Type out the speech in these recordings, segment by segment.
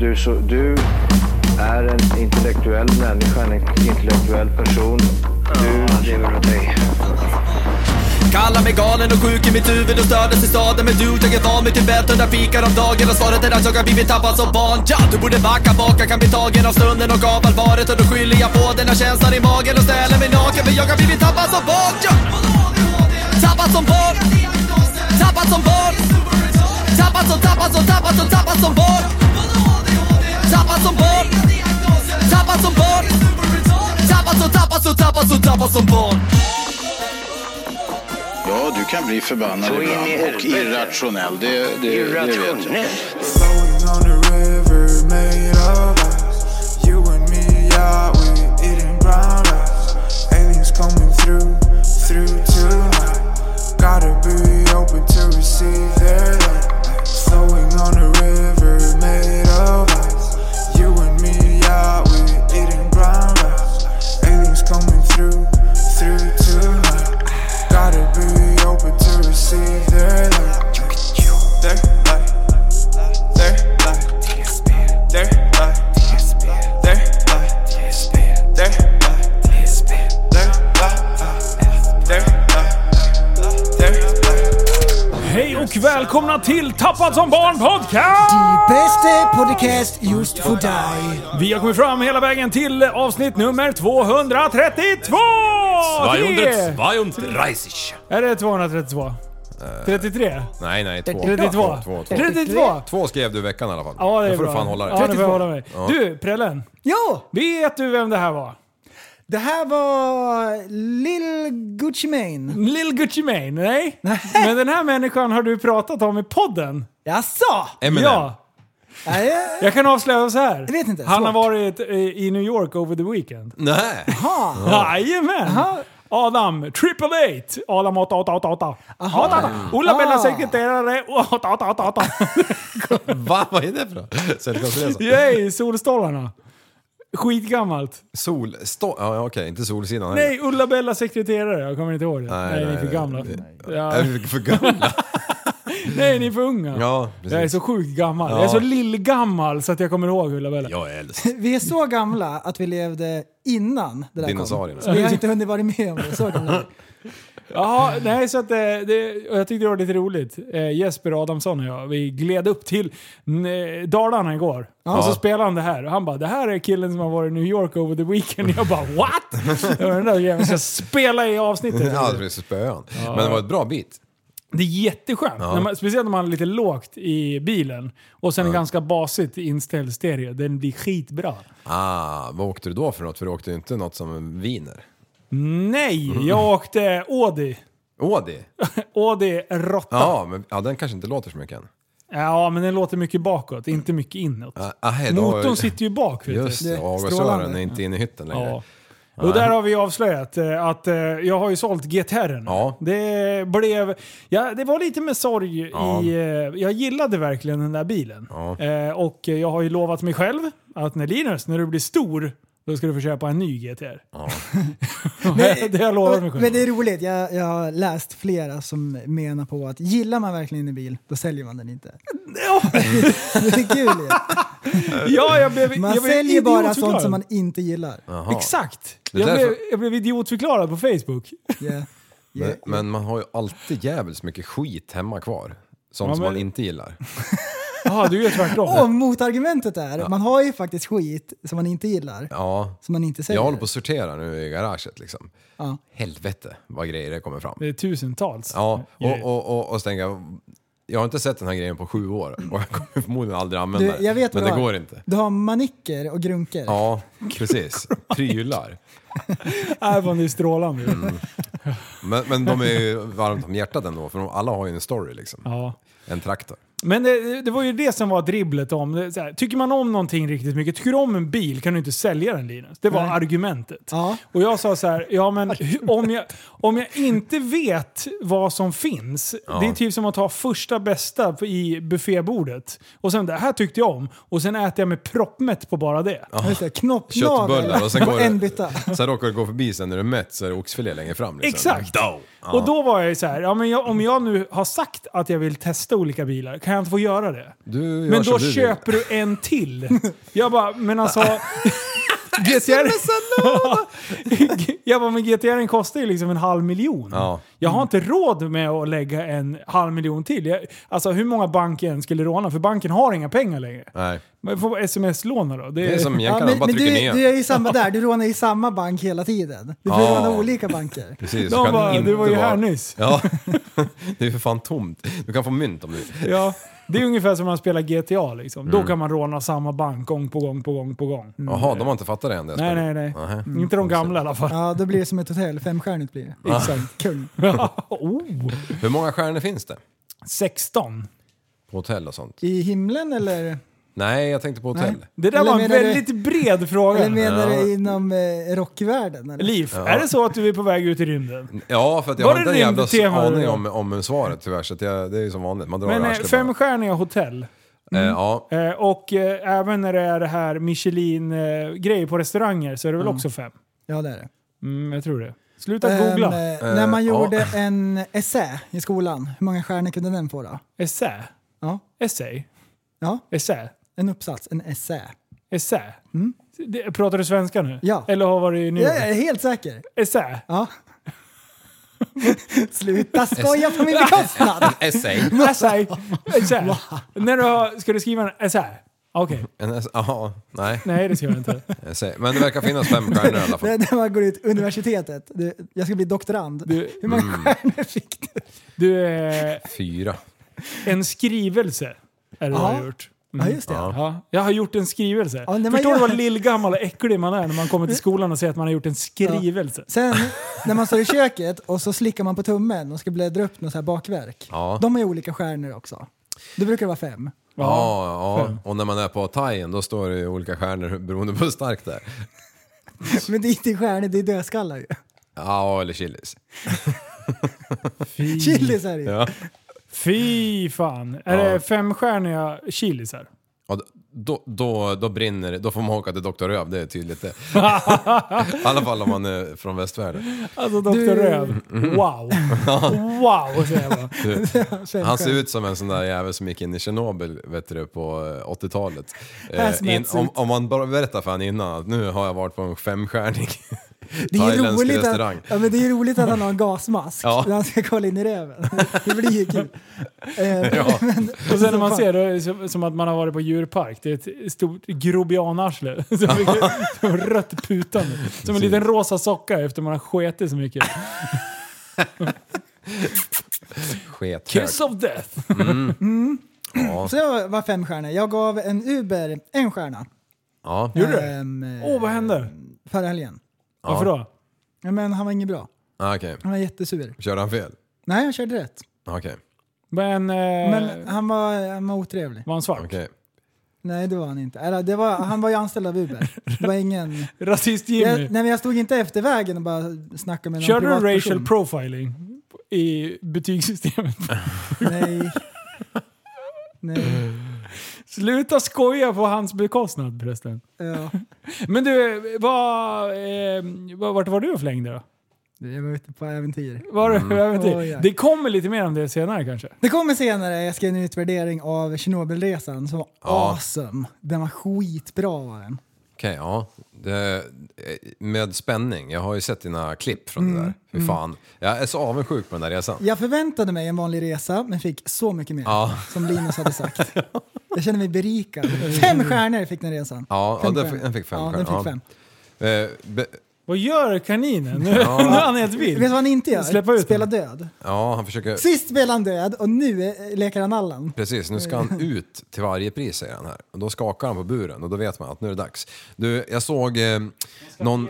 Du är en intellektuell människa, en intellektuell person. Du lever åt dig. Kallar mig galen och sjuk i mitt huvud och stördes i staden. Men du, jag är van vid Tibet under fikar om dagen. Och svaret är att jag har blivit tappad som barn. Ja, du borde backa bak, jag kan bli tagen av stunden och av allvaret. Och då skyller jag på den här känslan i magen och ställer mig naken. För jag har blivit tappad som barn. Ja. Tappad som barn. Tappad som barn. Tappad som barn. Tappad som barn. Tappad som barn. Tappad som barn. Ja, du kan bli förbannad ibland och irrationell. Det vet jag. Floating on the river made of ice. You and me, yeah, we eating brown rice. Aliens coming through tonight. Gotta be open to receive their light. Flowing on the river made of ice. You and me, yeah, we eating brown rice. Aliens coming through tonight. Gotta be open to receive their light. Their light. Their light. Their light. Their light. Their light. Hej och välkomna till Tappad som barn podcast! Die bästa podcast just för dig. Vi har kommit fram hela vägen till avsnitt nummer 232! 230. Är det 232? 33? Nej, 32. 2 skrev du i veckan i alla fall. Ja, det är får bra. du fan hålla dig. Ja, det får jag hålla mig. Ja. Du, Prellen. Ja, Vet du vem det här var? det här var Lil Gucci Mane. Lil Gucci Mane, nej? Men den här människan har du pratat om i podden. Jaså? Eminem. Ja. Jag kan avslöja så här. Jag vet inte. Han har Svårt. varit i New York over the weekend. Nej. Jajamän! Adam, triple 8. Adam 888. Ola Bella sekreterare. 888. Va? Vad är det för något? Sällskapsresa. Yay, solstolarna. Skitgammalt. Ja, okej. Inte solsidan heller. Nej, Ulla Bella sekreterare. Jag kommer inte ihåg det. Nej, ni är för gamla. Ja. Är vi för gamla? Nej, ni är för unga. Ja, precis. Jag är så sjukt gammal. Ja. Jag är så lillgammal så att jag kommer ihåg Ulla Bella. Jag är äldst. Vi är så gamla att vi levde innan det där Dinosaurierna. kom. Så vi har inte hunnit vara med om det. Så gamla. Ja, nej, så att och jag tyckte det var lite roligt. Jesper Adamsson och jag, vi gled upp till Dalarna igår. Ja. Och så spelade han det här. Och han bara, det här är killen som har varit i New York over the weekend. Jag bara, what? Det var den där jäveln ska spela i avsnittet. Ja, det är så spöan. Men det var ett bra bit. Det är jätteskönt. Ja. Speciellt när man är lite lågt i bilen. Och sen ganska basigt inställd stereo. Den blir skitbra. Vad åkte du då för något? För du åkte ju inte något som en viner. Nej, jag åkte Audi. Audi Rotta. Ja, men den kanske inte låter så mycket än. Ja, men den låter mycket bakåt, inte mycket inåt. Motorn sitter ju bak. Vet just det, avgasrören är inte inne i hytten längre. Ja. Och där har vi avslöjat att jag har ju sålt GT-ren. Ja. Det var lite med sorg jag gillade verkligen den där bilen. Ja. Och jag har ju lovat mig själv att när du blir stor, då ska du få köpa en ny GTR. Ja. Det har jag lovat mig själv. Men det är roligt, jag har läst flera som menar på att gillar man verkligen en bil, då säljer man den inte. Ja. Det är kul. Ja, Man säljer bara sånt som man inte gillar. Jaha. Exakt. Det Jag blev idiotförklarad på Facebook. Yeah. Men man har ju alltid jävligt mycket skit hemma kvar. Sånt som man inte gillar. Ja, du är tvärtom. Och motargumentet är, man har ju faktiskt skit som man inte gillar. Ja. Som man inte säljer. Jag håller på att sortera nu i garaget liksom. Ja. Helvete vad grejer det kommer fram. Det är tusentals. Ja, och så tänker jag har inte sett den här grejen på 7 år. Och jag kommer förmodligen aldrig använda Jag vet men det går inte. Du har manicker och grunker. Ja, precis. Prylar. Även det är strålande. Men de är ju varmt om hjärtat ändå. För alla har ju en story liksom. Ja. En traktor. Men det var ju det som var dribblet om. Så här, tycker man om någonting riktigt mycket, tycker du om en bil kan du inte sälja den, Linus. Det var argumentet. Ja. Och jag sa så här, ja men om jag inte vet vad som finns, det är typ som att ta första bästa i buffébordet. Och sen det här tyckte jag om. Och sen äter jag med proppmätt på bara det. Köttbullar och sen går en bytta. Sen råkar du gå förbi sen när du är mätt så är det oxfilé längre fram. Liksom. Exakt. Och då var jag så här, ja, men om jag nu har sagt att jag vill testa olika bilar, kan kan jag inte få göra det? Du gör Men som då du köper du en till. Jag bara, men alltså... GTR... Jag bara, men GTR kostar ju liksom 500 000. Ja. Jag har inte råd med att lägga 500 000 till. Alltså hur många banken skulle råna? För banken har inga pengar längre. Nej. Man får sms-låna då. Det är som jänkarna, men bara trycker ner. du är ju samma där, du rånar i samma bank hela tiden. Du får råna olika banker. Precis. De bara, inte du var ju här nyss. Ja, det är för fan tomt. Du kan få mynt om du... Ja, det är ungefär som när man spelar GTA liksom. Då kan man råna samma bank gång på gång. Jaha, de har inte fattat det än. Nej. Inte de gamla i alla fall. Ja, då blir det som ett hotell. 5-stjärnigt blir det. Exakt. Kung. Hur många stjärnor finns det? 16. På hotell och sånt? I himlen eller? Nej, jag tänkte på hotell. Nej. Det där Eller var en menar väldigt bred fråga. Eller menar du inom rockvärlden? Eller? Liv, är det så att du är på väg ut i rymden? Ja, för att jag Var har det inte en jävla rymdtema aning eller? om svaret tyvärr. Så att det är ju som vanligt. Man drar Men arslet bara. 5-stjärniga hotell. Ja, Och även när det är det här Michelin-grejer på restauranger så är det väl också 5? Ja, det är det. Jag tror det. Sluta googla. När man gjorde en essä i skolan, hur många stjärnor kunde den få då? Essä? Ja. Essay? Ja, Essä? en uppsats, en essä. Essä? Pratar du svenska nu? Ja. Eller har varit i New York? Jag är helt säker. Essä? Ja. Sluta skoja på min bekostnad! essay. Essay? Essä? Ska du skriva en essä? Okej. Jaha, nej. Nej, det ska jag inte. Essay. Men det verkar finnas 5 stjärnor i alla fall. När man går ut universitetet. Jag ska bli doktorand. Hur många stjärnor fick du? Du är 4. en skrivelse. Är det du har gjort? Ja, just det. Ja, jag har gjort en skrivelse. Ja, när man Förstår du gör- vad lillgammal och äcklig man är när man kommer till skolan och säger att man har gjort en skrivelse? Sen när man står i köket och så slickar man på tummen och ska bläddra upp något så här bakverk. Ja. De har ju olika stjärnor också. Då brukar det vara 5. Ja. Och när man är på thaien då står det ju olika stjärnor beroende på hur starkt det är. Men det är inte stjärnor, det är dödskallar ju. Ja, eller chilis. Chilis är det ju. Ja. Fy fan. Är det 5-stjärniga chilisar? Ja, då brinner det. Då får man åka till Dr. Röv, det är tydligt det. I alla fall om man är från västvärlden. Alltså Dr. Röv. Wow. Wow, säger jag bara. Han ser ut som en sån där jävel som gick in i Tjernobyl, vet du, på 80-talet. Om man bara berättar för han innan att nu har jag varit på en 5-stjärnig Det är thailändsk roligt restaurang. det är roligt att han har en gasmask när han ska kolla in i röven. Det blir ju kul. Och sen när man ser det som att man har varit på djurpark. Det är ett stort grobianarsle. Som rött putande. Som en liten rosa socka efter man har sketit så mycket. Kiss of death. Ja. Så jag var 5 stjärnor. Jag gav en Uber 1 stjärna. Ja. Gjorde du? Vad hände? Förra helgen. Varför då? Ja, men han var inget bra. Okej. Han var jättesur. Körde han fel? Nej, jag körde rätt. Okej. Men han var otrevlig. var han svart? Okej. Nej, det var han inte. Eller, han var ju anställd av Uber. Det var ingen... Rasist Jimmy. Nej, men jag stod inte efter vägen och bara snackade med någon Körde du privatperson. racial profiling i betygssystemet? Nej. Sluta skoja på hans bekostnad förresten. Ja. Men du, vart var du och flängde då? Jag var ute på äventyr. Äventyr? Det kommer lite mer om det senare kanske. Det kommer senare. Jag ska göra en utvärdering av Tjernobylresan som var awesome. Den var skitbra var den. Okej, ja. Med spänning. Jag har ju sett dina klipp från det där. Fy fan. Jag är så avundsjuk på den där resan. Jag förväntade mig en vanlig resa men fick så mycket mer. Som Linus hade sagt. Jag känner mig berikad. 5 stjärnor fick den resan. Ja, den fick 5 stjärnor. Ja, den fick 5. Vad gör kaninen? Nu är han helt vild. Vet du vad han inte gör? Släppa ut Spela död. Ja, han försöker... Sist spelade han död och nu leker han Allan. Precis, nu ska han ut till varje pris, säger han här. Och då skakar han på buren och då vet man att nu är det dags. Du, jag såg någon...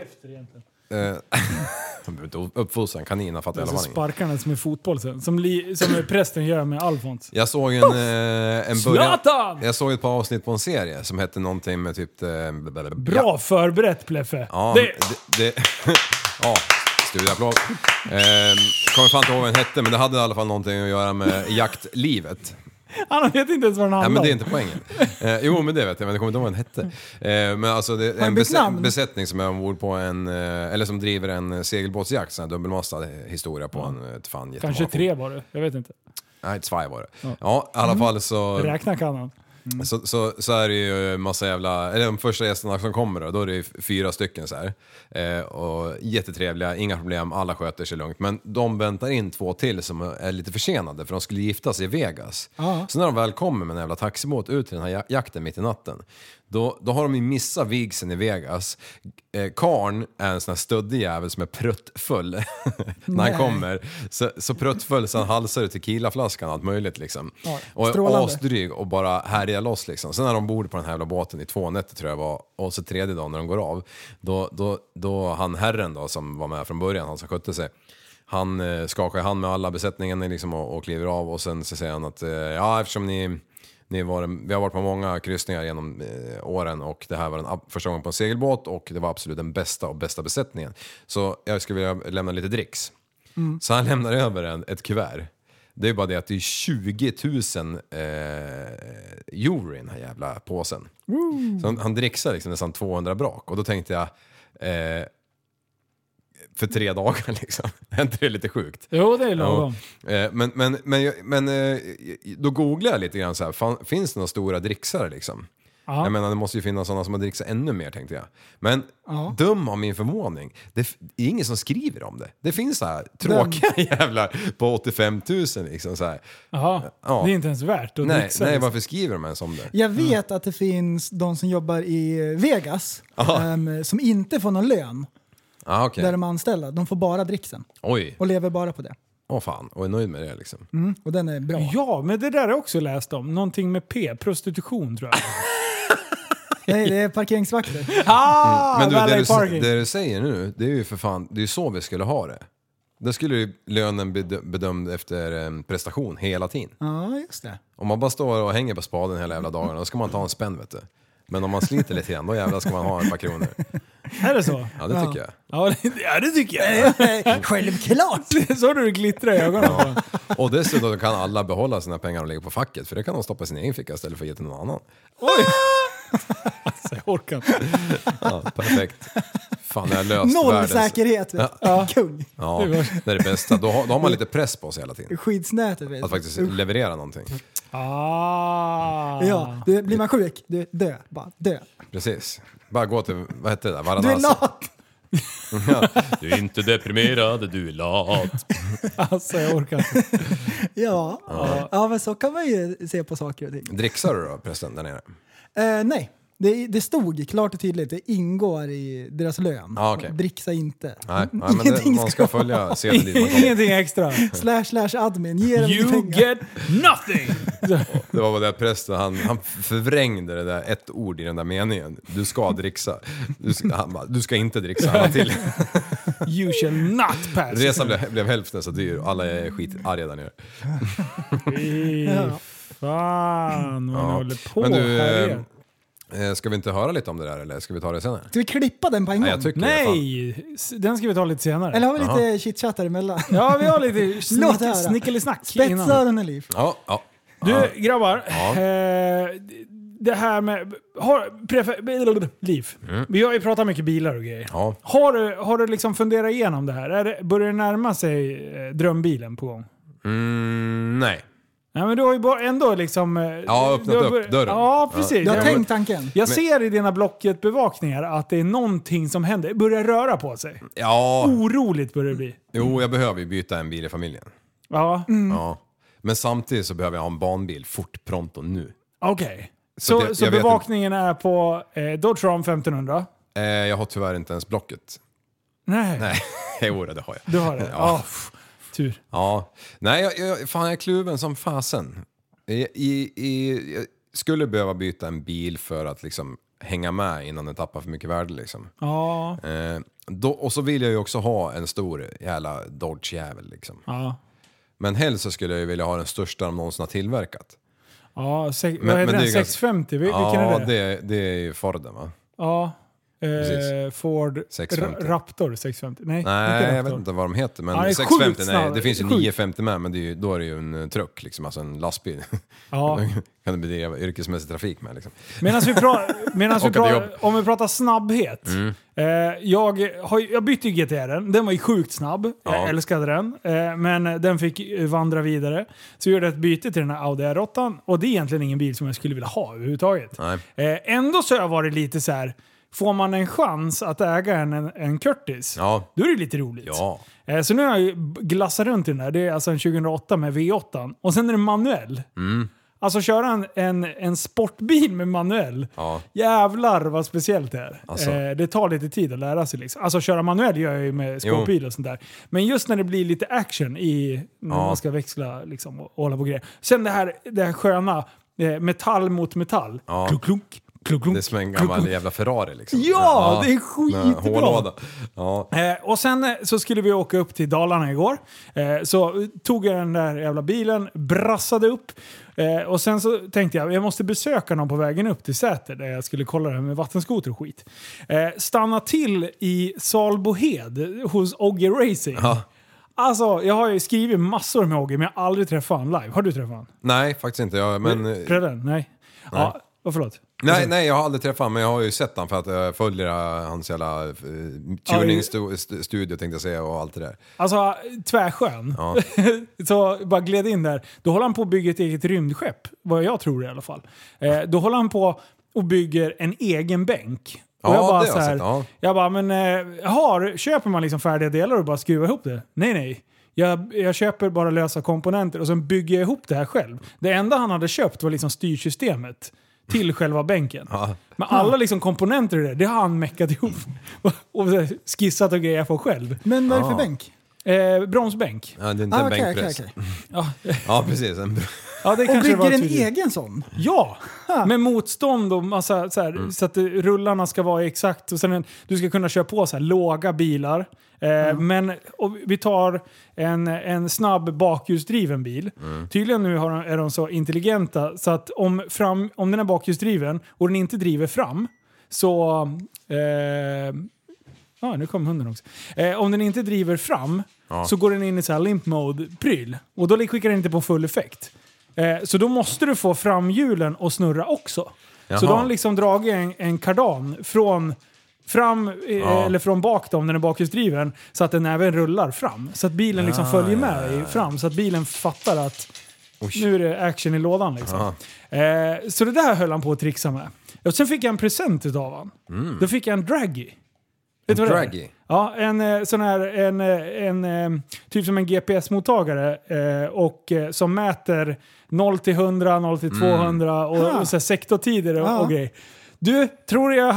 uppfostra en kanin, fattar jag. Så sparkar han som i fotboll sen. Som prästen gör med Alfons. Jag såg en början. Zlatan! Jag såg ett par avsnitt på en serie som hette någonting med typ... Bra förberett, Pleffe. Ja, ja, studieapplåd. Kommer fan inte ihåg vad den hette, men det hade i alla fall någonting att göra med jaktlivet. Han vet inte ens vad den handlar om. Ja, men det är inte poängen. Jo, men det vet jag, men det kommer inte ihåg vad den hette. Men alltså, det är en besättning som är ombord på en... eller som driver en segelbåtsjakt, sån här dubbelmastad historia på en... Kanske 3 var det, jag vet inte. Nej, 2 var det. Ja, i alla fall så... Räkna kan han. Så är det ju massa jävla, eller de första gästerna som kommer då är det 4 stycken så här. Och jättetrevliga, inga problem, alla sköter sig lugnt. Men de väntar in 2 till som är lite försenade för de skulle gifta sig i Vegas. Så när de väl kommer med en jävla taxibåt ut till den här jakten mitt i natten, då har de ju missat vigseln i Vegas. Karn är en sån här stöddig jävel som är pruttfull när han kommer. Så pruttfull så han halsar tequilaflaskan och allt möjligt liksom. Och asdryg och bara härjar loss liksom. Sen när de bor på den här jävla båten i 2 nätter tror jag var, och så 3:e dagen när de går av, då han herren då som var med från början, han som skötte sig, han skakar hand med alla besättningen liksom och kliver av och sen så säger han att ja, eftersom vi har varit på många kryssningar genom åren och det här var den första gången på en segelbåt och det var absolut den bästa besättningen. Så jag skulle vilja lämna lite dricks. Så han lämnar över ett kuvert. Det är bara det att det är 20 000 euro i den här jävla påsen. Så han dricksar liksom nästan 200 brak och då tänkte jag för 3 dagar liksom. Är inte det lite sjukt? Jo, det är lagom. Men då googlade jag lite grann så här, finns det några stora dricksare liksom? Jag menar, det måste ju finnas sådana som har dricksat ännu mer tänkte jag. Men dum av min förvåning, det är ingen som skriver om det. Det finns så här tråkiga jävlar på 85 000 liksom så här. Jaha, det är inte ens värt att dricksa. Nej, varför skriver de ens om det? Jag vet att det finns de som jobbar i Vegas som inte får någon lön. Okay. Där de är anställda. De får bara dricksen. Oj. Och lever bara på det. Fan, och är nöjd med det liksom. Och den är bra. Ja, men det där har jag också läst om. Någonting med P, prostitution tror jag. Nej, det är parkeringsvakter. Men du, det du säger nu, det är ju för fan, det är ju så vi skulle ha det. Då skulle ju lönen bedömd efter prestation hela tiden. Ja, just det. Om man bara står och hänger på spaden hela jävla dagen, då ska man ta en spänn, vet du. Men om man sliter lite grann, då jävlar ska man ha ett par kronor. Är det så? Ja, det tycker jag. Ja, det tycker jag. Självklart! Så du glittrar i ögonen. Ja. Och dessutom kan alla behålla sina pengar och lägga på facket, för det kan de stoppa i sin egen ficka istället för att ge till någon annan. Oj! Alltså, jag orkar inte. Ja, perfekt. Fan, jag har löst noll världens... säkerhet, vet du. Ja. Kung. Ja, det är det bästa. Då har man lite press på sig hela tiden. Skyddsnätet, vet du. Att faktiskt leverera någonting. Ja, blir man sjuk, dö. Bara dö. Precis. Bara gå till, vad heter det där? Varanasi. Du är lat! Ja. Du är inte deprimerad, du är lat. Alltså, jag orkar inte. Ja, men så kan man ju se på saker och ting. Dricksar du då, prästen, där nere? Nej. Det stod klart och tydligt, det ingår i deras lön. Okay. Dricksa inte. Nej, men man ska följa sedan dit man kommer. Ingenting extra. /admin, ge dem you pengar. get nothing! Det var det prästen, han förvrängde det där ett ord i den där meningen. Du ska dricksa. Du ska inte dricksa alla till. You shall not pass. Resan blev hälften så dyr. Alla är skitarga där nere. Fan, vad håller på. Men du, ska vi inte höra lite om det där, eller ska vi ta det senare? Ska vi klippa den på en gång? Jag tycker Nej, den ska vi ta lite senare. Eller har vi lite chitchat emellan? Ja, vi har lite snickelisnack. Spetsöronen, Liv. Ja. Du, grabbar. Det här med... Liv. Vi har ju pratat mycket bilar och grejer. Ja. Har du liksom funderat igenom det här? Börjar det närma sig drömbilen på gång? Nej. Ja, men du har ju bara ändå liksom... öppnat upp dörren. Ja, precis. Du har tänkt tanken. Jag ser i dina Blocket-bevakningar att det är någonting som händer. Börjar röra på sig. Ja. Oroligt börjar det bli. Jo, jag behöver ju byta en bil i familjen. Ja. Ja. Men samtidigt så behöver jag ha en banbil fort, pronto nu. Okej. Så bevakningen är på Dodge Ram 1500? Jag har tyvärr inte ens Blocket. Nej. Jo, det har jag. Du har det? Ja. Tur. Ja. Nej, jag är kluven som fasen. Jag skulle behöva byta en bil för att liksom hänga med innan den tappar för mycket värde liksom. Ja. Och så vill jag ju också ha en stor jävla Dodge-jävel liksom. Ja. Men helst så skulle jag ju vilja ha den största de någonsin har tillverkat. Ja, vad heter den? 650? Vilken är det? Ja, det är ju Forden, va? Ja. Ford 650. Raptor 650. Nej, jag vet inte vad de heter. Men Ja, 650, nej, snabb. det finns ju Sjukt. 950 med, men då är det ju en truck, liksom, alltså en lastbil. Ja. Kan du bedriva yrkesmässig trafik med liksom. Om vi pratar snabbhet. Jag bytte ju GTR-en. Den var ju sjukt snabb. Jag älskade den. Men den fick vandra vidare. Så jag gjorde ett byte till den här Audi R8. Och det är egentligen ingen bil som jag skulle vilja ha överhuvudtaget. Ändå så har jag varit lite så här. Får man en chans att äga en Curtis, då är det lite roligt. Ja. Så nu har jag glassat runt i den där. Det är alltså en 2008 med V8. Och sen är det manuell. Alltså köra en sportbil med manuell. Jävlar vad speciellt det är. Alltså. Det tar lite tid att lära sig. Liksom. Alltså köra manuell gör jag ju med sportbil och sånt där. Men just när det blir lite action när man ska växla liksom, och hålla på grejer. Sen det här sköna metall mot metall. Klunk, klunk. Det är som en gammal jävla Ferrari liksom. Ja, det är skitbra. Ja. Och sen så skulle vi åka upp till Dalarna igår. Så tog jag den där jävla bilen, brassade upp. Och sen så tänkte jag måste besöka någon på vägen upp till Säter där jag skulle kolla det här med vattenskoter och skit. Stanna till i Salbohed hos Ogge Racing. Ja. Alltså, jag har ju skrivit massor med Ogge, men jag har aldrig träffat honom live. Har du träffat honom? Nej, faktiskt inte. Nej. Ja, förlåt. Nej, jag har aldrig träffat honom, men jag har ju sett honom för att jag följer hans jävla tuning-studio, tänkte jag säga, och allt det där. Alltså, tvärskön. Ja. Så bara gled in där. Då håller han på att bygga ett eget rymdskepp, vad jag tror i alla fall. Då håller han på och bygger en egen bänk. Och jag bara så här, jag bara, men köper man liksom färdiga delar och bara skruvar ihop det? Nej. Jag köper bara lösa komponenter och sen bygger jag ihop det här själv. Det enda han hade köpt var liksom styrsystemet till själva bänken. Men alla liksom komponenter i det har han meckat ihop och skissat och grejer på själv. Men vad är det för bänk? Bromsbänk. Ja, det är inte en bänkpress. Ja, precis. Ja, det och bygger en egen sån? Ja, med motstånd och massa så här, så att rullarna ska vara exakt. Och sen du ska kunna köra på så här låga bilar. Men vi tar en snabb bakhjulsdriven bil. Tydligen nu är de så intelligenta så att om den är bakhjulsdriven och den inte driver fram så... nu kom hunden också. Om den inte driver fram så går den in i så här limp mode-pryl. Och då skickar den inte på full effekt. Så då måste du få framhjulen och snurra också. Jaha. Så då har han liksom dragit en kardan från eller från bak då, om den är bakhjulsdriven, så att den även rullar fram. Så att bilen liksom följer med fram. Så att bilen fattar att nu är det action i lådan liksom. Så det där höll han på att trixa med. Och sen fick jag en present utav han. Då fick jag en Draggy. Vet du vad det är? Ja, en sån här en typ som en GPS-mottagare och som mäter 0 till 100, 0 till 200 och så här sektortider och grejer. Du, tror jag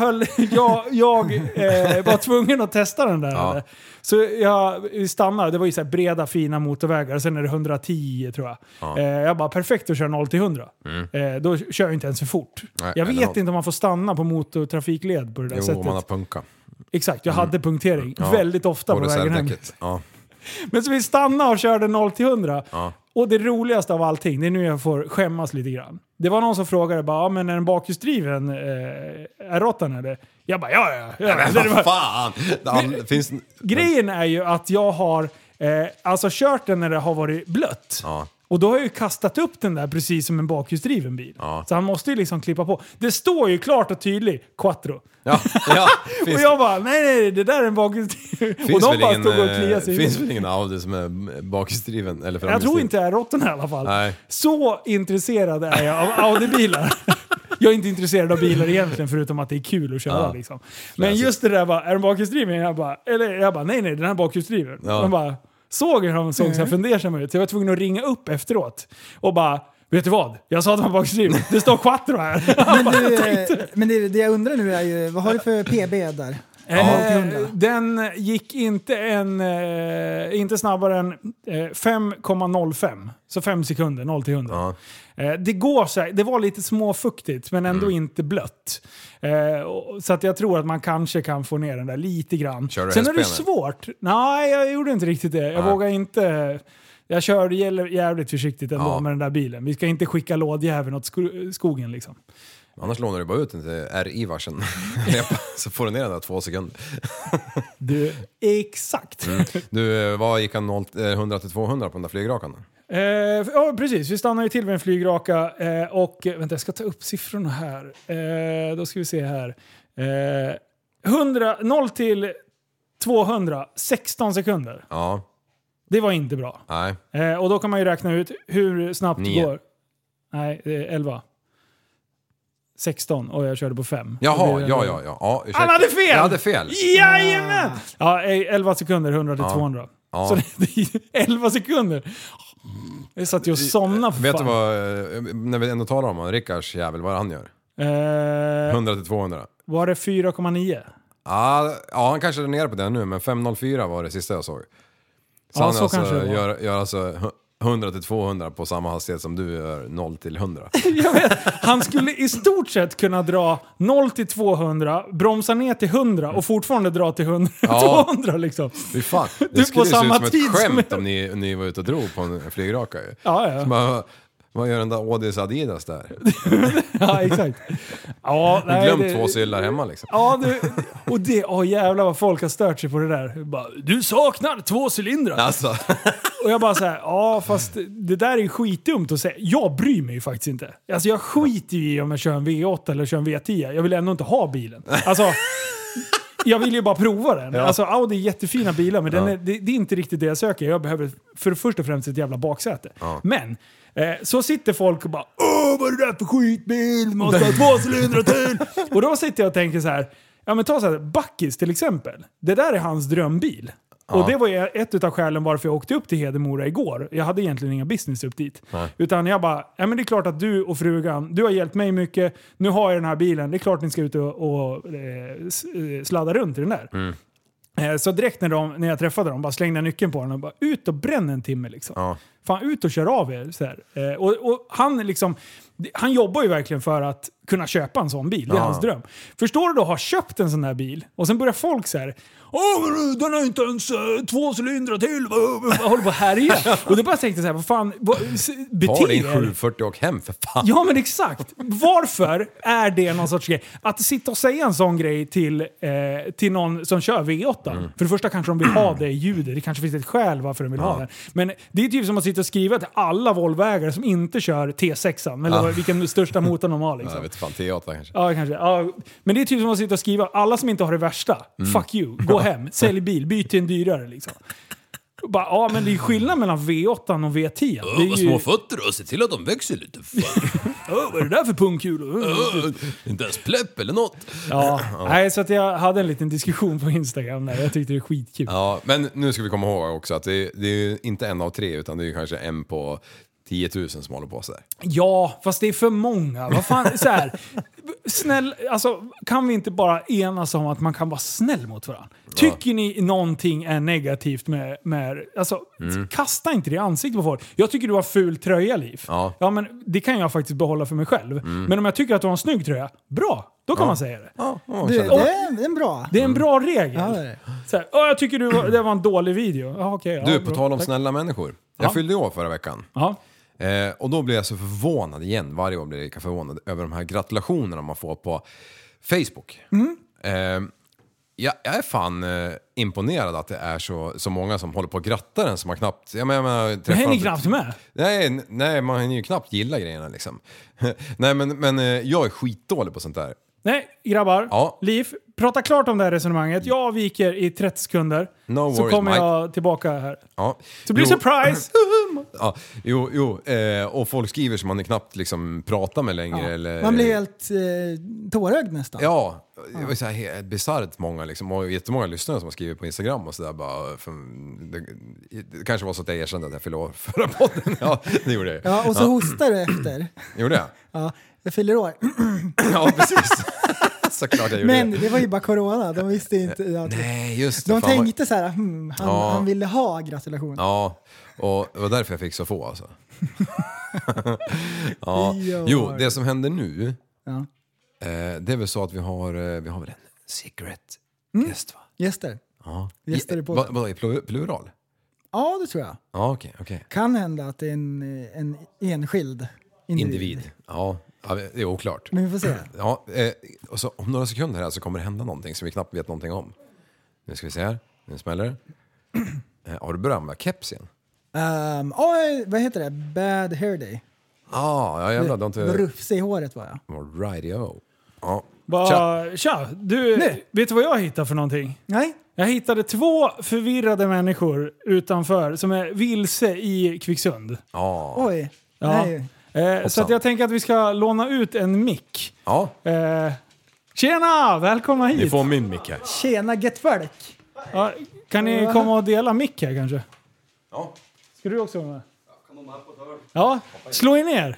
var tvungen att testa den där. Ja. Så jag stannade, det var ju så här breda fina motorvägar, sen är det 110 tror jag. Ja. Jag bara, perfekt att köra 0 till 100. Då kör jag inte ens för fort. Nej, jag vet inte om man får stanna på motortrafikled på det där sättet. Jo, man har punka. Exakt, jag hade punktering väldigt ofta på vägen hem. Ja. Men så vi stannade och körde 0 till 100. Ja. Och det roligaste av allting, det är nu jag får skämmas lite grann. Det var någon som frågade bara, men är den bakhjulsdriven R8 eller? Jag bara, ja. Men vad fan! Grejen är ju att jag har alltså kört den när det har varit blött. Ja. Och då har jag ju kastat upp den där precis som en bakhjulsdriven bil. Ja. Så han måste ju liksom klippa på. Det står ju klart och tydligt Quattro. Ja, och jag bara, nej, det där är en bakhjulsdriven. Och de bara stod och kliade sig. Finns väl ingen Audi som är bakhjulsdriven? Eller jag tror inte R8 i alla fall. Nej. Så intresserad är jag av Audi-bilar. Jag är inte intresserad av bilar egentligen, förutom att det är kul att köra. Liksom. Men just det där bara, är den bakhjulsdriven? Jag bara, nej, den här bakhjulsdriven. Ja. De bara... Såg hur de såg så här fundersamma ut. Så jag var tvungen att ringa upp efteråt. Och bara, vet du vad? Jag sa att han var bakhjulsdriven. Det står Quattro här. Men det jag undrar nu är ju, vad har du för PB där? Den gick inte snabbare än 5,05. Så 5 sekunder, 0 till 100. Ja. Det går så här, det var lite småfuktigt men ändå inte blött. Så att jag tror att man kanske kan få ner den där lite grann. Sen är det svårt. Nej, jag gjorde inte riktigt det. Jag vågar inte... Jag körde jävligt försiktigt ändå med den där bilen. Vi ska inte skicka lådjäveln åt skogen liksom. Annars lånar du bara ut den till R-i-varsen. Så får du ner den där 2 sekunder. Du, exakt. Du, vad gick han 100 till 200 på den där flygrakan? Ja, precis. Vi stannar ju till vid en flygraka. Och vänta, jag ska ta upp siffrorna här. Då ska vi se här. 0 till 200, 16 sekunder. Ja. Det var inte bra. Nej. Och då kan man ju räkna ut hur snabbt 9. det går. Nej, det är 11. 16 och jag körde på 5. Jaha, ja. Han hade fel! Jag hade fel. Jajamän! Ja, 11 sekunder, 100 till 200. Ja. Så det är 11 sekunder. Jag satt ju och somnade för Vet fan. du vad, när vi ändå talar om honom, Rickards jävel, vad han gör? 100 till 200. Var det 4,9? Ja, han kanske är nere på det nu, men 5.04 var det sista jag såg. Så Ja, han så alltså kanske det var. gör alltså 100 till 200 på samma hastighet som du gör 0 till 100. Jag vet, han skulle i stort sett kunna dra 0 till 200, bromsa ner till 100 och fortfarande dra till 100, Ja. 200 liksom. Fy fan, det Du, skulle på se ut samma som ett tid skämt som- om ni var ute och drog på en flygraka. Ja. Så vad gör den där Audis Adidas där? Ja, exakt. Ja, Du glömt 2 cylindrar hemma liksom. Ja, och det, jävlar vad folk har stört sig på det där. Bara, du saknar 2 cylindrar. Alltså. Och jag bara så här, ja fast det där är skitdumt att säga. Jag bryr mig ju faktiskt inte. Alltså jag skiter ju i om jag kör en V8 eller kör en V10. Jag vill ändå inte ha bilen. Alltså, jag vill ju bara prova den. Ja. Alltså Audi är jättefina bilar, men det är inte riktigt det jag söker. Jag behöver för först och främst ett jävla baksäte. Ja. Men så sitter folk och bara vad är det där för skitbil? Måste ha 2 cylindrar till! Och då sitter jag och tänker så här, ja men ta så här, Backis till exempel. Det där är hans drömbil. Och det var ju ett av skälen varför jag åkte upp till Hedemora igår. Jag hade egentligen inga business upp dit. Nej. Utan jag bara, ja men det är klart att du och frugan, du har hjälpt mig mycket. Nu har jag den här bilen. Det är klart ni ska ut och sladda runt i den där. Så direkt när jag träffade dem, bara slängde jag nyckeln på den och bara ut och bränn en timme liksom. Ja. Fan, ut och kör av er. Så här. Och han liksom, han jobbar ju verkligen för att kunna köpa en sån bil. Det är hans dröm. Förstår du då, ha köpt en sån här bil och sen börjar folk så här, den har inte ens 2 cylindrar till. Jag håller på att härja. Och då bara tänkte jag så här, vad fan, bete Ta din er. 740 och hem för fan. Ja men exakt. Varför är det någon sorts grej? Att sitta och säga en sån grej till någon som kör V8. För det första kanske de vill ha det ljudet. Det kanske finns ett skäl varför de vill ha det. Men det är typ som att sitta och skriva till alla Volvoägare som inte kör T6. Eller vilken största motorn de har liksom. Jag vet fan, T8 kanske. Ja, kanske. Ja, men det är typ som att sitta och skriva alla som inte har det värsta. Fuck you. Gå hem. Sälj bil. Byt till en dyrare liksom. Bara, ja, men det är skillnad mellan V8 och V10. Det är ju... små fötter och se till att de växer lite. Vad är det där för pungkulor? Inte ens plepp eller något. Ja, nej, så att jag hade en liten diskussion på Instagram där. Jag tyckte det är skitkul. Ja, men nu ska vi komma ihåg också att det är inte en av 3 utan det är kanske en på 10 000 som håller på så där. Ja, fast det är för många. Vad fan, så här, snäll, alltså, kan vi inte bara enas om att man kan vara snäll mot varandra? Tycker ni någonting är negativt med alltså, kasta inte det i ansiktet på folk. Jag tycker du har ful tröja, Liv. Ja, men det kan jag faktiskt behålla för mig själv. Men om jag tycker att du har en snygg tröja, bra, då kan man säga det. Det är en bra. Det är en bra regel. Ja, det är det. Så här, jag tycker det var en dålig video. Ja, okay, ja, Du, bra, på tal om tack. snälla människor. Jag fyllde år förra veckan. Ja. Och då blir jag så förvånad igen. Varje år blir jag lika förvånad över de här gratulationerna man får på Facebook. Jag är fan imponerad att det är så många som håller på att gratta den som man knappt... Jag menar, Men ni knappt med? Nej, man hinner ju knappt gilla grejerna liksom. Nej, men jag är skitdålig på sånt där. Nej, grabbar. Ja. Liv, prata klart om det här resonemanget. Jag viker i 30 sekunder. No så worries, kommer Mike. jag tillbaka här. Ja. Så blir det surprise! Ja, och folk skriver som man knappt liksom pratar med längre. Eller, Man blir helt tårögd nästan. Ja, det var så här bisarrt många liksom, och jättemånga lyssnare som har skrivit på Instagram och sådär bara, det kanske var så att jag erkände att jag fyllde år förra podden. Ja, det gjorde jag. Ja, och så hostar du efter. Gjorde jag? Ja, jag fyller år. Ja, precis. Såklart jag gjorde Men det. det var ju bara corona. De visste inte att... Nej, just det. De Fan, tänkte så här, han ville ha gratulation. Ja, och det var därför jag fick så få alltså. Ja. Jo, det som händer nu, Ja. det är väl så att vi har väl en secret gäst, va? Gäster. Ja. Gäster i podden. Vad är plural? Ja, det tror jag. Ja, okej. Kan hända att det är en enskild. individ. Ja, det är oklart. Men vi får se. Ja, och så om några sekunder här så kommer det hända någonting som vi knappt vet någonting om. Nu ska vi se här. Nu smäller det. Har du börjat använda keps igen? Vad heter det? Bad hair day. Ja, jävlar. Det har inte... Rufs i håret var jag. Rightio. Ja. Tja, du, vet du vad jag hittade för någonting? Nej. Jag hittade 2 förvirrade människor utanför som är vilse i Kvicksund. Ja. Oj. Ja. Nej. Så att jag tänker att vi ska låna ut en mick. Ja. Tjena! Välkomna hit! Ni får min mick här. Tjena, get folk. Ja, kan ni komma och dela mick här kanske? Ja. Ska du också vara med? Ja, slå er ner.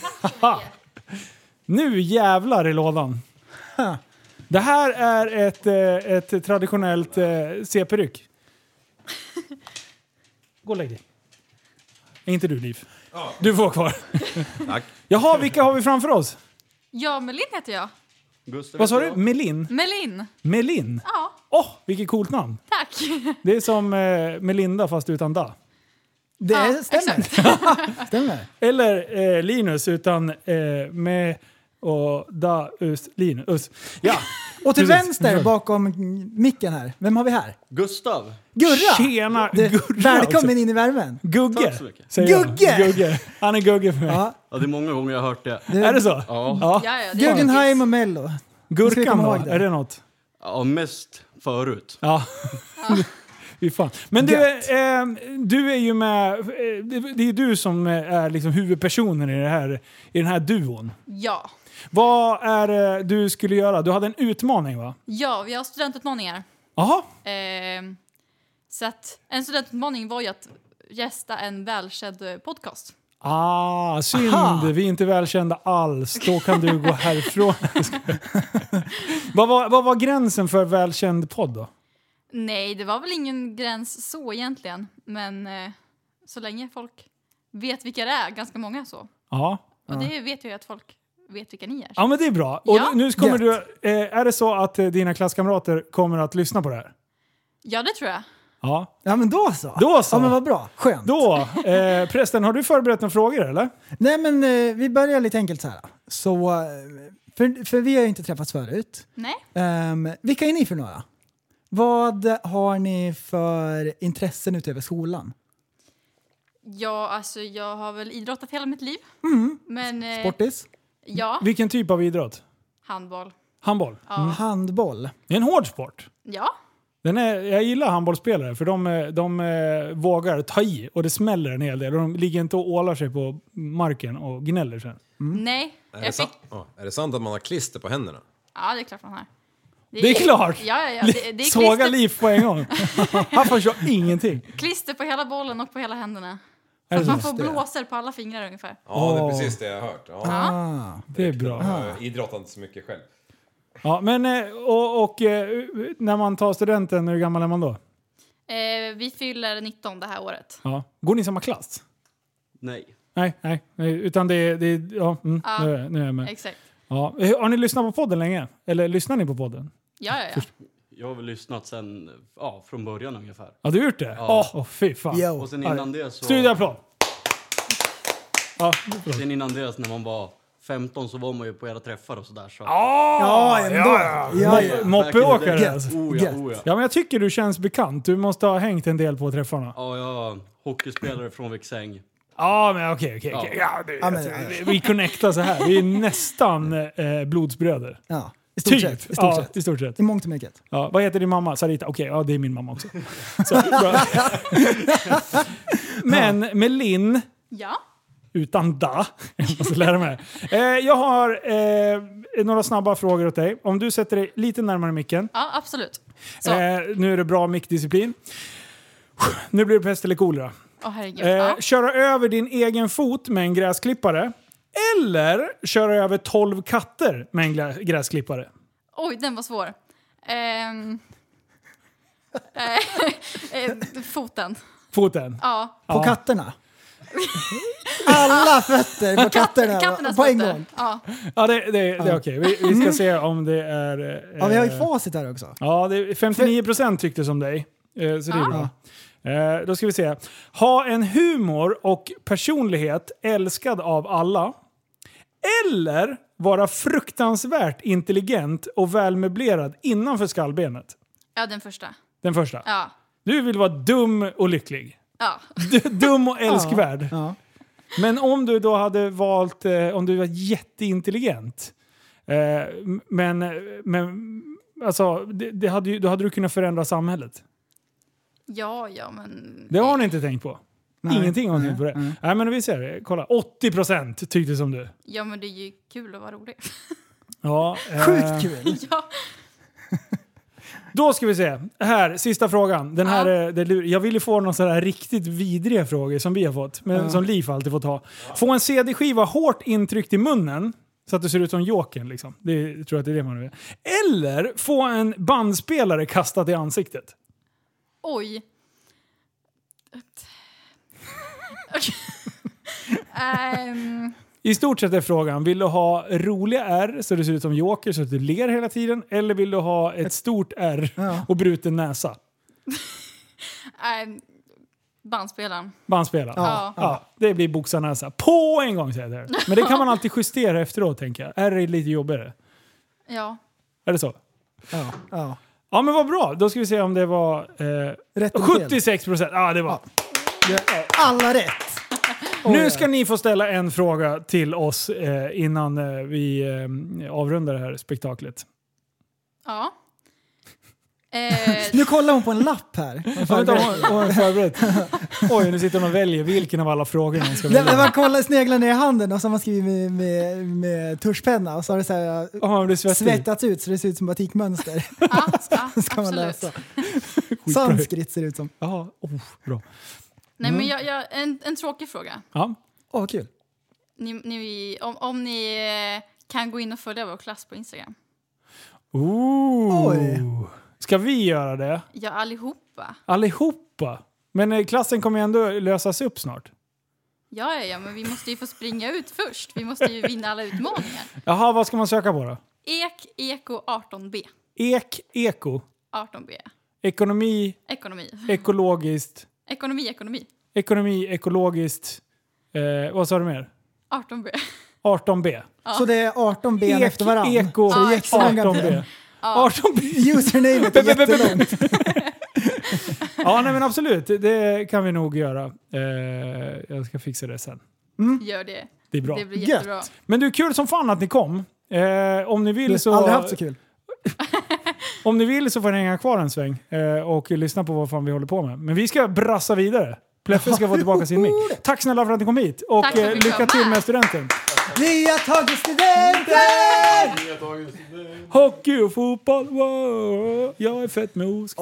Nu jävlar i lådan. Det här är ett traditionellt CP-ryck. Gå och lägg dig. Är inte du, Liv? Du får vara kvar. Tack. Jaha, vilka har vi framför oss? Ja, Melin heter jag. Gustav. Vad sa du? Melin? Melin. Melin? Ja. Vilket coolt namn. Tack. Det är som Melinda fast utan da. Det stämmer. Stämmer. Eller Linus utan med och da us Linus. Ja. Och till Precis. vänster bakom micken här. Vem har vi här? Gustav. Gurra! Tjena! Gurra Välkommen också. in i värmen. Gugge. Tack så mycket. Säger jag. Gugge! Gugge! Han är Gugge för mig. Ja. Ja, det är många gånger jag har hört det. Är det så? Ja. Ja, det är Guggenheim och Mello. Ska vi Gurkan komma då? ihåg det? Är det något? Ja, mest förut. Ja. Fy fan. Men du är ju med... Det är du som är liksom huvudpersonen i den här duon. Ja. Vad är det du skulle göra? Du hade en utmaning, va? Ja, vi har studentutmaningar. Jaha. Så att en studentutmaning var ju att gästa en välkänd podcast. Synd. Aha. Vi är inte välkända alls. Då kan du gå härifrån. Vad var gränsen för välkänd podd då? Nej, det var väl ingen gräns så egentligen. Men så länge folk vet vilka det är, ganska många så. Ja. Och det vet jag ju att folk vet vilka ni är. Ja, men det är bra. Och Ja. nu kommer du... är det så att dina klasskamrater kommer att lyssna på det här? Ja, det tror jag. Ja. Ja, men då så. Då så. Ja, men vad bra. Skönt. Då, prästen, har du förberett några frågor eller? Nej, men vi börjar lite enkelt så här. Så, för vi har ju inte träffats förut. Nej. Vilka är ni för några? Vad har ni för intressen utöver skolan? Ja, alltså jag har väl idrottat hela mitt liv. Men Sportis? ja, Vilken typ av idrott? handboll. Handboll. Ja. Handboll? Det är en hård sport. Ja. Jag gillar handbollsspelare för de vågar ta i och det smäller en hel del. Och de ligger inte och ålar sig på marken och gnäller sen. Nej. Är det sant att man har klister på händerna? Ja, det är klart man har. Det är klart! Ja. Det är Såga liv på en gång. Han förstår ingenting. klister på hela bollen och på hela händerna. Är det Man så? får blåser på alla fingrar ungefär. Ja, det är precis det jag har hört. Ja. Det är bra. Jag har idrottat inte så mycket själv. Ja, men när man tar studenten, hur gammal är man då? Vi fyller 19 det här året. Ja. Går ni i samma klass? Nej. Nej. Utan det är ja, nu är jag med. Exakt. Ja. Har ni lyssnat på podden länge? Eller lyssnar ni på podden? Ja. Jag har väl lyssnat sen, från början ungefär. Ja, du har gjort det? Ja. Fy fan. Yo. Och sen innan det så... Studieapplåd. Ja, Sen innan det, när man var 15 så var man ju på era träffar och sådär. Så. Moppeåkare alltså. Oh ja. Ja, men jag tycker du känns bekant. Du måste ha hängt en del på träffarna. Ja, jag hockeyspelare från Viksäng. Ja, men okej. Ja, vi connectar så här. Vi är nästan blodsbröder. Ja, i stort sett. I stort sett. I mångt och mycket. Ja, vad heter din mamma? Sarita? Okej, ja, det är min mamma också. Så, bra. Men med Linn, Ja. utan da, jag måste lära mig. Jag har några snabba frågor åt dig. Om du sätter dig lite närmare micken. Ja, absolut. Så. Nu är det bra mickdisciplin. Nu blir det pest eller kolera. Herregud. Ja. Köra över din egen fot med en gräsklippare. Eller köra över 12 katter med en gräsklippare. Oj, den var svår. Foten. Foten. Ja. På katterna. Alla fötter på katterna Katternas på en fötter. gång. Ja. Ja, det är okej. Vi ska se om det är... Ja, vi har ju facit här också. Ja, det är 59% tyckte som dig. Så det är bra. Då ska vi se. Ha en humor och personlighet älskad av alla. Eller vara fruktansvärt intelligent och välmöblerad innanför skallbenet? Ja, den första. Den första. Ja. Du vill vara dum och lycklig. Ja. Dum och älskvärd. Ja. Men om du då hade valt, om du var jätteintelligent, men alltså, då hade du kunnat förändra samhället. Ja, men... Det har ni inte tänkt på. Nej. Ingenting har ni tänkt på det. Nej, men vi ser det. Kolla, 80% tyckte som du. Ja, men det är ju kul att vara rolig. Ja, Sjukt kul. Ja. Då ska vi se. Här, sista frågan. Den här, jag vill ju få någon sån här riktigt vidriga frågor som vi har fått. Men som Liv alltid fått ha. Få en CD-skiva hårt intryckt i munnen. Så att det ser ut som Jokern liksom. Det tror jag att det är det man vill. Eller få en bandspelare kastat i ansiktet. Oj. I stort sett är frågan, vill du ha roliga R så det ser ut som Joker så att du ler hela tiden? Eller vill du ha ett stort R och bruten näsa? Bandspelaren. Bandspelaren? Ja. Det blir boxarnäsa. På en gång säger jag det. Men det kan man alltid justera efteråt, tänker jag. R är lite jobbigare. Ja. Är det så? Ja. Ja, men vad bra. Då ska vi se om det var 76%. Ja, det var... Alla rätt. Nu ska ni få ställa en fråga till oss innan vi avrundar det här spektaklet. Ja. Nu kollar hon på en lapp här. Oj, nu sitter hon och väljer vilken av alla frågor man ska välja. Man kollar sneglar ner i handen och så har man skrivit med tuschpenna och så har det så här svettats ut så det ser ut som batikmönster. Ja, ska man läsa. Sanskrit ser det ut som. Ja, bra. Nej, men en tråkig fråga. Ja. Vad kul. Om ni kan gå in och följa vår klass på Instagram. Oj. Ska vi göra det? Ja, allihopa. Allihopa? Men klassen kommer ju ändå lösas upp snart. Ja, men vi måste ju få springa ut först. Vi måste ju vinna alla utmaningar. Jaha, vad ska man söka på då? Eko 18B. Eko? 18B. Ekonomi. Ekologiskt. Ekonomi, ekologiskt. Vad sa du mer? 18B. 18B. Ja. Så det är 18 ben efter varandra. Eko, så det är 18B. 18B. Usernamet är jättelångt. Ja, nej men absolut. Det kan vi nog göra. Jag ska fixa det sen. Gör det. Det är bra. Det blir jättebra. Men du, kul som fan att ni kom. Om ni vill så... Aldrig haft så kul. Om ni vill så får ni hänga kvar en sväng och lyssna på vad fan vi håller på med. Men vi ska brassa vidare. Pleffe ska få tillbaka sin mick. Tack snälla för att ni kom hit. Och lycka till med studenten. Vi har tagit studenten! Hockey och fotboll. Wow. Jag är fett med osk.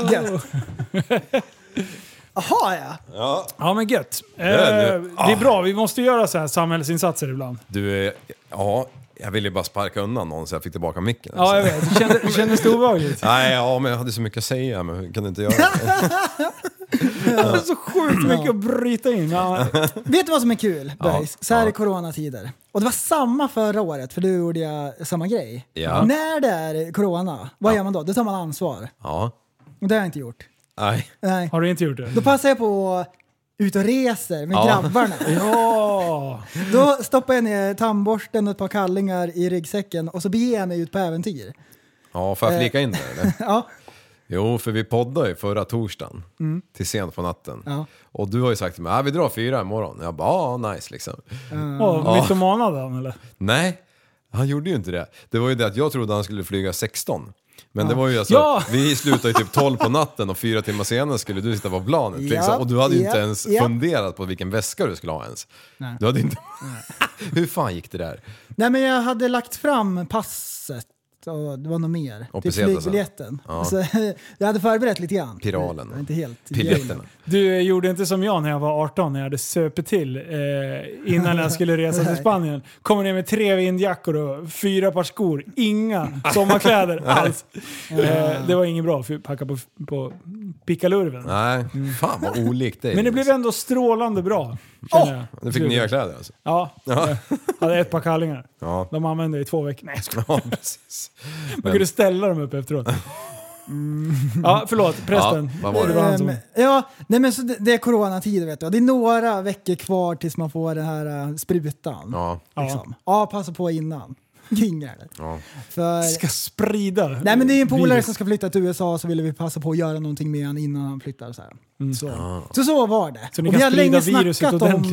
Jaha, ja. Ja, men gött. Det är bra. Vi måste göra så här samhällsinsatser ibland. Jag ville bara sparka undan någon så jag fick tillbaka micken. Ja, jag vet. Du kände det obehagligt. Nej, men jag hade så mycket att säga, men jag kunde inte göra det. Det var så sjukt mycket att bryta in. Ja. Vet du vad som är kul, Bergs? Så här är coronatider. Och det var samma förra året, för då gjorde jag samma grej. Ja. När det är corona, vad gör man då? Då tar man ansvar. Ja. Och det har jag inte gjort. Nej. Har du inte gjort det? Då passar jag på ut och reser med grabbarna. Ja. Då stoppar jag ner tandborsten och ett par kallingar i ryggsäcken och så beger jag mig ut på äventyr. Ja, får jag flika in det eller? Ja. Jo, för vi poddade ju förra torsdagen till sent på natten. Ja. Och du har ju sagt till mig, vi drar 4 imorgon. Jag bara, nice liksom. Mytomanade han eller? Nej, han gjorde ju inte det. Det var ju det att jag trodde han skulle flyga 16. Men det var ju alltså, vi slutade ju typ 12 på natten och 4 timmar senare skulle du sitta på planet. Liksom. Och du hade ju inte ens funderat på vilken väska du skulle ha ens. Nej. Du hade inte... Hur fan gick det där? Nej, men jag hade lagt fram passet och det var något mer. Och till flygbiljetten. Ja. Så jag hade förberett lite grann. Piralen. Inte helt. Biljetterna. Du gjorde inte som jag när jag var 18 när jag hade söpet till innan jag skulle resa till Spanien. Kommer ner med 3 vindjackor och 4 par skor. Inga sommarkläder alls. Det var inget bra för att packa på pickalurven. Nej, fan vad olikt det är. Men det blev ändå strålande bra. Du fick nya kläder alltså? Ja, jag hade ett par kallingar. Ja. De använde i 2 veckor. Nej, ja, precis. Man kunde ställa dem upp efteråt. Ja, förlåt. Prästen. Ja, vad var det? Nej men så det är coronatid, vet du. Det är några veckor kvar tills man får den här sprutan. Ja. Liksom. Ja, passa på innan. Kingar det. Ja. För... Ska sprida. Nej men det är en polare som ska flytta till USA, så ville vi passa på att göra någonting med han innan han flyttar. Så var det. Så ni kan sprida viruset ordentligt.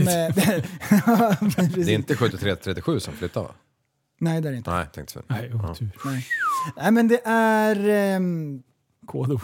Det är inte 73-37 som flyttar, va? Nej, det är det inte. Nej, tänkte så. Nej, Nej, men det är... Kodord.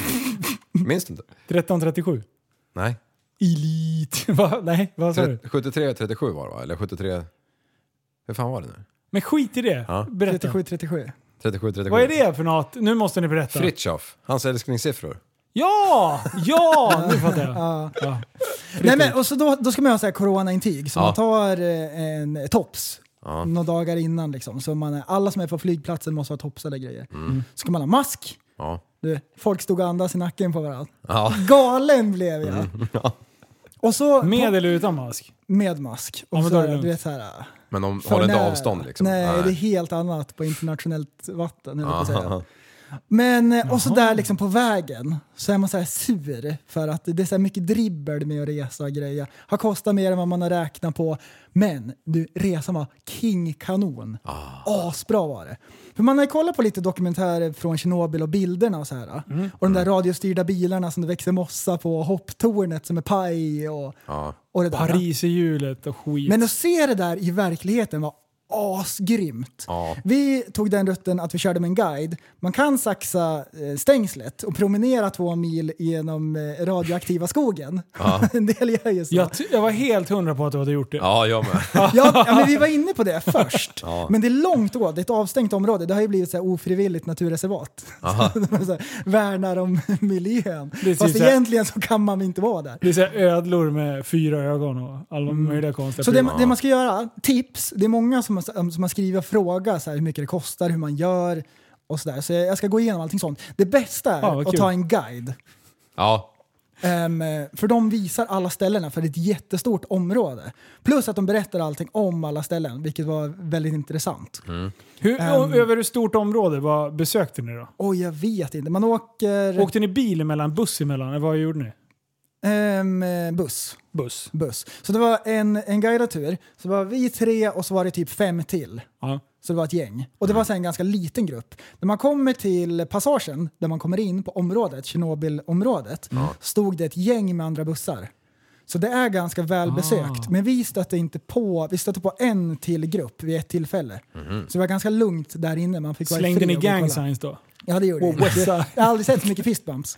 Minns du inte? 1337. Nej. Elit. Nej, vad sa du? 73-37 var det, va? Eller 73... Hur fan var det nu? Men skit i det. Ja. Berätta. 37. 37-37. Vad är det för något? Nu måste ni berätta. Fritjof. Hans älsklingssiffror. Ja! Nu fattar jag. Ja. Nej, men, och så då ska man ha så här coronaintyg. Så man tar en tops några dagar innan. Liksom. Så alla som är på flygplatsen måste ha topsade grejer. Så ska man ha mask. Ja. Folk stod och andas i nacken på varandra. Ja. Galen blev jag. Ja. Och så, med eller utan mask? Med mask. Och så, du vet, så här, men de håller inte avstånd liksom? Nej, det är helt annat på internationellt vatten. Eller på säga. Men och så där liksom på vägen så är man så här sur för att det är så här mycket dribbel med att resa och grejer. Har kostat mer än vad man har räknat på. Men resan var king-kanon. Asbra var det. För man har kollat på lite dokumentärer från Tjernobyl och bilderna och så här. Och de där radiostyrda bilarna som det växer mossa på, hopptornet som är paj och det där. Pariserhjulet och skit. Men att se det där i verkligheten var asgrymt. Vi tog den rutten att vi körde med en guide. Man kan saxa stängslet och promenera 2 mil genom radioaktiva skogen. En del gör ju så. Jag var helt 100 på att du hade gjort det. Ja, jag med. ja, men vi var inne på det först. Men det är långt åt. Det är ett avstängt område. Det har ju blivit så här ofrivilligt naturreservat. Så värnar om miljön. Fast egentligen så kan man inte vara där. Det är så här ödlor med 4 ögon och alla möjliga konstiga. Så det man ska göra, tips, det är många som har skrivit och frågat så här, hur mycket det kostar, hur man gör och sådär. Så jag ska gå igenom allting sånt. Det bästa är att ta en guide. Ja. För de visar alla ställena för det är ett jättestort område. Plus att de berättar allting om alla ställen, vilket var väldigt intressant. Över hur stort område vad besökte ni då? Jag vet inte. Man åkte ni bil emellan, buss emellan, eller vad gjorde ni? Buss. Så det var en guidad tur. Så det var vi 3 och så var det typ 5 till. Så det var ett gäng. Och det var så en ganska liten grupp. När man kommer till passagen, där man kommer in på området, Tjernobylområdet, stod det ett gäng med andra bussar. Så det är ganska välbesökt. Men vi stötte på en till grupp vid ett tillfälle. Så det var ganska lugnt där inne. Man fick slängde ni gang signs då? Ja, det gjorde jag. Jag har aldrig sett så mycket fistbumps.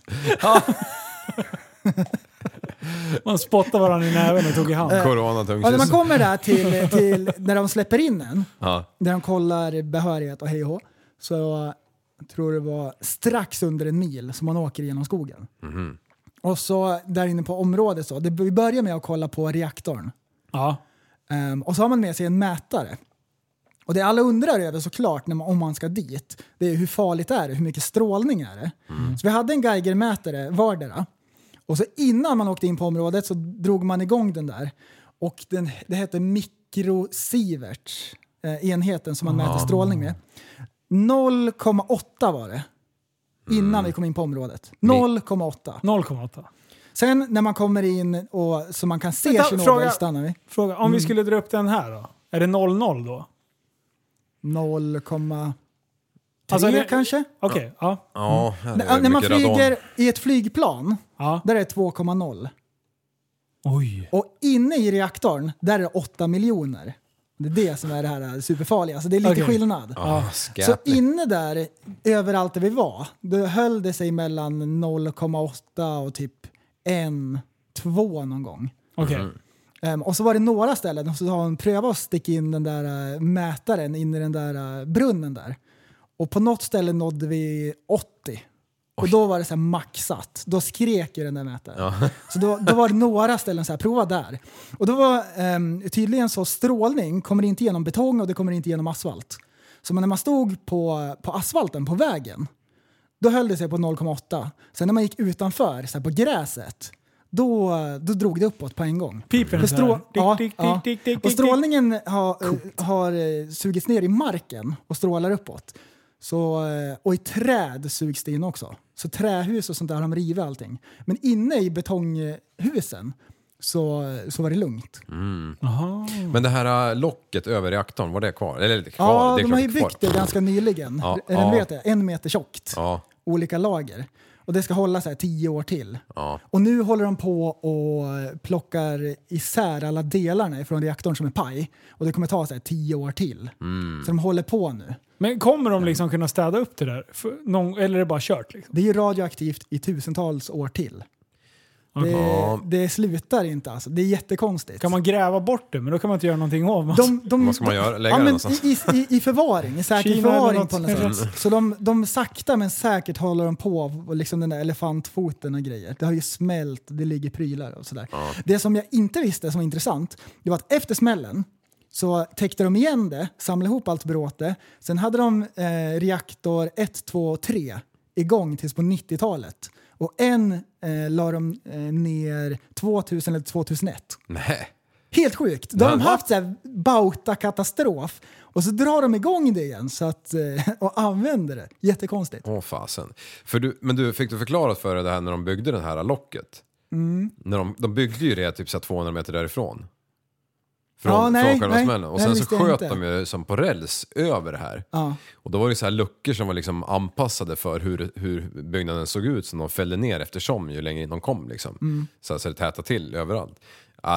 Man spottade varandra i näven och tog i hand. När man kommer där till när de släpper in en, när de kollar behörighet och hej och hå, så jag tror det var strax under 1 mil som man åker genom skogen. Och så där inne på området så, vi börjar med att kolla på reaktorn. Och så har man med sig en mätare. Och det alla undrar över såklart om man ska dit, det är hur farligt är det, hur mycket strålning är det. Så vi hade en Geigermätare vardera. Och så innan man åkte in på området så drog man igång den där. Och det heter mikrosievert, enheten som man mäter strålning med. 0,8 var det innan vi kom in på området. 0,8. Sen när man kommer in och så man kan se Tjernobyl stannar vi. Fråga, om vi skulle dra upp den här då? Är det 00 då? 0,3 kanske? Okej, när man flyger i ett flygplan, där är det 2,0. Oj. Och inne i reaktorn, där är det 8 miljoner. Det är det som är det här superfarliga. Så det är lite skillnad. Så inne där, överallt där vi var, då höll det sig mellan 0,8 och typ 1-2 någon gång. Och så var det några ställen och så har hon prövat att sticka in den där mätaren in i den där brunnen där. Och på något ställe nådde vi 80. Och då var det så här maxat. Då skrek ju den där mätaren. Så då var det några ställen så här, prova där. Och då var tydligen så strålning kommer inte genom betong och det kommer inte genom asfalt. Så när man stod på asfalten på vägen, då höll det sig på 0,8. Sen när man gick utanför så här, på gräset, då drog det uppåt på en gång. Pipen Och strålningen har sugits ner i marken och strålar uppåt. Så, och i träd sugs det in också. Så trähus och sånt där har de rivit allting. Men inne i betonghusen så var det lugnt. Men det här locket över reaktorn, var det kvar? Eller kvar? Ja, det är de har ju kvar. byggt det ganska nyligen. Ja, Vet det, 1 meter tjockt. Ja. Olika lager. Och det ska hålla så här 10 år till. Ja. Och nu håller de på och plockar isär alla delarna ifrån reaktorn som är paj. Och det kommer ta så här 10 år till. Så de håller på nu. Men kommer de liksom kunna städa upp det där? Eller är det bara kört? Liksom? Det är ju radioaktivt i tusentals år till. Det slutar inte alltså. Det är jättekonstigt. Kan man gräva bort det? Men då kan man inte göra någonting av. Vad ska man göra? Lägga det någonstans? I förvaring. I säker förvaring på något sätt. Så de sakta men säkert håller de på. Och liksom den där elefantfoten och grejer. Det har ju smält. Det ligger prylar och sådär. Ja. Det som jag inte visste som var intressant. Det var att efter smällen så täckte de igen det. Samlade ihop allt bråte. Sen hade de reaktor 1, 2, 3 igång tills på 90-talet. Och la de ner 2000 eller 2001. Nej. Helt sjukt. Då har de haft så här Bauta-katastrof. Och så drar de igång det igen så att, och använder det. Jättekonstigt. Fasen. Men du, fick du förklarat för det här när de byggde det här locket? När de byggde ju det typ så 200 meter därifrån. Från själva smällen. Och sen så sköt de ju som på räls över det här. Ja. Och då var det så här luckor som var liksom anpassade för hur byggnaden såg ut, som de fällde ner eftersom ju längre in de kom liksom. Så det tätade till överallt. Ja,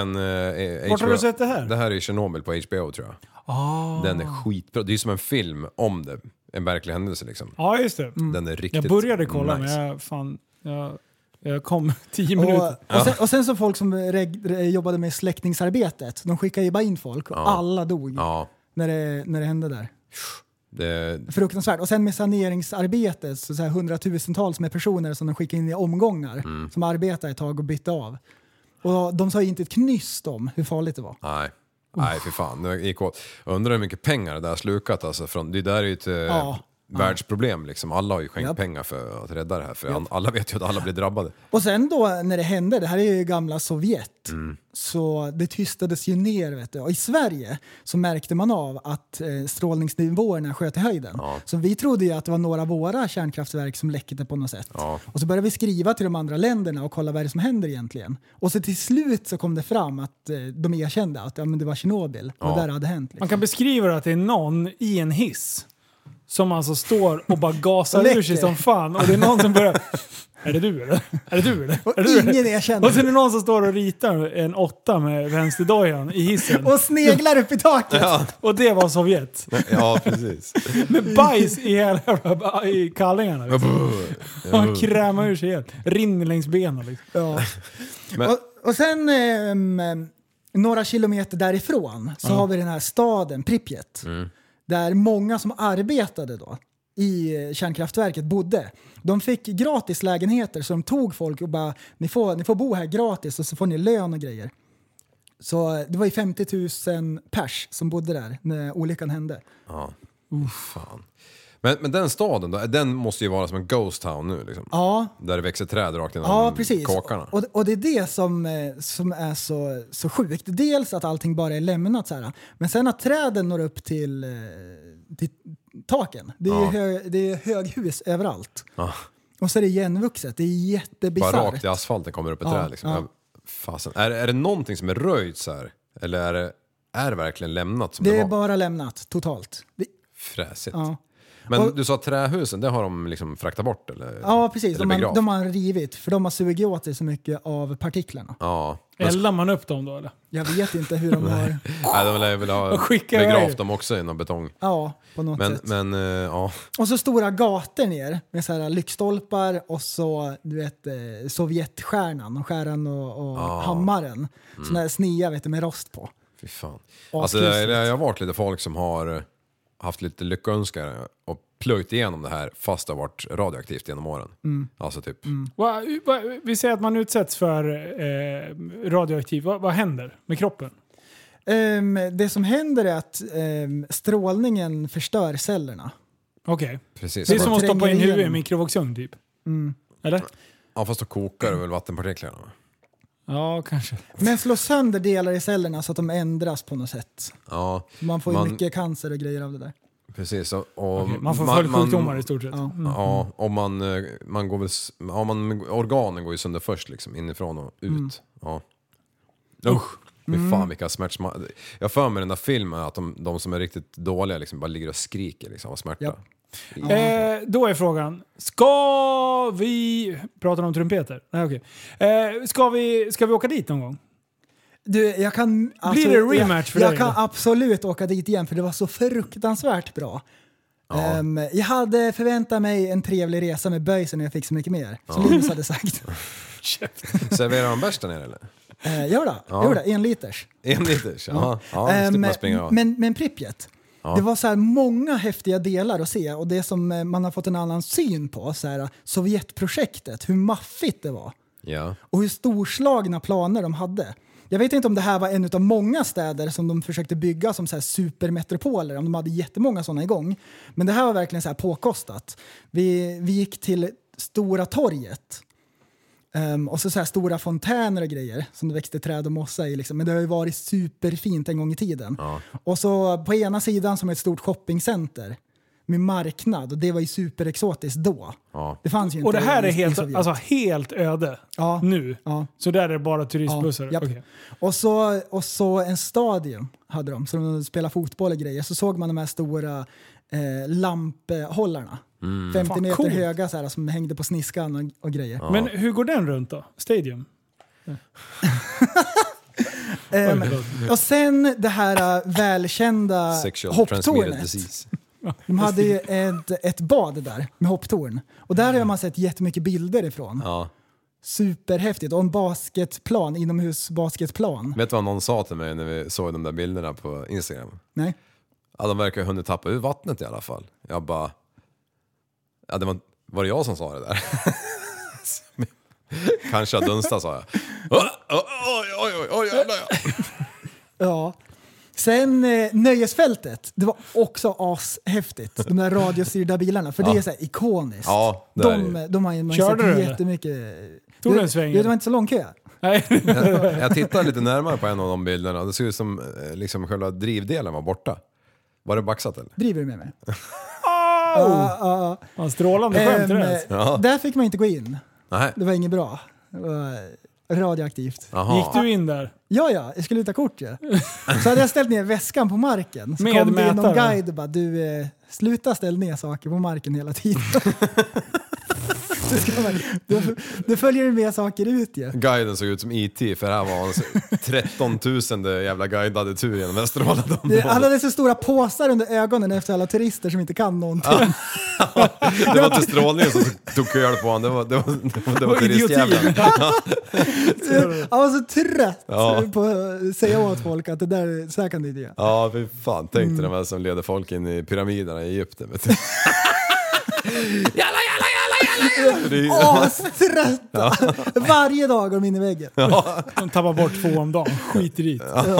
Vart har du sett det här? Det här är Chernobyl på HBO tror jag. Den är skitbra. Det är som en film om det. En verklig händelse liksom. Ja, just det. Den är riktigt jag började kolla nice. Men jag kom 10 minuter. Och sen så folk som jobbade med släckningsarbetet, de skickade ju bara in folk och alla dog när det hände där. Fruktansvärt. Och sen med saneringsarbetet så här 100,000-tals med personer som de skickade in i omgångar som arbetade ett tag och bytte av. Och de sa ju inte ett knyst om hur farligt det var. Nej, för fan. Jag undrar hur mycket pengar det där slukat alltså. Det där är ju ett världsproblem liksom. Alla har ju skänkt pengar för att rädda det här. För alla vet ju att alla blir drabbade. Och sen då när det hände, det här är ju gamla Sovjet. Så det tystades ju ner vet du. Och i Sverige så märkte man av att strålningsnivåerna sköt i höjden. Så vi trodde ju att det var några av våra kärnkraftverk som läckte på något sätt. Och så började vi skriva till de andra länderna och kolla vad det är som händer egentligen. Och så till slut så kom det fram att de erkände att men det var Tjernobyl. Och där hade hänt. Liksom. Man kan beskriva det att det är någon i en hiss som alltså står och bara gasar ur sig som fan. Och det är någon som börjar... Är det du eller? Är det du eller? Och ingen erkänner. Och sen är det någon som står och ritar en 8 med vänsterdojan i hissen. Och sneglar upp i taket. Ja. Och det var Sovjet. Ja, precis. Med bajs i kallingarna. Liksom. Han krämar ur sig helt. Rinner längs benen. Liksom. Ja. Och sen några kilometer därifrån så har vi den här staden Pripyat. Där många som arbetade då i kärnkraftverket bodde. De fick gratis lägenheter så de tog folk och bara ni får bo här gratis och så får ni lön och grejer. Så det var ju 50 000 pers som bodde där när olyckan hände. Ja, fan. Men den staden då, den måste ju vara som en ghost town nu liksom. Ja. Där det växer träd rakt genom kåkarna. Och det är det som är så sjukt. Dels att allting bara är lämnat så här. Men sen att träden når upp till taken. Det är höghus överallt. Ja. Och så är det igenvuxet. Det är jättebisarrt. Bara rakt i asfalten kommer upp ett träd liksom. Ja. Fasen. Är det någonting som är röjt så här? Eller är det verkligen lämnat som det var? Det är bara lämnat totalt. Fräsigt. Ja. Men du sa trähusen, det har de liksom fraktat bort? Eller, ja, precis. De har rivit, för de har sugit åt sig så mycket av partiklarna. Ja. Eldar man upp dem då eller? Jag vet inte hur de har... Nej, de vill ha begravt dem också i någon betong. Ja, på något sätt. Men ja. Och så stora gator ner med så här lyktstolpar och så, du vet, Sovjetstjärnan och hammaren. Såna här snea, vet du, med rost på. Fy fan. Alltså, jag har varit lite folk som har haft lite lyckönskare och plöjt igenom det här fast det har varit radioaktivt genom åren. Alltså typ. Vi säger att man utsätts för radioaktiv. Vad händer med kroppen? Det som händer är att strålningen förstör cellerna. Okej. Precis. Det är som att stoppa in huvudet i en mikrovågsugn typ. Eller? Ja, fast då kokar det väl vattenpartiklarna. Ja, kanske. Men slå sönder delar i cellerna så att de ändras på något sätt. Ja. Man får ju mycket cancer och grejer av det där. Precis. Och okay. Man får följdsjukdomar i stort sett. Ja, och man går väl... organen går ju sönder först liksom, inifrån och ut. Ja. Men fan vilka smärtsma... Jag för mig den där filmen att de som är riktigt dåliga liksom bara ligger och skriker liksom, av smärta. Ja. Då är frågan, ska vi... Pratar om trumpeter? Nej, okej. Ska vi åka dit någon gång? Du, jag kan... Blir det rematch för dig? Jag kan absolut åka dit igen för det var så fruktansvärt bra. Ja. Jag hade förväntat mig en trevlig resa med böjsen när jag fick så mycket mer. Som Linus hade sagt. Serverar de bärs där nere eller? Gör det, 1 liters. 1 liters, ja. Men Pripyat. Ja. Det var så här många häftiga delar att se och det som man har fått en annan syn på, så här, Sovjetprojektet, hur maffigt det var. Ja. Och hur storslagna planer de hade. Jag vet inte om det här var en av många städer som de försökte bygga som så här supermetropoler, om de hade jättemånga sådana igång. Men det här var verkligen så här påkostat. Vi gick till Stora torget. Och så här stora fontäner och grejer som det växte träd och mossa i liksom. Men det har ju varit superfint en gång i tiden. Ja. Och så på ena sidan som ett stort shoppingcenter med marknad, och det var ju superexotiskt då. Ja. Det fanns ju inte. Och det här är helt öde nu. Ja. Så där är det bara turistbussar. Ja, okay. Och så en stadion hade de, så de spelade fotboll och grejer. Så såg man de här stora lamphållarna. 50 meter cool. Höga så här, som hängde på sniskan och grejer. Ja. Men hur går den runt då? Stadium? Och sen det här välkända hopptornet. De hade ju ett bad där med hopptorn. Och där har man sett jättemycket bilder ifrån. Ja. Superhäftigt. Och en basketplan, inomhusbasketplan. Vet du vad någon sa till mig när vi såg de där bilderna på Instagram? Nej. Ja, de verkar ha hunnit tappa ur vattnet i alla fall. Jag bara... Ja, var det jag som sa det där? Kanske jag dunsta, sa jag. Oj, jävlar ja. Ja. Sen nöjesfältet, det var också ashäftigt. De där radiostyrda bilarna, för det är så här ikoniskt. Ja, de har ju sett jättemycket. Tog den svängen? Det var inte så lång kö. Nej. Jag tittade lite närmare på en av de bilderna. Det ser ut som liksom själva drivdelen var borta. Var det baxat eller? Driver du med mig? Strålande skämt. Där fick man inte gå in. Nej. Det var inget bra. Det var radioaktivt. Aha. Gick du in där? Ja, jag skulle ta kort. Ja. Så hade jag ställt ner väskan på marken. Så kom det någon guide och bara, du sluta ställa ner saker på marken hela tiden. Det följer med saker ut ju. Guiden såg ut som IT, för här var 13 000 jävla guidade tur genom Västerhavet. Han hade så stora påsar under ögonen efter alla turister som inte kan någonting. Det var inte strålningen som tog köl på honom. Det var turistjävlen. Han var så trött på att säga åt folk att det där, så här kan det inte göra. Ja, för fan. Tänkte de här som leder folk in i pyramiderna i Egypten. Jalla! Trötta. Varje dag går de in i väggen. De tappar bort 2 om dagen. Skit i dit.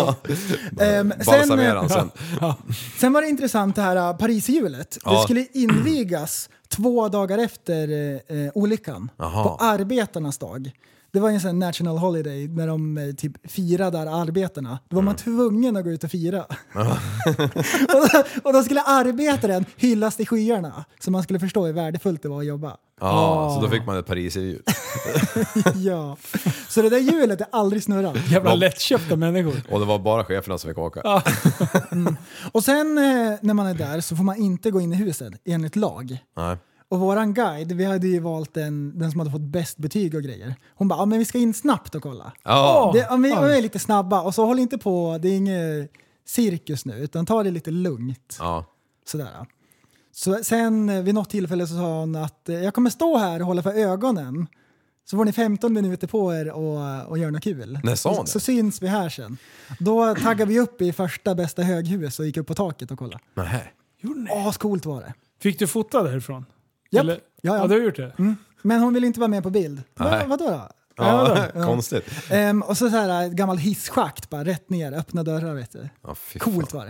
Sen var det intressant det här Pariserhjulet. Det skulle invigas 2 dagar efter olyckan. På arbetarnas dag. Det var en sån national holiday när de typ firade där arbetarna. Då var man tvungen att gå ut och fira. och då skulle arbetaren hyllas i skyarna. Så man skulle förstå hur värdefullt det var att jobba. Så då fick man ett Pariserhjul. Ja. Så det där hjulet är aldrig snurrat. Jävla lättköpta människor. Och det var bara cheferna som fick åka. Och sen när man är där så får man inte gå in i huset enligt lag. Nej. Och våran guide, vi hade ju valt den som hade fått bäst betyg och grejer. Hon bara, men vi ska in snabbt och kolla. Vi är lite snabba och så håll inte på, det är inget cirkus nu, utan ta det lite lugnt. Sådär. Så sen vid något tillfälle så sa hon att jag kommer stå här och hålla för ögonen. Så får ni 15 minuter på er och göra något kul. Så syns vi här sen. Då taggade vi upp i första bästa höghus och gick upp på taket och kollade. Coolt var det. Fick du fota därifrån? Japp. Ja, du har gjort det. Men hon ville inte vara med på bild. Vadå då? Konstigt. Och så här ett gammalt hisschakt bara rätt ner, öppna dörrar, vet du. Coolt var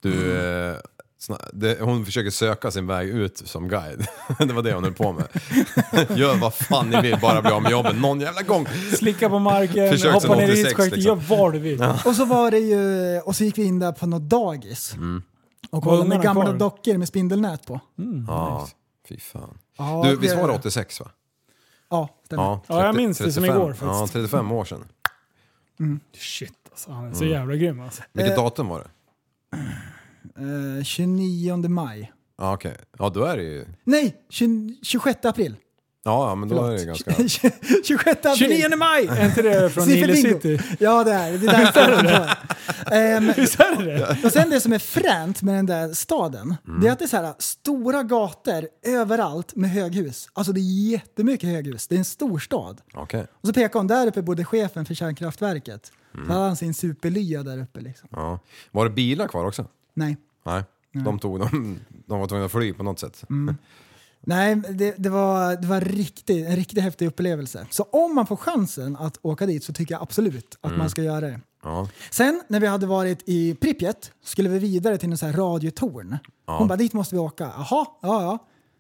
det. Hon försöker söka sin väg ut som guide. Det var det hon höll på med. Gör vad fan ni vill, bara bli av med jobben någon jävla gång. Slicka på marken, hoppa ner i hisschaktet, gör vad du vill. Och så var det ju, och så gick vi in där på något dagis. Och kolla med gamla dockor med spindelnät på. Ja, fy fan. Ja, Du, visst var det 86 va? Ja, stämmer. Ja, jag minns det som igår faktiskt. Ja, 35 år sedan. Shit alltså, han är så jävla grym alltså. Vilket datum var det? 29 maj. Ja, okej. Ja, då är det ju... Nej, 26 april. Ja, men då är det ganska... 26 april. 29 maj! Är inte det från Nile City? Ja, det är det. Det är Visst är det? och sen det som är fränt med den där staden, det är att det är så här stora gator överallt med höghus. Alltså det är jättemycket höghus. Det är en stor stad. Okej. Och så pekar hon där uppe bodde chefen för kärnkraftverket. Så hade han sin superlya där uppe liksom. Ja. Var det bilar kvar också? Nej. Nej. De var tvungna att fly på något sätt. Nej, det var en riktigt häftig upplevelse. Så om man får chansen att åka dit så tycker jag absolut att man ska göra det. Ja. Sen när vi hade varit i Pripyat skulle vi vidare till en sån här radiotorn. Hon bara, dit måste vi åka. Jaha, ja.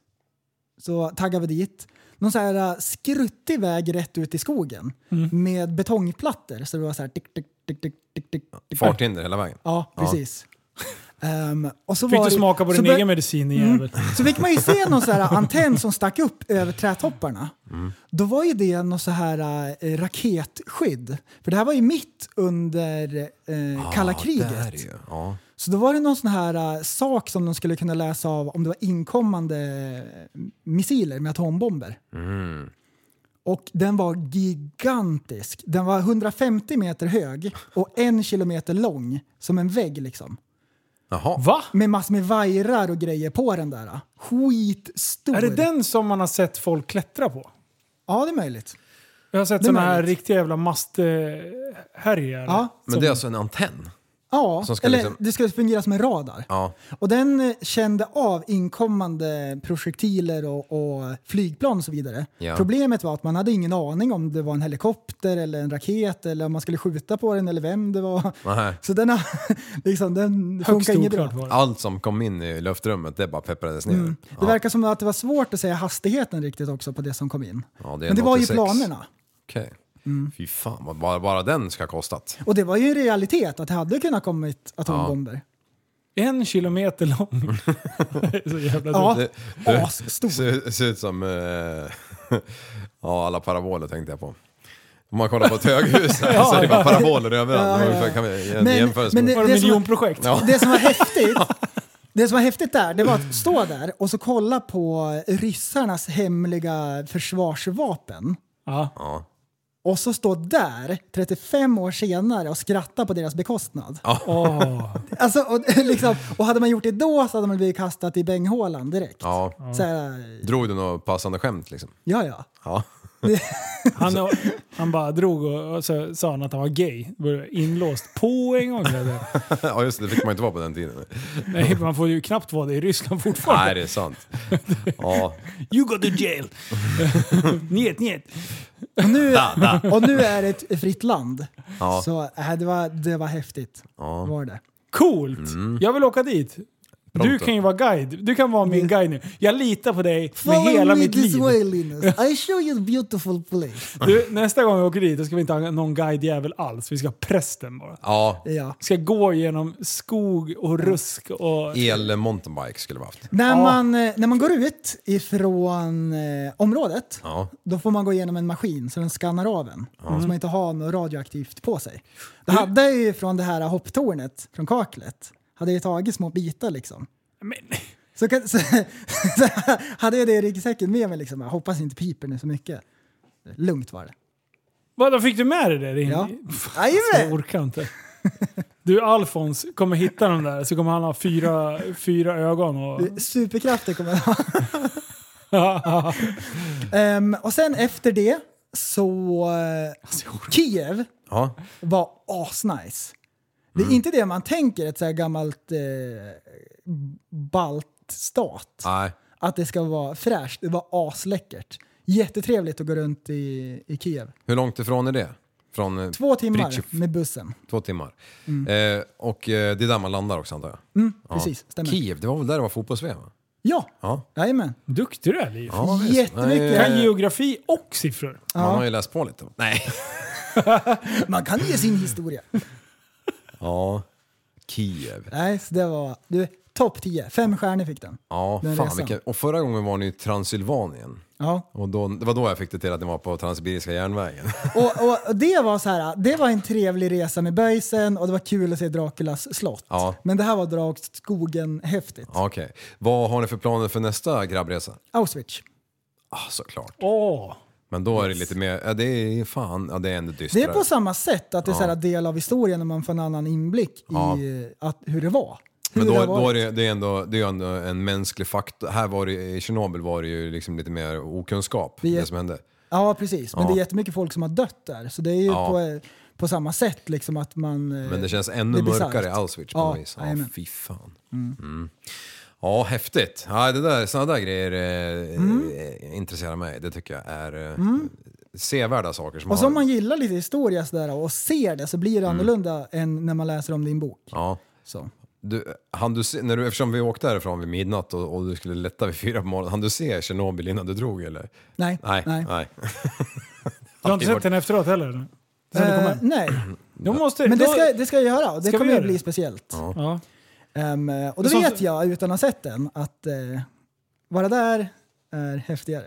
Så taggade vi dit. Någon så här skruttig väg rätt ut i skogen med betongplattor. Så det var så här tick, tick, tick, tick, tick, tick. Farthinder hela vägen? Ja, precis. Och så fick var du smaka på din egen medicin jävel. Så fick man ju se någon så här antenn som stack upp över trädtopparna. Då var ju det någon så här raketskydd. För det här var ju mitt under kalla kriget. Ja. Så då var det någon sån här sak som de skulle kunna läsa av om det var inkommande missiler med atombomber. Och den var gigantisk. Den var 150 meter hög och 1 kilometer lång som en vägg liksom. Jaha. Va? Med massor med vajrar och grejer på den där. Skitstor. Är det den som man har sett folk klättra på? Ja, det är möjligt. Jag har sett såna här riktiga jävla masthärjar. Ja. Men det är alltså en antenn? Ja, Som ska eller liksom... det ska fungera som en radar. Ja. Och den kände av inkommande projektiler och flygplan och så vidare. Ja. Problemet var att man hade ingen aning om det var en helikopter eller en raket eller om man skulle skjuta på den eller vem det var. Nej. Så den funkar inget bra. Allt som kom in i luftrummet, det bara pepprades ner. Det verkar som att det var svårt att säga hastigheten riktigt också på det som kom in. Ja, det är men det var ju 86. planerna. Okej. Fy fan, bara den ska ha kostat. Och det var ju en realitet att det hade kunnat kommit atombomber. 1 kilometer lång. Så jävla ja, stor. Ser ut som alla paraboler tänkte jag på. Om man kollar på ett höghus så är det bara paraboler överallt. Kan vi men det miljonprojekt. Det som var häftigt. Det som var häftigt där, det var att stå där och så kolla på ryssarnas hemliga försvarsvapen. Ja. Och så stå där 35 år senare och skratta på deras bekostnad. Alltså, och hade man gjort det då så hade man blivit kastat i bänghålan direkt. Ja. Så här, drog du något passande skämt liksom? Ja. Han bara drog och så sa han att han var gay. Inlåst på en gång. Ja just det fick man inte vara på den tiden. Nej, man får ju knappt vara det i Ryssland fortfarande. Nej, det är sant. Ja. You go to jail. Njet. Och nu är det ett fritt land. Ja. Så det var häftigt. Ja. Var det. Coolt. Jag vill åka dit. Du kan ju vara guide. Du kan vara min guide nu. Jag litar på dig med hela mitt liv. I show you a beautiful place. Du, nästa gång vi åker dit då ska vi inte ha någon guidejävel alls. Vi ska ha prästen bara. Ja. Ska gå genom skog och rusk och... mountainbike skulle vi haft. När man går ut ifrån området då får man gå igenom en maskin så den skannar av en. Så man inte har något radioaktivt på sig. Det hade ju från det här hopptornet från kaklet hade jag tagit små bitar liksom. Men... Så hade jag det i ryggsäcken med mig liksom. Jag hoppas inte piper nu så mycket. Lugnt var det. Vad då fick du med dig det? Ja. Jag orkar inte. Du Alfons kommer hitta den där så kommer han ha fyra ögon. Och... Superkrafter kommer han ha. Och sen efter det så Kiev var asnice. Det är inte det man tänker ett så här gammalt baltstat. Nej. Att det ska vara fräscht. Det var asläckert. Jättetrevligt att gå runt i Kiev. Hur långt ifrån är det? Från 2 timmar med bussen. 2 timmar. Och det är där man landar också antar jag. Precis, stämmer. Kiev, det var väl där det var fotbolls-VM va? Ja, jajamän. Duktig du är, Liv. Ja, jättemycket. Kan geografi och siffror. Man har ju läst på lite. Nej. Man kan ge sin historia. Ja, Kiev. Nej, så det var... Topp 10. 5 stjärnor fick den. Ja, fan vilken. Och förra gången var ni i Transylvanien. Ja. Och det var då jag fick det till att ni var på Transsibiriska järnvägen. Och det var så här, det var en trevlig resa med böjsen och det var kul att se Draculas slott. Ja. Men det här var Drakskogen häftigt. Okej. Vad har ni för planer för nästa grabbresa? Auschwitz. Såklart. Men då är det lite mer, det är fan, det är ändå dystrare. Det är på samma sätt att det är så här del av historien när man får en annan inblick i hur det var. Men då är det är ändå en mänsklig faktor. Här var det, i Tjernobyl var det ju liksom lite mer okunskap, det som hände. Ja, precis. Men det är jättemycket folk som har dött där. Så det är ju på samma sätt liksom att man... Men det känns ännu mörkare i Auschwitz på något vis. Ja, fy fan. Ja, häftigt. Ja, sådana där grejer intresserar mig. Det tycker jag är sevärda saker. Som och så om man gillar lite historia sådär, och ser det så blir det annorlunda än när man läser om din bok. Ja. Så. Eftersom vi åkte därifrån vid midnatt och du skulle lätta vid 4 på morgonen, hann du se Tjernobyl innan du drog eller? Nej. Du har inte sett den efteråt heller? Nej. Men det ska jag göra. Det kommer att bli speciellt. Ja. Och då vet jag utan att ha sett den att vara där är häftigare.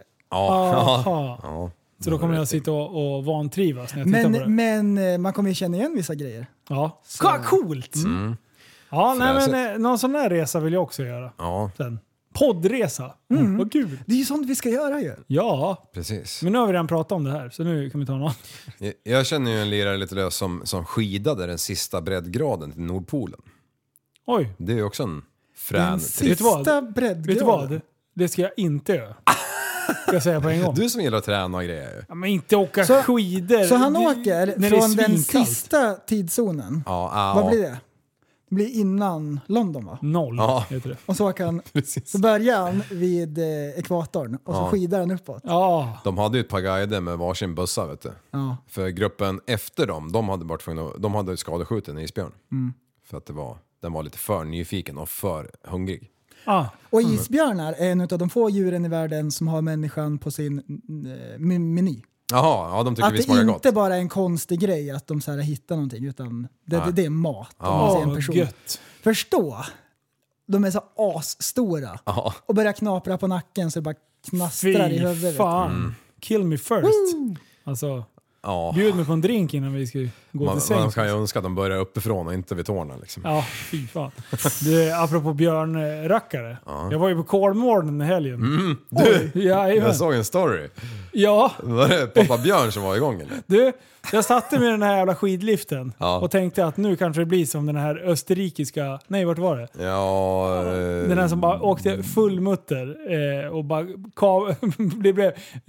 Ja. Så då kommer jag sitta och vantrivas när jag tittar på det. Men man kommer ju känna igen vissa grejer. Ja. Coolt! Ja, men någon sån där resa vill jag också göra. Ja. Sen. Poddresa. Vad kul. Det är ju sånt vi ska göra ju. Ja. Precis. Men nu har vi redan pratat om det här, så nu kan vi ta någon. Jag känner ju en lirare lite lös som skidade den sista breddgraden till Nordpolen. Oj. Det är ju också en frän... Den sista breddgraden. Vet du vad? Det ska jag inte göra. Ska jag säga på en gång. Du som gillar att träna och grejer. Ja, men inte åka skidor. Så han åker från den sista tidszonen. Vad blir det? Det blir innan London, va? 0 heter det. Och så börjar han vid ekvatorn och så skidar han uppåt. Ja. De hade ju ett par guider med varsin bussa, vet du. Ja. För gruppen efter dem, de hade skadeskjutit en isbjörn. För att den var lite för nyfiken och för hungrig. Och isbjörnar är en av de få djuren i världen som har människan på sin meny. Jaha, de tycker att vi smakar gott. Att det inte bara är en konstig grej att de så här hittar någonting, utan det är mat. En person. Gött. Förstå, de är så asstora och börjar knapra på nacken så det bara knastrar i huvudet. Fan. Kill me first. Alltså, bjud mig på en drink innan vi ska gå till säng. Man kan ju önska att de börjar uppifrån och inte vid tårna liksom. Ja, fy fan. Apropå björnrackare. Jag var ju på Kolmården i helgen. Jag såg en story. Ja. Var det pappa Björn som var igång eller? Du, jag satte med den här jävla skidliften och tänkte att nu kanske det blir som den här österrikiska... Nej, vart var det? Ja... Den här som bara åkte full mutter och bara det blev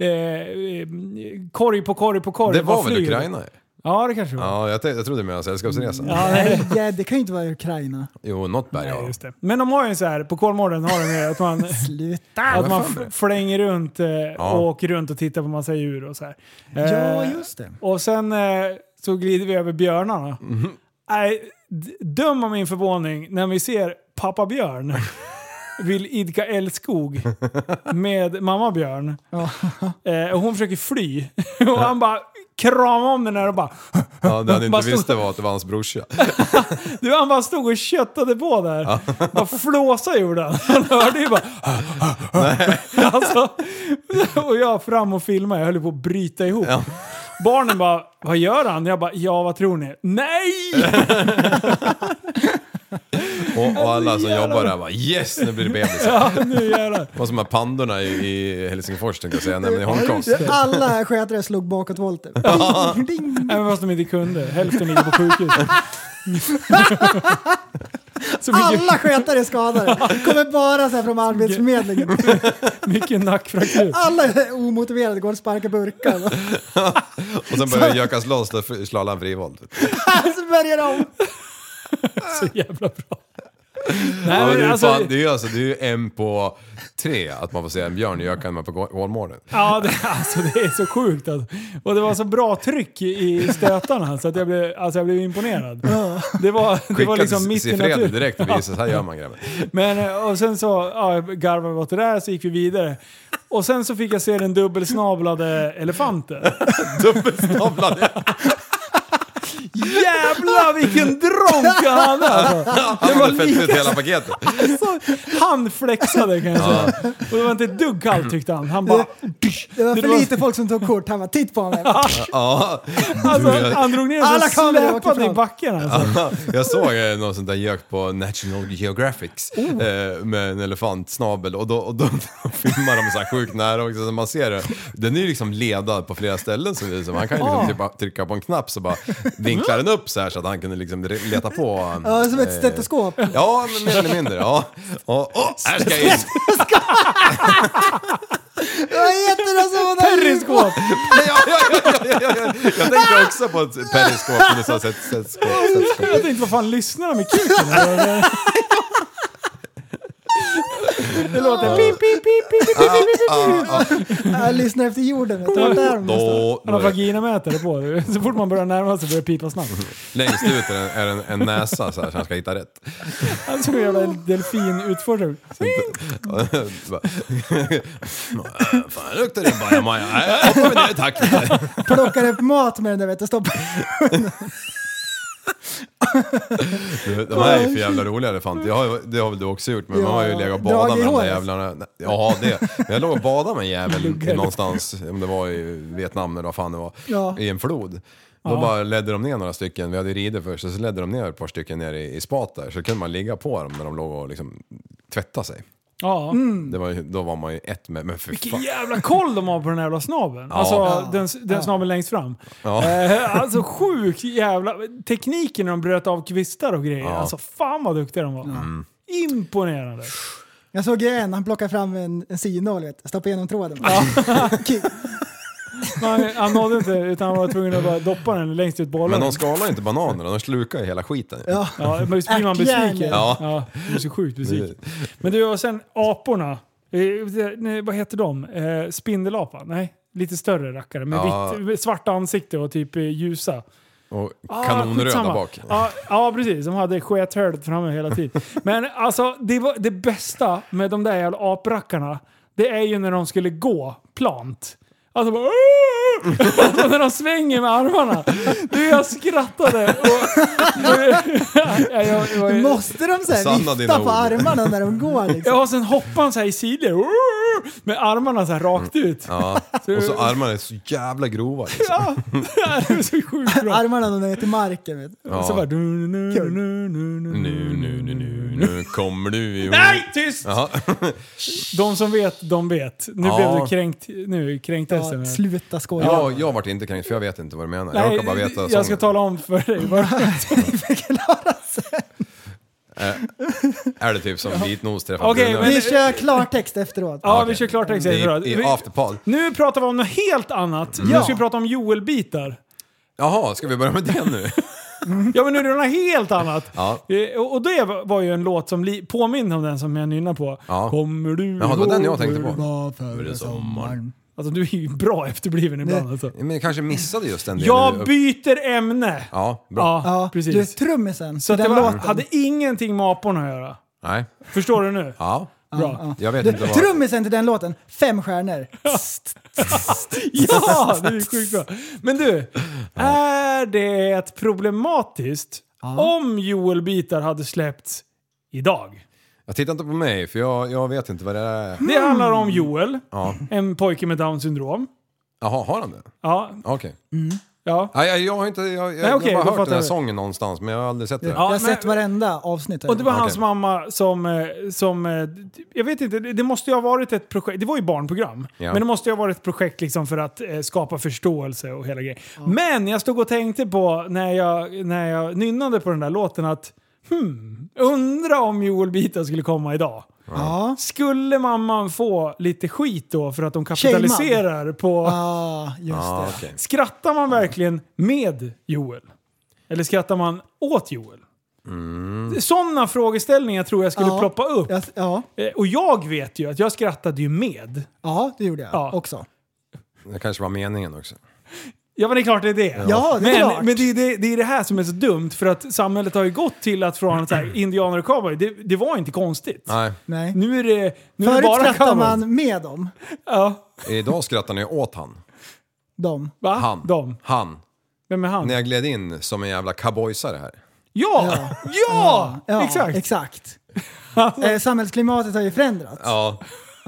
korg på korg på korg. Det var väl Ukraina? Ja, det kanske var. Ja, jag trodde med sällskapsresan. Nej, det kan ju inte vara Ukraina. Jo, något berg. Nej, just det. Men de har ju så här, på Kolmården har de ju att man, att man flänger runt och åker runt och tittar på massa djur och så här. Ja, just det. Och sen så glider vi över björnarna. Nej, döm av min förvåning när vi ser pappa Björn vill idka älskog med mamma Björn. Och hon försöker fly. Och han bara kramade om den här och bara... Ja, det han inte visste var att det var hans brorsa. Han bara stod och köttade på där. Bara flåsa gjorde han. Han hörde ju bara... Alltså, och jag fram och filmade. Jag höll på att bryta ihop. Barnen bara, vad gör han? Jag bara, vad tror ni? Nej! Och alla som jobbar där bara, yes, nu blir det bebis. Ja, nu jävlar. Och som här pandorna i Helsingfors tänkte jag säga, nämligen i Hongkong. Alla skötare slog bakåt volter. Även fast de inte kunde. Hälften ligger på sjukhus. Alla skötare är skadade. Kommer bara så här från arbetsförmedlingen. Mycket nackfraktur. Alla är omotiverade, går och sparkar burkar. Och sen börjar gökas loss, då slår alla en frivold. Så börjar de. Så jävla bra. Nej, men det är ju en på 3 att man får se en björn göka med på Kolmården. Ja, det är så sjukt. Och det var så bra tryck i stötarna så att jag blev imponerad. Det var liksom mitt i naturen. Direkt och visade, här gör man grabben. Men och sen så garvade vi åt det där, så gick vi vidare. Och sen så fick jag se den dubbelsnablade elefanten. Dubbelsnablade? Jävlar vilken dronk han hade alltså. Han hade fett ut hela paketet. Alltså, han flexade kan jag säga. Och det var inte ett dugg kallt tyckte han. Han bara... Det var för lite folk som tog kort. Han var titt på honom. Ja. Alltså, han drog ner Alla och kameror åker släpade i fram. backen alltså. Jag såg något sånt där jök på National Geographic med en elefantsnabel och då filmar de så här sjukt nära också så man ser det. Den är ju liksom ledad på flera ställen så man kan ju liksom typ trycka på en knapp så bara vinklar den upp så här så att han kunde liksom leta på. Ja, som ett stetoskop. Ja, men mer eller mindre. Ja. Och här ska jag in. Vad heter det så? Periskop! Ja. Jag tänkte också på ett periskop men du sa sättskop. Jag tänkte, vad fan lyssnar de med kuken? Det låter pip, pip, pip, pip, pip, pip. Jag lyssnar efter jorden. Vet du vart är de någonstans? Han har vaginamätare på. Så fort man börjar närma sig börjar det pipa snabbt. Längst ut är en näsa så här så han ska hitta rätt. Han som en jävla delfinutforskare. Fan, luktar det bara Maja. Hoppar vi ner, tack. Plockar upp mat med den där, vet du. Stopp. De här är för jävla roliga elefanter. Det har väl du också gjort, men man har ju legat och badat med de där jävlarna. Ja, det. Men jag låg och badade med en jävel någonstans, om det var i Vietnam eller vad fan det var, i en flod. Då bara ledde de ner några stycken. Vi hade ridit först, så ledde de ner ett par stycken ner i spat där. Så kunde man ligga på dem när de låg och liksom tvätta sig. Ja. Då var man ju ett med. Men för vilken jävla koll de har på den här jävla snabeln. Alltså den snabeln längst fram. Ja. Alltså sjukt jävla... Tekniken när de bröt av kvistar och grejer. Ja. Alltså fan vad duktiga de var. Imponerande. Jag såg en, han plockade fram en sinål, vet du. Stoppade igenom tråden. Han nådde inte, utan han var tvungen att bara doppa den längst ut bollen. Men de skalar inte bananerna, de slukar ju hela skiten. Ja, men blir man besviken. Ja. Det är så sjukt besviken. Men du, och sen aporna. Vad heter de? Spindelapa? Nej, lite större rackare. Med vitt, svarta ansikte och typ ljusa. Och kanonröda bak. Ja, precis. De hade skethördet framme hela tiden. Men alltså, det bästa med de där jävla aprackarna, det är ju när de skulle gå plant. Alltså bara... alltså när de svänger med armarna. Jag skrattade. Måste de så här vifta på armarna när de går liksom? Ja, och sen hoppar han så här i sidor. Med armarna så här rakt ut. Ja, och så armarna är så jävla grova. Liksom. Ja, det är så sjukt bra. Armarna de är till marken, vet du. Och så bara... Nu kommer du ihåg. Nej, tyst! De som vet, de vet. Nu blev du kränkt. Nu kränktest. Ja, sluta skoja. Ja, jag vart inte kränkt för jag vet inte vad du menar. Jag råkar bara veta. Jag ska tala om för dig. Förklara sen. Är det typ som vitnos träffar Okej, vi kör klartext efteråt. Ja, vi kör klartext efteråt. I afterpod. Nu pratar vi om något helt annat. Nu ska vi prata om Joel-bitar. Jaha, ska vi börja med det nu? Ja, men nu är det något helt annat. Ja. Och det var ju en låt som påminner om den som jag nynnar på. Ja. Kommer du Jaha, det var den jag tänkte på. Förra sommaren. Alltså du är ju bra efterbliven ibland alltså. Men jag kanske missade just den delen. Jag byter ämne. Ja, bra. Ja, precis. Du är trummisen. Så det hade ingenting med aporna att göra. Nej. Förstår du nu? Ja. Bra. Jag vet inte vad... Trummisen till den låten, 5 stjärnor. Ja, det är sjukt bra. Men du, är det problematiskt om Joel-bitar hade släppts idag? Jag tittar inte på mig för jag vet inte vad det är. Det handlar om Joel, en pojke med Down syndrom. Jaha, har han det? Ja. Okej. Ja. Nej, jag har inte... Jag har bara hört den här sången någonstans, men jag har aldrig sett det. Jag har sett varenda avsnitt. Och det var hans mamma som... Jag vet inte, det måste ju ha varit ett projekt. Det var ju barnprogram. Ja. Men det måste ju ha varit ett projekt liksom för att skapa förståelse och hela grejen. Ja. Men jag stod och tänkte på när jag nynnade på den där låten att... undra om Joel-bitar skulle komma idag. Ja. Skulle mamman få lite skit då för att de kapitaliserar på... just det. Okay. Skrattar man verkligen med Joel? Eller skrattar man åt Joel? Sådana frågeställningar tror jag skulle ploppa upp. Och jag vet ju att jag skrattade ju med. Ja, det gjorde jag också. Det kanske var meningen också. Ja, men det är klart det är det. Ja, det är klart. Men det är det här som är så dumt. För att samhället har ju gått till att från så här, indianer och cowboy, det var inte konstigt. Nej. Nu är det bara skrattar cowboy. man med dem. Ja. Idag skrattar ni åt han. Dem. Va? Han. Dem. Han. Vem är han? När jag gled in som en jävla cowboysare här. Ja, exakt. Samhällsklimatet har ju förändrats. Ja.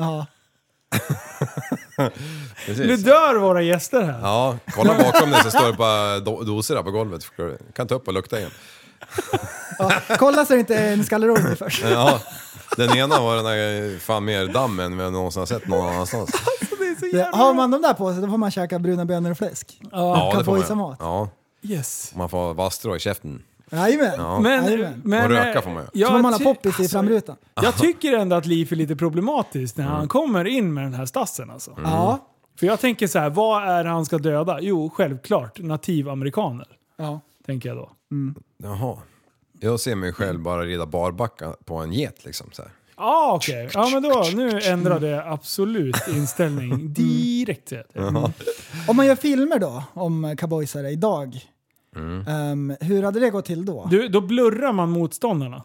Nu dör våra gäster här. Ja, kolla bakom dig så står det bara doser där på golvet. Kan ta upp och lukta igen. Kolla så det inte är en skallerorm först. Ja, den ena var den där fan mer damm än vi någonsin har sett någon annanstans. Har man de där på sig då får man käka bruna bönor och fläsk. Ja, det får man. Ja. Yes. Man får vasstrå i käften. Jajamän. Ja. Men och röka får man ju. Så får man ha poppis i framrutan. Jag tycker ändå att Liv är lite problematiskt när han kommer in med den här stassen alltså. Ja. För jag tänker så här, vad är det han ska döda? Jo, självklart nativamerikaner. Ja. Tänker jag då. Jaha. Jag ser mig själv bara rida barbacka på en get liksom så här. Okej. Ja, men då, nu ändrade jag absolut inställning direkt. Om man gör filmer då om cowboysare idag, hur hade det gått till då? Då blurrar man motståndarna.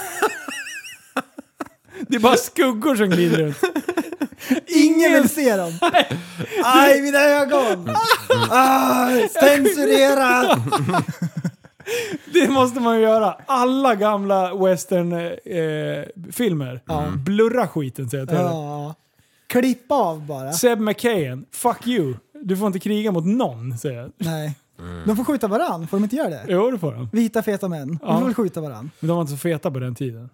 Det är bara skuggor som glider ut. Ingen vill se dem. Aj, mina ögon! Censurerat! Det måste man ju göra. Alla gamla western-filmer. Blurra skiten, säger jag till dig. Klippa av bara. Seb McKayen, fuck you. Du får inte kriga mot någon, säger jag. Nej. De får skjuta varann, får de inte göra det? Jo, det får de. Vita feta män. De får väl skjuta varann. Men de var inte så feta på den tiden.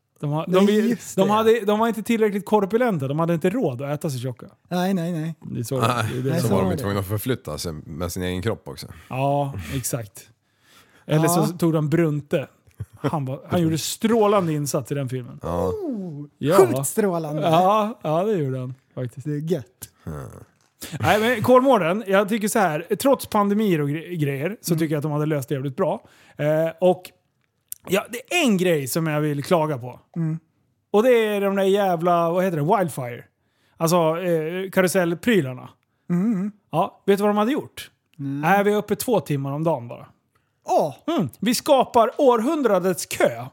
De var inte tillräckligt korpulenta. De hade inte råd att äta sig tjocka. Nej. Det så var de tvungna att förflytta sig med sin egen kropp också. Ja, exakt. Eller så tog de Brunte. Han gjorde strålande insats i den filmen. Sjukt strålande. Ja, det gjorde han faktiskt. Det är gött. Nej, men Kolmården, jag tycker så här, trots pandemier och grejer så tycker jag att de hade löst det jävligt bra. Och ja, det är en grej som jag vill klaga på. Och det är de där jävla, vad heter det, Wildfire. Alltså karusellprylarna. Ja, vet du vad de hade gjort? Vi är uppe 2 timmar om dagen bara. Vi skapar århundradets kö.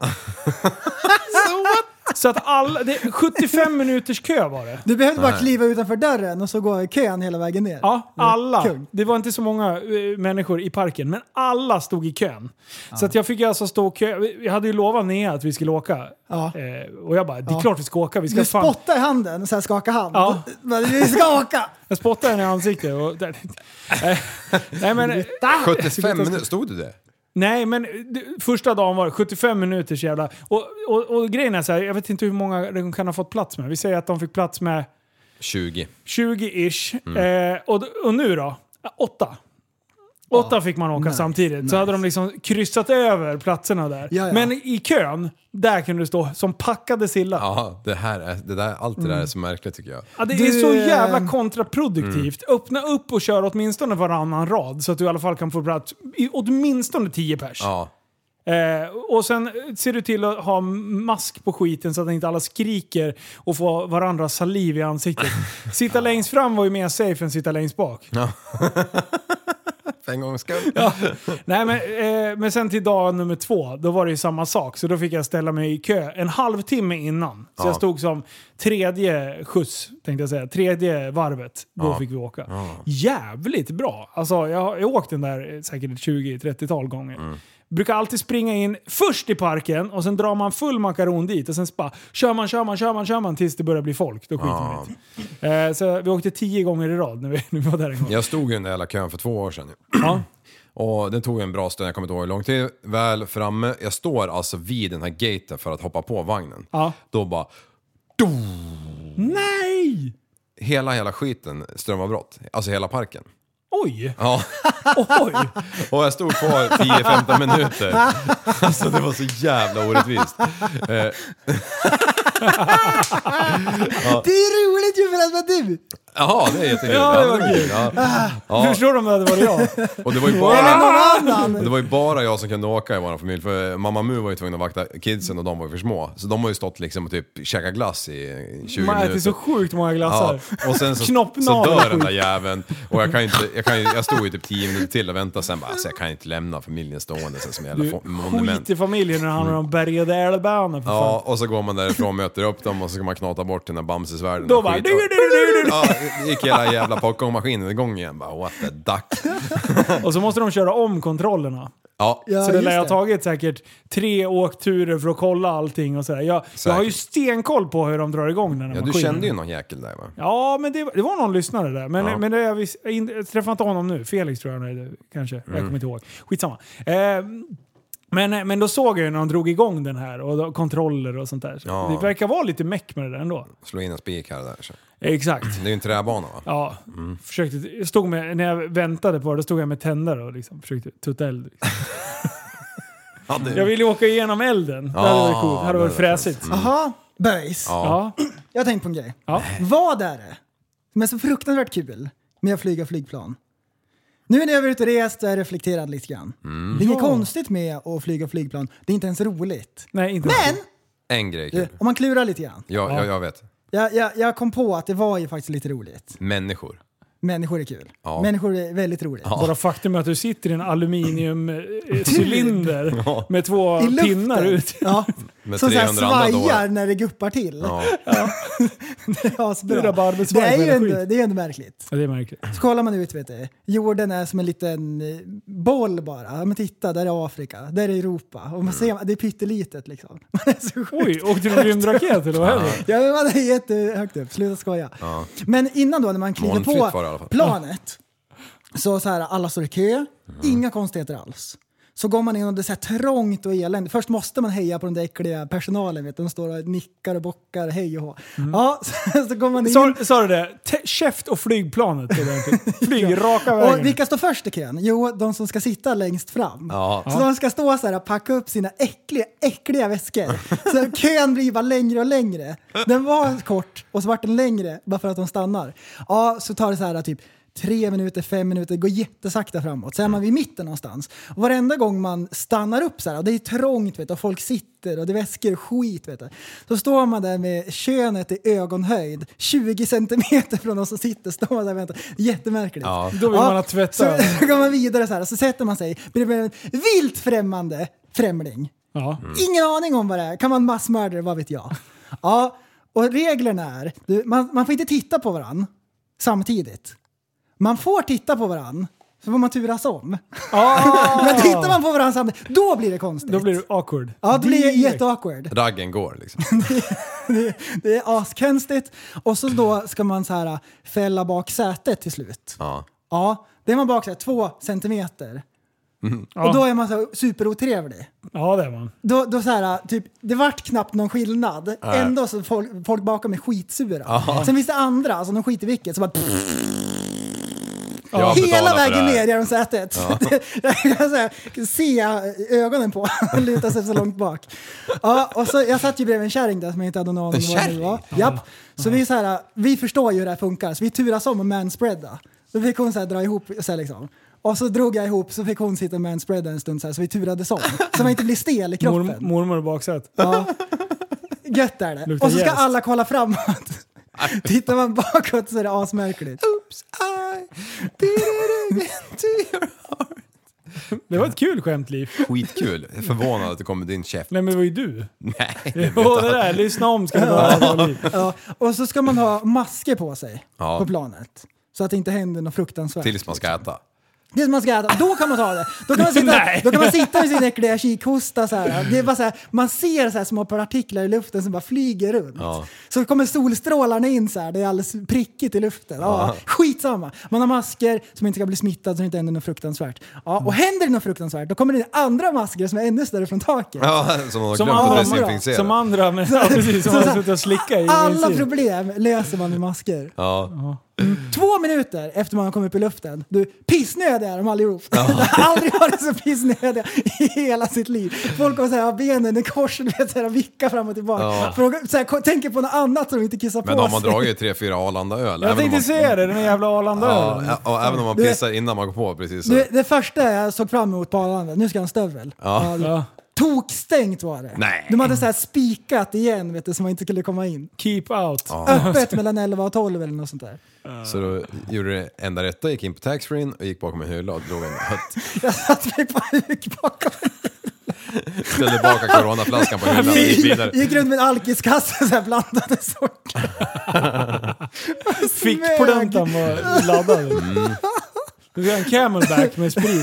Så att det är 75 minuters kö var det. Du behövde bara kliva utanför dörren och så går kön hela vägen ner. Ja, alla. Det var inte så många människor i parken, men alla stod i kön. Så att jag fick alltså stå kö. Jag hade ju lovat Nea att vi skulle åka. Och jag bara, det är klart vi ska åka. Vi ska spotta i handen och så här skaka hand. Vi ska åka! Jag spottade henne i ansiktet. Nej, men 75 minuter, stod du det? Nej, men första dagen var det 75 minuters jävla... Och grejen är så här, jag vet inte hur många de kan ha fått plats med. Vi säger att de fick plats med... 20. 20-ish. Och nu då? 8. 8 fick man åka samtidigt. Så hade de liksom kryssat över platserna där. Ja. Men i kön, där kan du stå som packade sillar. Ja, allt det där är så märkligt tycker jag. Ja, det är så jävla kontraproduktivt. Öppna upp och kör åtminstone varannan rad så att du i alla fall kan få plats i åtminstone 10 pers. Ja. Och sen ser du till att ha mask på skiten så att inte alla skriker och får varandras saliv i ansiktet. Sitta längst fram var ju mer safe än sitta längst bak. Ja. En gång skull. Ja. Nej, men sen till dag nummer 2 då var det ju samma sak. Så då fick jag ställa mig i kö en halvtimme innan. Så jag stod som tredje skjuts, tänkte jag säga. Tredje varvet. Då fick vi åka. Jävligt bra. Alltså jag åkte den där säkert 20-30-tal gånger. Brukar alltid springa in först i parken och sen drar man full makaron dit och sen bara kör man tills det börjar bli folk. Då skiter man lite. Så vi åkte 10 gånger i rad när vi var där en gång. Jag stod i den där jävla kön för 2 år sedan. Och den tog en bra stund, jag kommer inte ihåg hur lång tid. Väl framme, jag står alltså vid den här gaten för att hoppa på vagnen. Då bara... Nej! Hela skiten strömavbrott. Alltså hela parken. Oj! Ja. Oj! Och jag stod kvar 10-15 minuter. Alltså det var så jävla orättvist. Det är roligt ju för att vara du. Jaha, det är jättekul. Ja, det var kul. Ja. Förstår de att det var jag? Och det var ju bara... Eller någon annan. Det var ju bara jag som kunde åka i vår familj. För mamma Mu var ju tvungen att vakta kidsen och de var ju för små. Så de har ju stått liksom och typ käka glass i 20 minuter. Det är så sjukt många glassar. Ja. Och sen så dör den där jäveln. Och jag stod ju typ 10 minuter till och väntade sen bara, alltså jag kan inte lämna familjen stående sen som jävla monument. Skit i familjen när det handlar om bergade älvbanor. Ja, och så går man därifrån och möter upp dem och så ska man knata bort den här bamsesvärlden. Då bara... gick hela jävla popcornmaskinen igång igen. Bara, what the duck. Och så måste de köra om kontrollerna. Ja. Så det lär ha tagit säkert 3 åkturer för att kolla allting och sådär. Jag har ju stenkoll på hur de drar igång den här maskinen. Du kände ju någon jäkel där, va? Ja, men det var någon lyssnare där. Men jag träffar inte honom nu. Felix tror jag kanske. Jag kommer inte ihåg. Skitsamma. Men då såg jag ju när de drog igång den här och kontroller och sånt där. Så det verkar vara lite meck med det där ändå. Slå in en spik här där. Så. Exakt. Det är ju en träbana, va? Ja. När jag väntade på det, då stod jag med tändare och liksom försökte tutta eld. Liksom. Jag ville åka igenom elden. Det hade varit coolt. Det hade varit fräsigt. Jaha, böjs. Ja. Jag har tänkt på en grej. Ja. Vad är det som är så fruktansvärt kul med att flyga flygplan? Nu när jag är ute och rest är jag reflekterad lite grann. Det är inget konstigt med att flyga flygplan. Det är inte ens roligt. Nej, inte men! En grej kul. Om man klurar lite grann. Ja, jag vet. Jag kom på att det var ju faktiskt lite roligt. Människor är kul. Ja. Människor är väldigt roligt. Ja. Bara faktum är att du sitter i en aluminiumcylinder med 2 pinnar ut. Ja. Med som 300 svajar när det guppar till. Ja. Det är asbra. Det är ändå märkligt. Ja, det är märkligt. Så kollar man ut, vet du. Jorden är som en liten boll bara. Men titta, där är Afrika. Där är Europa. Och man ser, det är pyttelitet liksom. Man är så sjukt. Oj, åkte du rymdraket eller vad händer? Ja, men man är jättehögt upp. Sluta skoja. Ja. Men innan då, när man kliver på planet, så här, alla står i kö. Inga konstigheter alls. Så går man in och det är så här trångt och eländigt. Först måste man heja på den där äckliga personalen. Vet du. De står och nickar och bockar, hej och hå. Ja, så går man in. Sa du det? Käft och flygplanet. Flyg raka vägen. Och vilka står först i kön? Jo, de som ska sitta längst fram. Ja. Så de ska stå så här och packa upp sina äckliga väskor. Så kön blir bara längre och längre. Den var kort och så vart den längre bara för att de stannar. Ja, så tar det så här typ 3 minuter, 5 minuter, går jättesakta framåt. Så är man vid mitten någonstans. Och varenda gång man stannar upp så här, och det är trångt, vet du, och folk sitter och det väsker skit, vet du. Så står man där med könet i ögonhöjd, 20 centimeter från de som sitter, står man där och väntar. Jättemärkligt. Ja, då vill man ha tvätta. Så går man vidare så här, och så sätter man sig bredvid en vilt främmande främling. Ja. Ingen aning om vad det är. Kan man massmördare, vad vet jag. Ja, och reglerna är, man får inte titta på varandra samtidigt. Man får titta på varann, så får man turas om. Men tittar man på varann samtidigt, då blir det konstigt. Då blir det awkward. Ja, det blir jätteawkward. Raggen går liksom. det är askonstigt. Och så då ska man så här fälla bak sätet till slut. Ja, det är man bak så här 2 centimeter. Och då är man så superotrevlig. Ja, det är man. Då så här, typ, det vart knappt någon skillnad. Ändå så folk bakom är skitsura. Sen finns det andra, alltså de skiter i vilket, så bara... Hela vägen ner genom sätet. Jag kan se ögonen på. Luta sig så långt bak. Ja, och så, jag satt ju bredvid en kärring där som jag inte hade någon aning om vad det var. Japp. Så vi, så här, vi förstår ju hur det här funkar. Så vi turas om och manspreada. Då fick hon så här, dra ihop så här, liksom. Och så drog jag ihop, så fick hon sitta och manspreada en stund så här, så vi turades om. Så man inte blir stel i kroppen. Mormor och baksätt. Ja. Gött är det. Och så ska alla kolla framåt. Tittar man bakåt så är det asmärkligt. Oops, I did it again to your heart. Det var ett kul skämt, Liv. Skitkul. Jag är förvånad att det kommer din chef. Nej, men det var ju du. Nej. Det där, lyssna om ska det vara. Ja. Och så ska man ha masker på sig på planet. Så att det inte händer något fruktansvärt. Tills man ska äta. Det som man ska äta, då kan man ta det. Då kan man sitta med sin äckliga kikhosta så här. Det är bara så här, man ser så här små partiklar i luften som bara flyger runt. Ja. Så kommer solstrålarna in så här, det är alldeles prickigt i luften. Ja, skitsamma. Man har masker som inte ska bli smittad så det inte händer något fruktansvärt. Ja, och händer det något fruktansvärt, då kommer det andra masker som är ännu större från taket. Ja, som man har glömt att desinficera. Som andra, men ja, precis, som man har suttit och slicka i. Alla problem löser man med masker. Ja. 2 minuter efter man har kommit upp i luften, du, pissnödiga är de allihop. Det har aldrig varit så pissnödiga i hela sitt liv. Folk har så här, benen i kors, vicka fram och tillbaka. Så här, tänker på något annat som inte kissar på sig. Men om man dragit 3-4 Arlanda-öl. Jag tänkte säga det, den här jävla Arlanda-öl. Ja, även om man pissar innan man går på, precis så. Det första jag såg fram emot på Arlanda, nu ska jag ha en stövel. Ja. Tokstängt var det. Nej. De hade så här spikat igen, vet du, så man inte skulle komma in. Keep out. Öppet mellan 11 och 12 eller något sånt där. Så då gjorde det enda rätta, gick in på taxfree och gick bakom en hylla och drog en hött. Jag satt mig på huk bakom. Ställde tillbaka coronaflaskan på hyllan och gick vidare. Gick runt med en alkiskasse så här blandade sorter. Fickpluntan var laddad. Du har en camelback med sprit.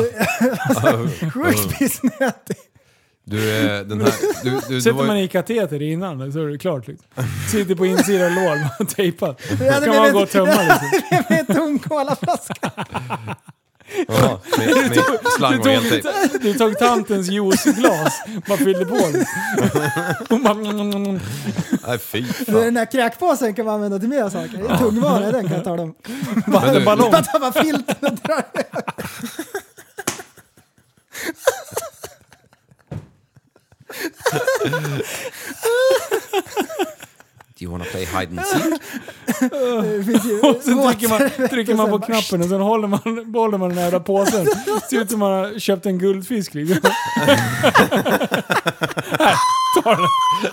Sjukt pissnötig. Den här... Sätter man i kateter innan så är det klart. Liksom. Sitter på insidan lår och tejpat. Då kan man gå och tömma liksom. Det med en tom colaflaska. Ja, med slang och eltejp. Du tog tantens juiceglas. Bara fyllde på det. Nej, fy fan. Den där kräkpåsen kan man använda till mer saker. Det är tungvara, den kan jag ta dem. Ballong. Bara ta bara filten och dra. Do you wanna play hide and seek? Och sen trycker man på knappen och sen håller man den här jävla påsen. Ser ut som man har köpt en guldfisk liksom. Här, ta den.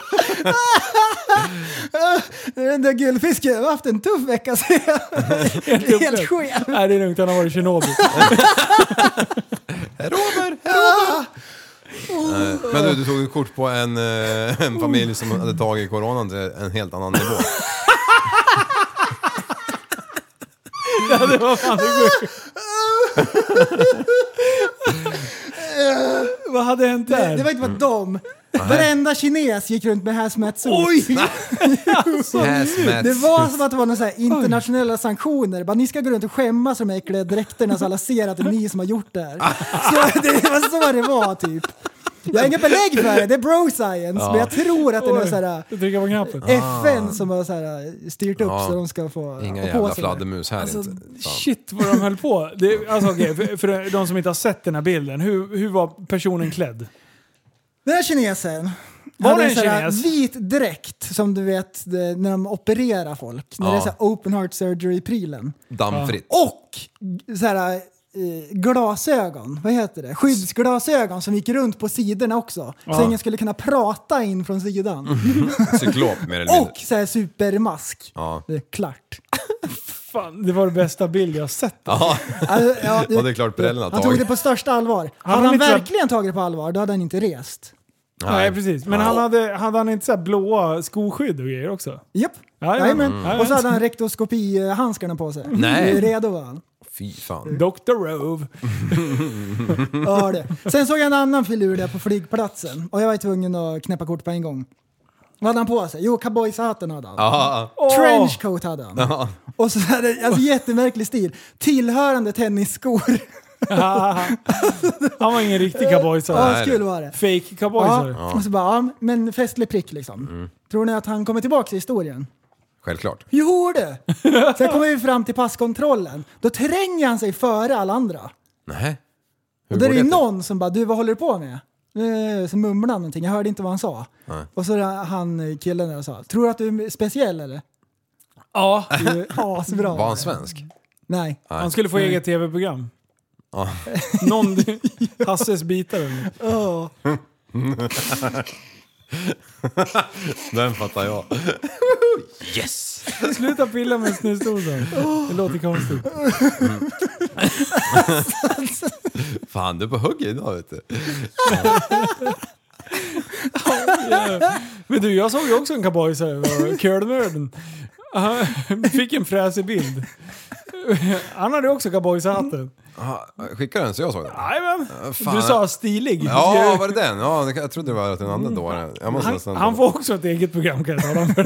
Den där guldfisken har haft en tuff vecka så helt skev. Nej, det är lugnt, han har varit i Tjernobyl. Robert! Men du tog kort på en familj som hade tagit coronan till en helt annan nivå. Ja, det var fan det går. Vad hade hänt där? Det var inte bara dem. Varenda kines gick runt med hazmat-suit. Oj! Det var som att det var några så här internationella sanktioner. Bara, ni ska gå runt och skämmas för de äckliga dräkterna så alla ser att det är ni som har gjort det här. Så det var så det var typ. Jag har inga belägg för det, det är bro science. Men jag tror att det är så här FN som har så här styrt upp så de ska få. Inga jävla fladdermus här alltså, inte. Shit vad de höll på. Alltså, okay, för de som inte har sett den här bilden, hur var personen klädd? Den här kinesen var det en en kines? Vit dräkt som du vet när de opererar folk. När det är så här open heart surgery-prylen. Dammfritt. Och så här glasögon, vad heter det? Skyddsglasögon som gick runt på sidorna också. Så ingen skulle kunna prata in från sidan. Cyklop mer eller mindre. Och så här supermask. Ja. Det är klart. Fan, det var det bästa bild jag har sett. Ja, alltså, och det är klart Brellen har han tog det på största allvar. Hade han verkligen tagit det på allvar, då hade han inte rest. Nej, precis. Men hade han inte så här blåa skoskydd och grejer också? Japp. Och så hade han rektoskopi-handskarna på sig. Nej. Redo var han. Fy fan. Dr. Rove. Ja, det. Sen såg jag en annan filur där på flygplatsen. Och jag var tvungen att knäppa kort på en gång. Vad hade han på sig? Jo, cowboyshatten hade han. Trenchcoat hade han. Och så hade alltså jättemärklig stil. Tillhörande tennisskor. Han var ingen riktig cowboysare. Ja, skulle vara det. Fake cowboysare. Och så bara, men festlig prick liksom. Tror ni att han kommer tillbaka i historien? Självklart. Jo det! Sen kommer vi fram till passkontrollen. Då tränger han sig före alla andra. Nej. Och då är det någon som bara, du vad håller du på med? Så mumlar han någonting, jag hörde inte vad han sa. Nej. Och så är han killen där och sa, tror du att du är speciell eller? Ja. Så bra. Var han svensk? Nej. Han skulle få eget tv-program. Ja. Någon Hasses bitar. Den fattar jag. Yes! Sluta pilla med snusdosan. Det låter konstigt. Fan, du är på hugg idag, vet du. Men du, jag såg ju också en cowboysare. Curlmörden. Fick en fräsig bild. Han hade också cowboyshatten. Skickade den så jag såg den? Jajamän. Du sa stilig. Ja, var det den? Ja, jag trodde det var den andra då. Han får också ett eget program, kan jag tala om.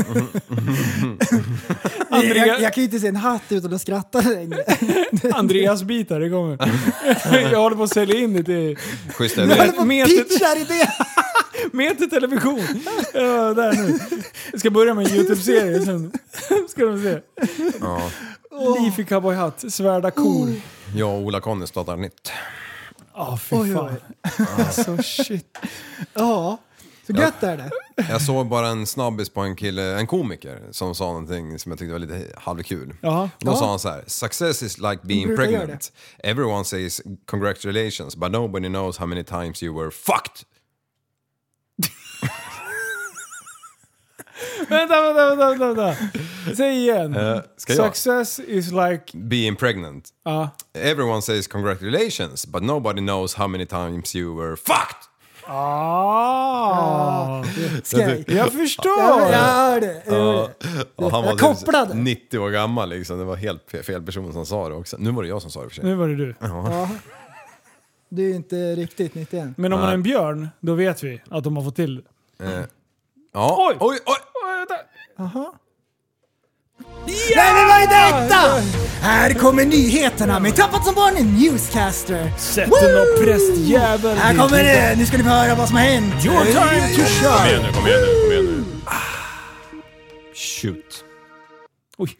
Jag kan ju inte se en hatt utan att skratta längre. Andreas bitar, det kommer. Jag håller på att sälja in det till... Schysst, jag håller på att pitcha idé. Med television. Ja, där nu. Jag ska börja med en YouTube-serie sen. Ska de se. Ja. Leafy cowboyhatt, svärda kor. Jag och Ola-Conny startar nytt. Fy fan. Så shit. Ja, så gött är det. Jag såg bara en snabbis på en komiker som sa någonting som jag tyckte var lite halvkul. Då sa han så här: success is like being pregnant. Everyone says congratulations, but nobody knows how many times you were fucked. Vänta. Säg igen. Success is like... being pregnant. Everyone says congratulations, but nobody knows how many times you were fucked. Jag förstår. Jag hör det. Och han var kopplade. 90 år gammal liksom. Det var helt fel person som sa det också. Nu var det jag som sa det för sig. Nu var det du. Ja. Du är ju inte riktigt 91. Men om man är en björn, då vet vi att de har fått till. Ja. Oj. Aha. Nej, men vad är detta? Här kommer nyheterna med Tappat som barn newscaster. Sätt den och prästjävel. Här kommer det. Nu ska ni få höra vad som har hänt. Your time to shine. Kom igen nu. Shoot. Oj.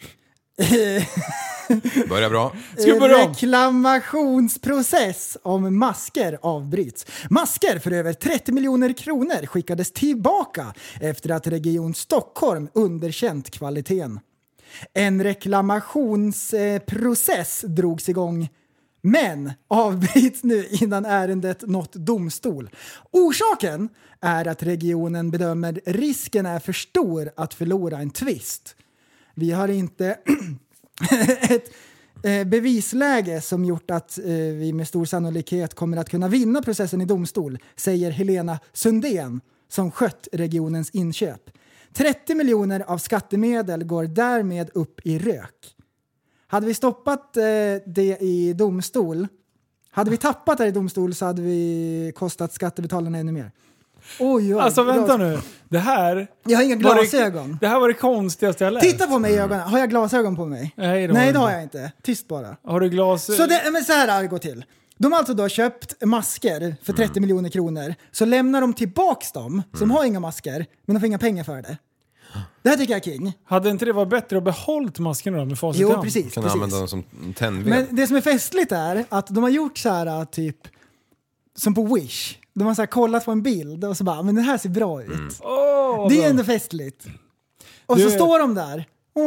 Börjar bra. Ska vi börja om? Reklamationsprocess om masker avbryts. Masker för över 30 miljoner kronor skickades tillbaka efter att Region Stockholm underkänt kvaliteten. En reklamationsprocess drogs igång, men avbryts nu innan ärendet nått domstol. Orsaken är att regionen bedömer risken är för stor att förlora en tvist. Vi har inte ett bevisläge som gjort att vi med stor sannolikhet kommer att kunna vinna processen i domstol, säger Helena Sundén som skött regionens inköp. 30 miljoner av skattemedel går därmed upp i rök. Hade vi stoppat det i domstol, hade vi tappat det i domstol så hade vi kostat skattebetalarna ännu mer. Oj, alltså vänta nu. Det här... Jag har inga glasögon. Det här var det konstigaste jag läst. Titta på mig i ögonen. Har jag glasögon på mig? Nej, det har jag inte. Tyst bara. Har du glasögon? Så här har det gått till. De har alltså då köpt masker för 30 miljoner kronor. Så lämnar de tillbaks dem. Så de har inga masker, men de får inga pengar för det. Det här tycker jag är king. Hade inte det varit bättre att behållt maskerna då med facit? Jo, precis. Kan använda dem som tändved. Men det som är festligt är att de har gjort så här typ som på Wish. De har så här kollat på en bild och så bara, men det här ser bra ut. Det är ändå festligt. Och så står de där.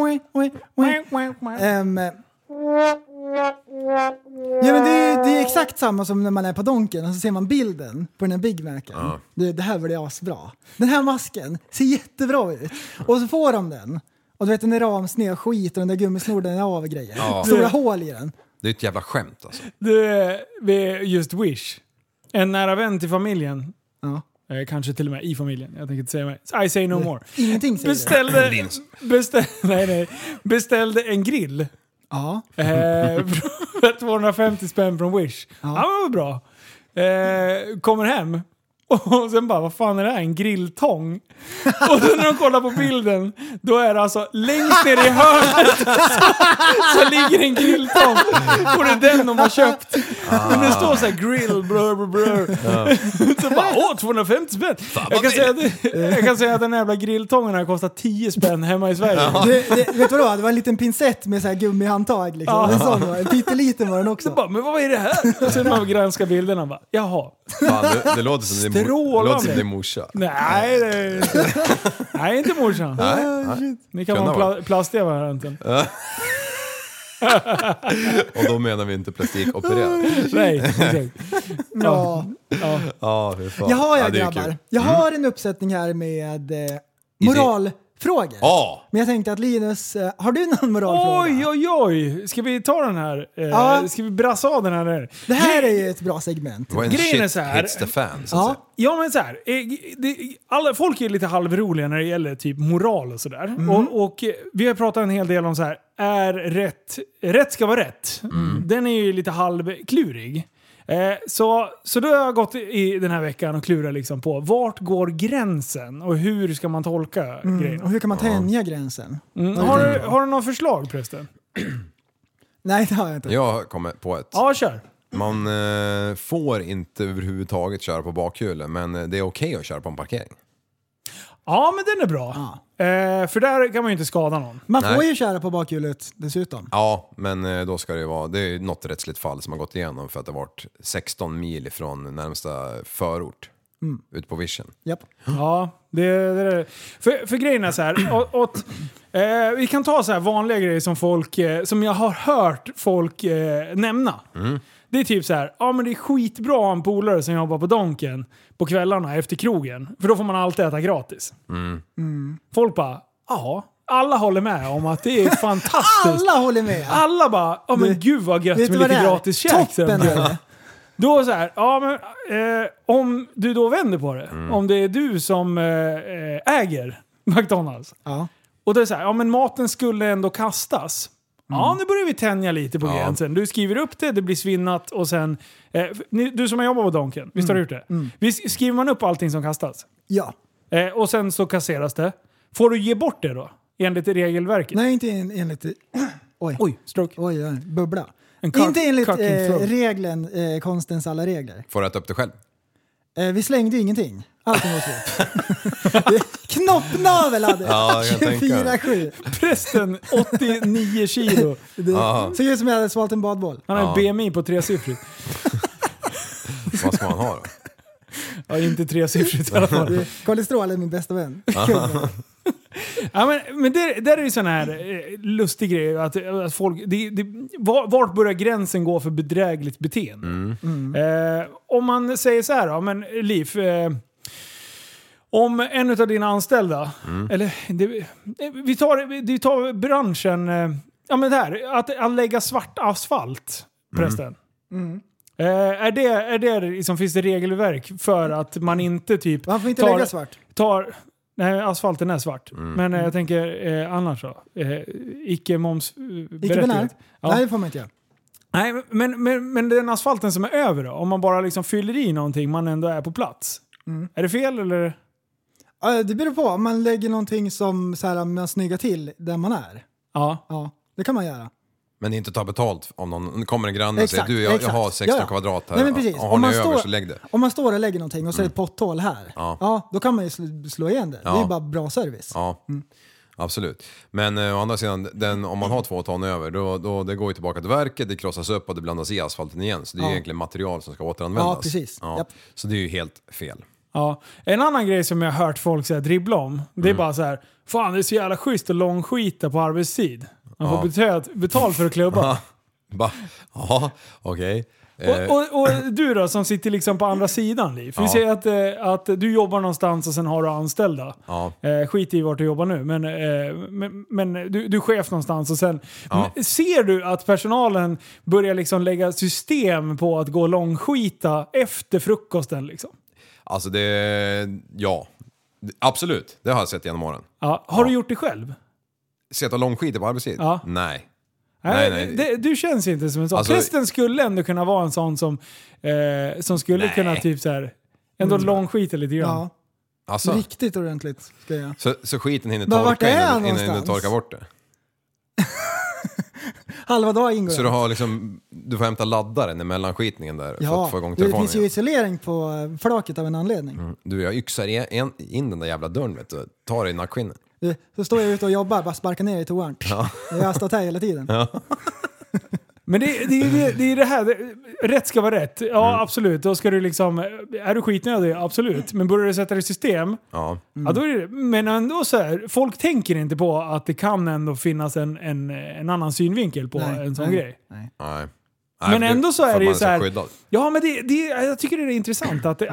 Ja, men det är exakt samma som när man är på Donken och så ser man bilden på den här Big Macen. Det här var det asbra. Den här masken ser jättebra ut. Och så får de den. Och du vet, den är ramsned och skit och den där gummisnorden är av grejer. Stora hål i den. Det är ett jävla skämt alltså. Just Wish. En nära vän till familjen. Ja. Kanske till och med i familjen. Jag tänker inte säga mer. I say no more. Ingenting säger beställde en grill. Ja. 250 spänn från Wish. Ja, det var bra. Kommer hem. Och sen bara, vad fan är det här? En grilltång. Och sen när de kollar på bilden, då är det alltså längst ner i hörnet så ligger en grilltång. Och det är den de har köpt. Men det står så här grill, blur. Så bara, 250 spänn. Jag kan säga att den jävla grilltången har kostat 10 spänn hemma i Sverige. Vet du vad? Det var en liten pincett med så här gummihandtag. Liksom. En sån var. En pytteliten var den också. Bara, men vad är det här? Och sen när man granskar bilderna, bara, jaha. Fan, det låter som det är morsa. Nej, nej, inte morsan. Ni kan vara plastiga varianten. Och då menar vi inte plastikopererad. Nej, exakt. Ja, grabbar. Jag har en uppsättning här med moralfrågor. Men jag tänkte att Linus, har du någon moralfråga? Oj. Ska vi ta den här? Ska vi brassa av den här? Det här är ju ett bra segment. Grejen är så här. Hits the fan, ja, men så här. Folk är lite halvroliga när det gäller typ moral och sådär. Och vi har pratat en hel del om så här. Är rätt ska vara rätt. Den är ju lite halvklurig. Så då har jag gått i den här veckan och klurat liksom på vart går gränsen och hur ska man tolka grejen. Och hur kan man tänja gränsen? Har du någon förslag, prästen? Nej, det har jag inte. Jag kommer på ett. Ja, kör. Man får inte överhuvudtaget köra på bakhjulen, men det är okej att köra på en parkering. Ja, men den är bra. För där kan man ju inte skada någon. Man får ju köra på bakhjulet dessutom. Ja, men då ska det vara... Det är något rättsligt fall som har gått igenom för att det har varit 16 mil från närmsta förort. Ut på vision. Japp. Ja, det är... För grejen är så här... vi kan ta så här vanliga grejer som folk... som jag har hört folk nämna. Det är typ så här, men det är skitbra att ha en polare som jobbar på Donken på kvällarna efter krogen. För då får man alltid äta gratis. Folk bara, alla håller med om att det är fantastiskt. Alla håller med. Alla bara, men gud vad gött med lite gratis käk. Toppen är det. Då så här, om du då vänder på det, om det är du som äger McDonalds. Ja. Och det är så här, men maten skulle ändå kastas. Ja, nu börjar vi tänja lite på gränsen. Du skriver upp det blir svinnat och sen... du som har jobbat på Donken, visst har du gjort det? Skriver man upp allting som kastas? Ja. Och sen så kasseras det. Får du ge bort det då? Enligt regelverket? Nej, inte enligt... Oj, stroke. Oj, bubbla. Inte enligt regeln, konstens alla regler. Får du äta upp det själv? Vi slängde ju ingenting. Allting var slut. Knoppnavel hade 24-7. Prästen 89 kilo. Såg ut som jag hade svalt en badboll. Han har en BMI på 3-siffrigt. Vad ska man ha då? Ja, inte 3-siffrigt i alla fall. Kolesterol är min bästa vän. Ja, men där är det sån här lustig grej att folk... Vart börjar gränsen gå för bedrägligt beteende? Om man säger så här då, men Liv... om en av dina anställda, eller vi tar branschen, men det här, att lägga svart asfalt, prästen. Är det liksom, finns det regelverk för att man inte typ... Man får inte lägga svart. Nej, asfalten är svart. Men jag tänker annars då. Icke-moms... Icke-benär? Ja. Nej, det får man inte göra. Nej, men den asfalten som är över då? Om man bara liksom fyller i någonting, man ändå är på plats. Är det fel eller... Det beror på. Om man lägger någonting som så här, man snyggar till där man är. Ja, det kan man göra. Men inte ta betalt om någon kommer en granne och säger du, jag har 16 kvadrat här. Nej, men precis. Har ni över så lägg det. Om man står och lägger någonting och så är det ett potthål här. Ja, då kan man ju slå igen det. Det är ju bara bra service. Ja, absolut. Men å andra sidan, om man har 2 ton över, då det går ju tillbaka till verket, det krossas upp och det blandas i asfalten igen. Så det är ju egentligen material som ska återanvändas. Ja, precis. Ja. Så det är ju helt fel. Ja. En annan grej som jag har hört folk säga dribbla om, det är bara så här: fan, det är så jävla schysst och långskita på arbetstid. Man får betalt för att klubba. Ja, okej. Och du då som sitter liksom på andra sidan, Liv. Vi säger att du jobbar någonstans och sen har du anställda. Skit i vart du jobbar nu. Men du är chef någonstans och sen... Ser du att personalen börjar liksom lägga system på att gå långskita efter frukosten liksom? Alltså absolut. Det har jag sett genom åren. Ja. Har du gjort det själv? Sätta långskiter på arbetstid? Ja. Nej. Du känns inte som en sån. Alltså, prästen skulle ändå kunna vara en sån som skulle kunna typ så här ändå långskita lite grann. Ja. Alltså. Riktigt ordentligt ska jag. Så skiten hinner torka innan du torkar bort det? Halva dag ingår. Så du har liksom, du får hämta laddaren i mellanskitningen där för att få igång telefonen. Det finns ju isolering på flaket av en anledning. Du, jag yxar in den där jävla dörren, vet du. Tar det i nackskinnen. Så står jag ute och jobbar, bara sparkar ner i toan. Jag har stått här hela tiden. Ja. Men det är det här, rätt ska vara rätt. Ja, absolut. Då ska du liksom, är du skitnödig? Absolut. Men börjar du sätta det i system? Ja. Ja, då är det, men ändå så här, folk tänker inte på att det kan ändå finnas en annan synvinkel på en sån grej. Nej. Men ändå så är det ju så här. Skyddad. Ja, men jag tycker det är intressant att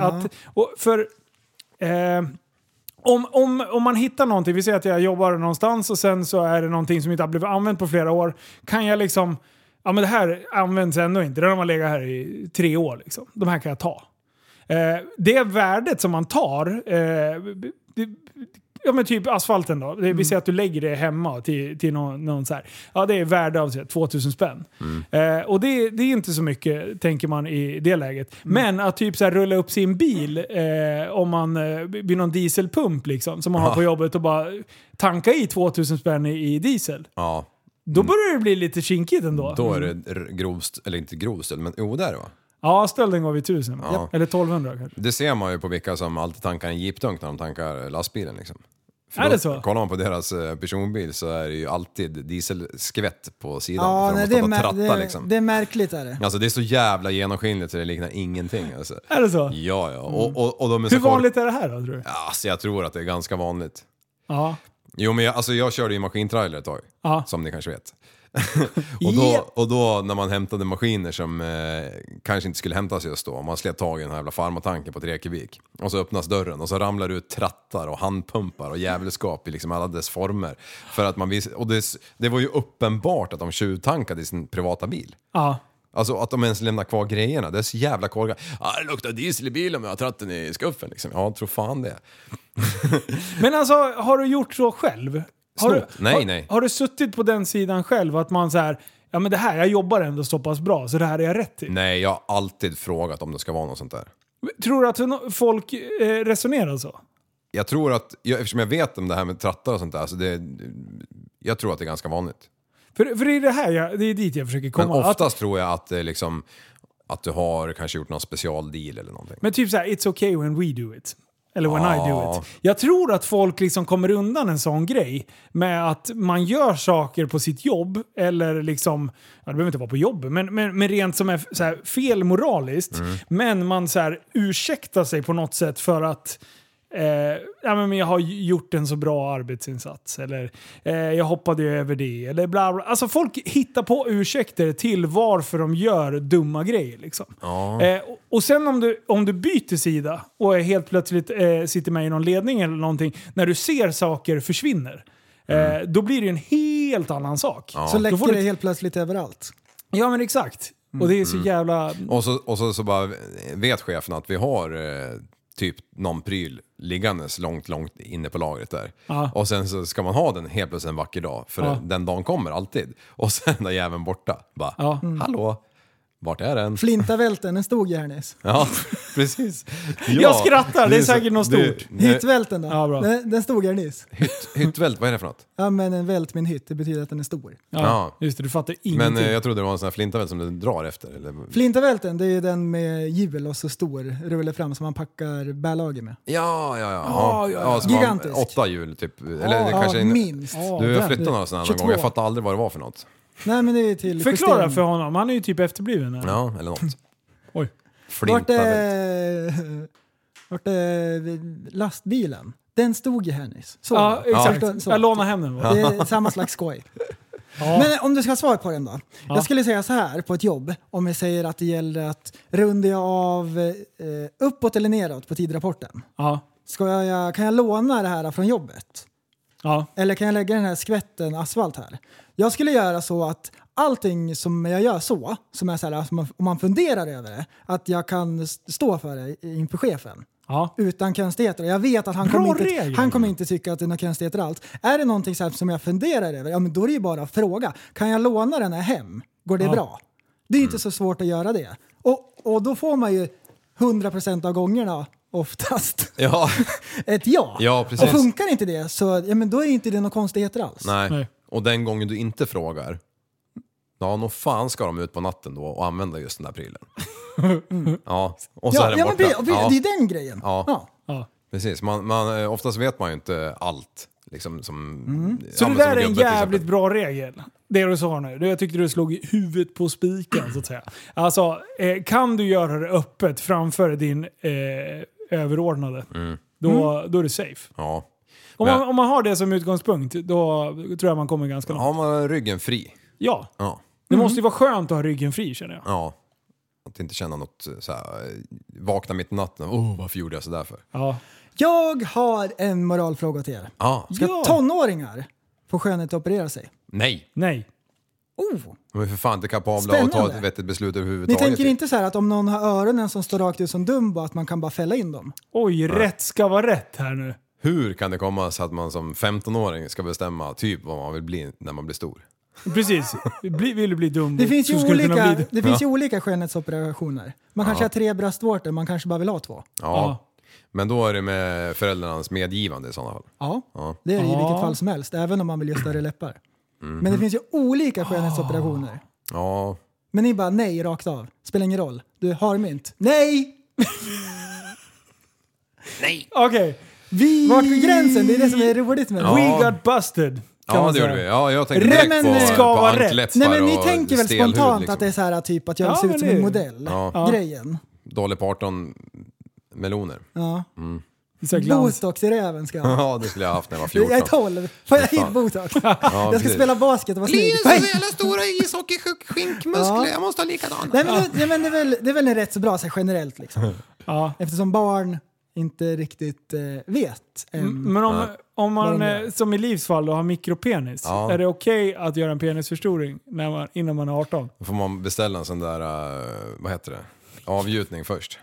om man hittar någonting, vi säger att jag jobbar någonstans och sen så är det någonting som inte har blivit använt på flera år, kan jag liksom, ja men det här används ändå inte, den har man legat här i 3 år liksom. De här kan jag ta. Det värdet som man tar, ja men typ asfalten då. Vi säger att du lägger det hemma till någon så här. Ja, det är värde av 2000 spänn. Och det är inte så mycket, tänker man i det läget. Men att typ så här rulla upp sin bil om man blir någon dieselpump liksom, som man har på jobbet och bara tanka i 2000 spänn i diesel. Ja. Då börjar det bli lite kinkigt ändå. Då är det grovst, eller inte grovstöld, men där va? Ja, stölden går vid 1000. Ja. Eller 1200 kanske. Det ser man ju på vilka som alltid tankar en jeepdunk när de tankar lastbilen liksom. För är det så? Kollar man på deras personbil så är det ju alltid dieselskvätt på sidan. Ja, för de måste tratta liksom. Det är märkligt är det. Alltså det är så jävla genomskinligt så det liknar ingenting. Alltså. Är det så? Ja. Och de är hur vanligt är det här då, tror du? Ja, alltså, jag tror att det är ganska vanligt. Ja. Jo, men jag körde ju maskintrailer ett tag, som ni kanske vet. och då när man hämtade maskiner som kanske inte skulle hämtas just då, man släppte tag i den här jävla farmatanken på 3 kubik och så öppnas dörren och så ramlar det ut trattar och handpumpar och jävelskap i liksom alla dess former för att man och det var ju uppenbart att de tjuvtankade i sin privata bil. Ja. Alltså att de ens lämnar kvar grejerna. Det är så jävla korkat. Det luktar diesel i bilen men jag har tratt den i skuffen liksom. Ja, tror fan det. Men alltså, har du gjort så själv? Nej. Har du suttit på den sidan själv att man så här, ja men det här, jag jobbar ändå så pass bra så det här är jag rätt i? Nej, jag har alltid frågat om det ska vara något sånt där. Tror du att folk resonerar så? Jag tror att, eftersom jag vet om det här med trattar och sånt där, så jag tror att det är ganska vanligt. För det är det här, det är dit jag försöker komma. Men oftast tror jag att det liksom, att du har kanske gjort någon specialdeal eller någonting. Men typ så här, it's okay when we do it. Eller when I do it. Jag tror att folk liksom kommer undan en sån grej med att man gör saker på sitt jobb eller liksom, det behöver inte vara på jobb, men rent som är så här fel moraliskt. Men man så här ursäktar sig på något sätt för att men jag har gjort en så bra arbetsinsats eller jag hoppade över det eller bla bla. Alltså folk hittar på ursäkter till varför de gör dumma grejer liksom. Och sen om du byter sida och är helt plötsligt sitter med i någon ledning eller någonting, när du ser saker försvinner, då blir det en helt annan sak. Så läcker det helt plötsligt överallt. Ja men exakt. Och det är så jävla... Och så bara vet chefen att vi har typ någon pryl liggandes långt inne på lagret där. Och sen så ska man ha den helt plötsligt en vacker dag. För den dagen kommer alltid. Och sen är jäveln borta. Bara, hallå, vart är den? Flintavälten, den stod ju här nyss. Ja, precis. Ja, jag skrattar, det är säkert något stort. Hyttvälten då? Ja, bra. Den stod här nyss. Hyttvält, vad är det för något? Ja, men en vält med en hytt, det betyder att den är stor. Ja. Just det, du fattar ingenting. Men jag trodde det var en sån här flintavält som du drar efter. Eller? Flintavälten, det är ju den med hjul och så stor, rullar fram som man packar bärlager med. Ja. Gigantisk. 8 hjul typ. Eller det kanske minst. Du har flyttat några sådana någon gång. Jag fattar aldrig vad det var för något. Nej, men det är till förklara justering. för honom, han är ju typ efterbliven. Eller? Ja, eller något. Oj. Vart är lastbilen? Den stod ju här nyss. Så, ja, exakt. Jag lånar hem den. Det är samma slags skoj. Men om du ska ha svar på den då. Jag skulle säga så här på ett jobb. Om jag säger att det gäller att runda av uppåt eller neråt på tidrapporten. Kan jag låna det här från jobbet? Eller kan jag lägga den här skvätten asfalt här? Jag skulle göra så att allting som jag gör så, som är så här, alltså om man funderar över det, att jag kan stå för det inför chefen. Utan konstigheter. Jag vet att han kommer inte tycka att det är några konstigheter allt. Är det någonting så här som jag funderar över, ja men då är det ju bara att fråga. Kan jag låna den här hem? Går det bra? Det är inte så svårt att göra det. Och då får man ju 100% av gångerna oftast ett ja. Ja, precis. Och funkar inte det så men då är inte det några konstigheter alls. Nej. Och den gången du inte frågar, nog fan ska de ut på natten då och använda just den där prylen. Och så är den borta. Det är den grejen. Precis. Oftast vet man ju inte allt. Liksom, så det där är en jävligt bra regel. Det du sa nu. Jag tyckte du slog huvudet på spiken så att säga. Alltså, kan du göra det öppet framför din överordnade, då är det safe. Ja. Om man har det som utgångspunkt, då tror jag man kommer ganska långt. Har man ryggen fri? Ja. Det måste ju vara skönt att ha ryggen fri, känner jag. Ja. Att inte känna något så här, vakna mitt i natten. Varför gjorde jag så där för? Jag har en moralfråga till er. Ska tonåringar få skönhet att operera sig? Nej. De är för fan inte kapabla att ta ett vettigt beslut överhuvudtaget. Ni tänker inte så här att om någon har öronen som står rakt ut som Dumbo, att man kan bara fälla in dem? Oj, rätt ska vara rätt här nu. Hur kan det komma så att man som 15-åring ska bestämma typ vad man vill bli när man blir stor? Precis. Vill du bli dum? Det finns ju olika skönhetsoperationer. Man kanske har 3 bröstvårtor, man kanske bara vill ha 2. Men då är det med föräldrarnas medgivande i sådana fall. Det är det i vilket fall som helst. Även om man vill göra större läppar. Men det finns ju olika skönhetsoperationer. Men ni bara nej rakt av. Spelar ingen roll. Du har mynt. Nej! Nej! Okej. Vart går gränsen? Det är det som är roligt med det. We got busted. Ja, det gjorde vi. Jag tänkte direkt på ankläppar. Nej, men ni tänker väl spontant liksom. Att det är så här typ att jag ser ut som en modell. Grejen. Dolly Parton meloner. Botox i räven ska jag ha. Ja, det skulle jag ha haft när jag var 14. Jag är 12. Får jag hit botox? Jag ska spela basket och vara snygg. Blir det så jävla stora ishockey-skinkmuskler? Jag måste ha likadant. Nej, men det är väl en rätt så bra så generellt liksom. Eftersom barn inte riktigt vet. Men om man som i livsfall då har mikropenis, är det okej att göra en penisförstoring innan man är 18? Då får man beställa en sån där, vad heter det? Avgjutning först.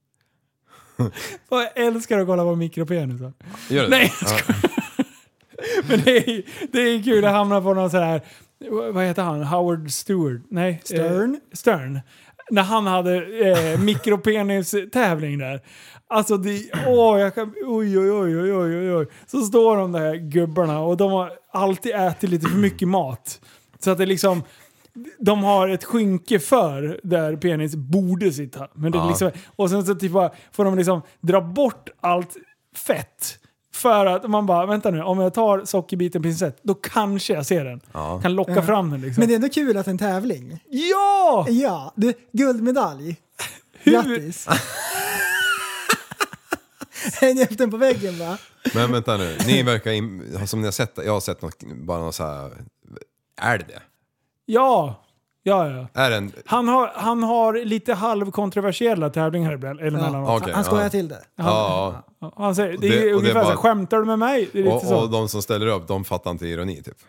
Jag älskar att kolla på mikropenisar. Gör det? Nej, jag skojar. Men det är kul att hamna på någon sån här, vad heter han? Howard Stewart? Nej, Stern. När han hade mikropenis-tävling där. Alltså oj. Så står de där gubbarna och de har alltid ätit lite för mycket mat. Så att det liksom, de har ett skynke för där penis borde sitta. Men det är liksom, och sen så typ får de liksom dra bort allt fett. För att man bara, vänta nu, om jag tar sockerbiten pincett, då kanske jag ser den. Kan locka fram den liksom. Men det är ändå kul att en tävling. Ja! Ja, guldmedalj. Grattis. Häng upp den på väggen, va? Men vänta nu, ni verkar som ni har sett, jag har sett något så här. Är det? Ja. Är den... Han har lite halvkontroversiella tävlingar ibland. Okay, han skojar till det. Han säger, det är ungefär så, skämtar du med mig? Det är lite så. Och de som ställer upp, de fattar inte ironi typ?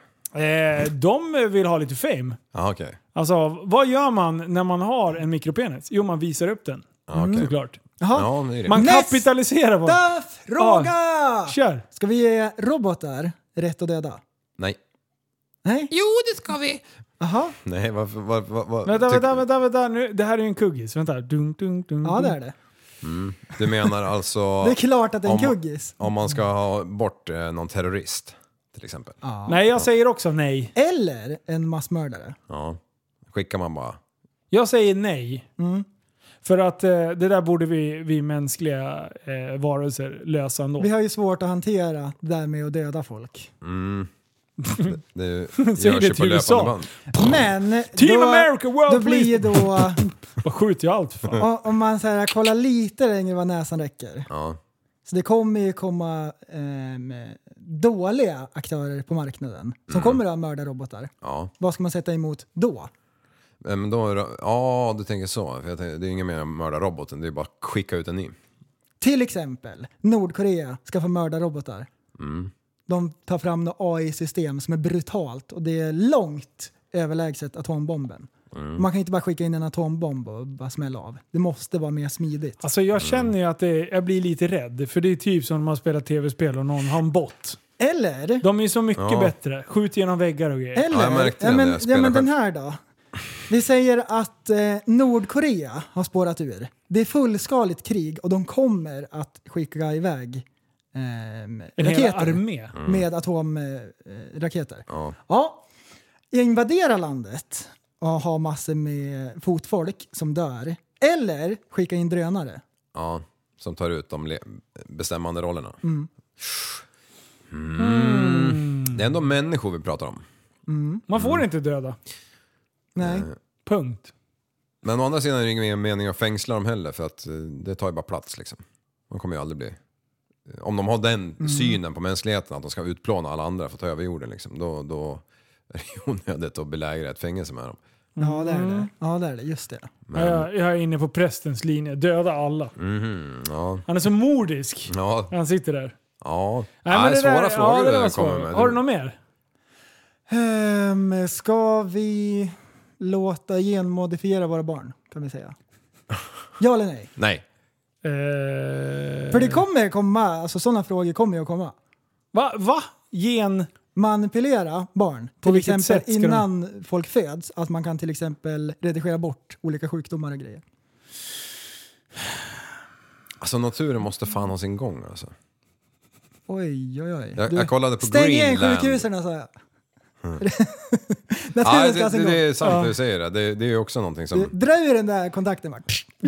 De vill ha lite fame. Okay. Alltså, vad gör man när man har en mikropenis? Jo, man visar upp den. Såklart. Ja, man kapitaliserar på den. Nästa fråga! Kör! Ska vi ge robotar rätt att döda? Nej. Jo, det ska vi. Aha. Nej, vad Vänta. Nu, det här är ju en kuggis. Vänta. Dun. Ja, det är det. Du menar alltså... Det är klart att det är en kuggis. Om man ska ha bort någon terrorist, till exempel. Nej, jag säger också nej. Eller en massmördare. Ja, skickar man bara. Jag säger nej. För att det där borde vi mänskliga varelser lösa ändå. Vi har ju svårt att hantera det där med att döda folk. Det görs ju på löpande band. Men Team America, World då blir ju då... Vad skjuter jag allt för fan? Om man så här, kollar lite längre vad näsan räcker. Ja. Så det kommer ju komma dåliga aktörer på marknaden som kommer att mörda robotar. Ja. Vad ska man sätta emot då? Men då, du tänker så. För det är inget mer att mörda roboten, det är bara att skicka ut en ny. Till exempel, Nordkorea ska få mörda robotar. De tar fram något AI-system som är brutalt och det är långt överlägset atombomben. Man kan inte bara skicka in en atombomb och bara smälla av. Det måste vara mer smidigt. Alltså jag känner ju att jag blir lite rädd. För det är typ som när man spelar tv-spel och någon har en bot. Eller... De är så mycket bättre. Skjut genom väggar och grejer. Eller... jag märkte det men den här då. Vi säger att Nordkorea har spårat ur. Det är fullskaligt krig och de kommer att skicka iväg raketer med atomraketer. Ja, invadera landet och ha massor med fotfolk som dör. Eller skicka in drönare. Ja, som tar ut de bestämmande rollerna. Det är ändå människor vi pratar om. Man får inte döda. Nej. Punkt. Men å andra sidan är det ingen mening att fängsla dem heller, för att det tar ju bara plats liksom. De kommer ju aldrig bli... Om de har den synen på mänskligheten att de ska utplåna alla andra för att ta över jorden liksom, då är det onödigt att belägra ett fängelse med dem. Ja, det är det. Ja, det är det. Just det. Men... Jag är inne på prästens linje. Döda alla. Ja. Han är så mordisk. Ja. Han sitter där. Ja. Nej, men det är svåra frågor det kommer med. Har du något mer? Ska vi låta genmodifiera våra barn, kan vi säga? Ja eller nej? Nej. För det kommer komma, alltså sådana frågor kommer ju att komma. Va? Manipulera barn. På till vilket exempel sätt ska innan folk föds. Att man kan till exempel redigera bort olika sjukdomar och grejer. Alltså naturen måste fan ha sin gång alltså. Oj. Jag kollade på Stäng Greenland. igen sjukhusen, sa jag. Det är sant du säger det. Det är ju också någonting som... Dra ur den där kontakten bara.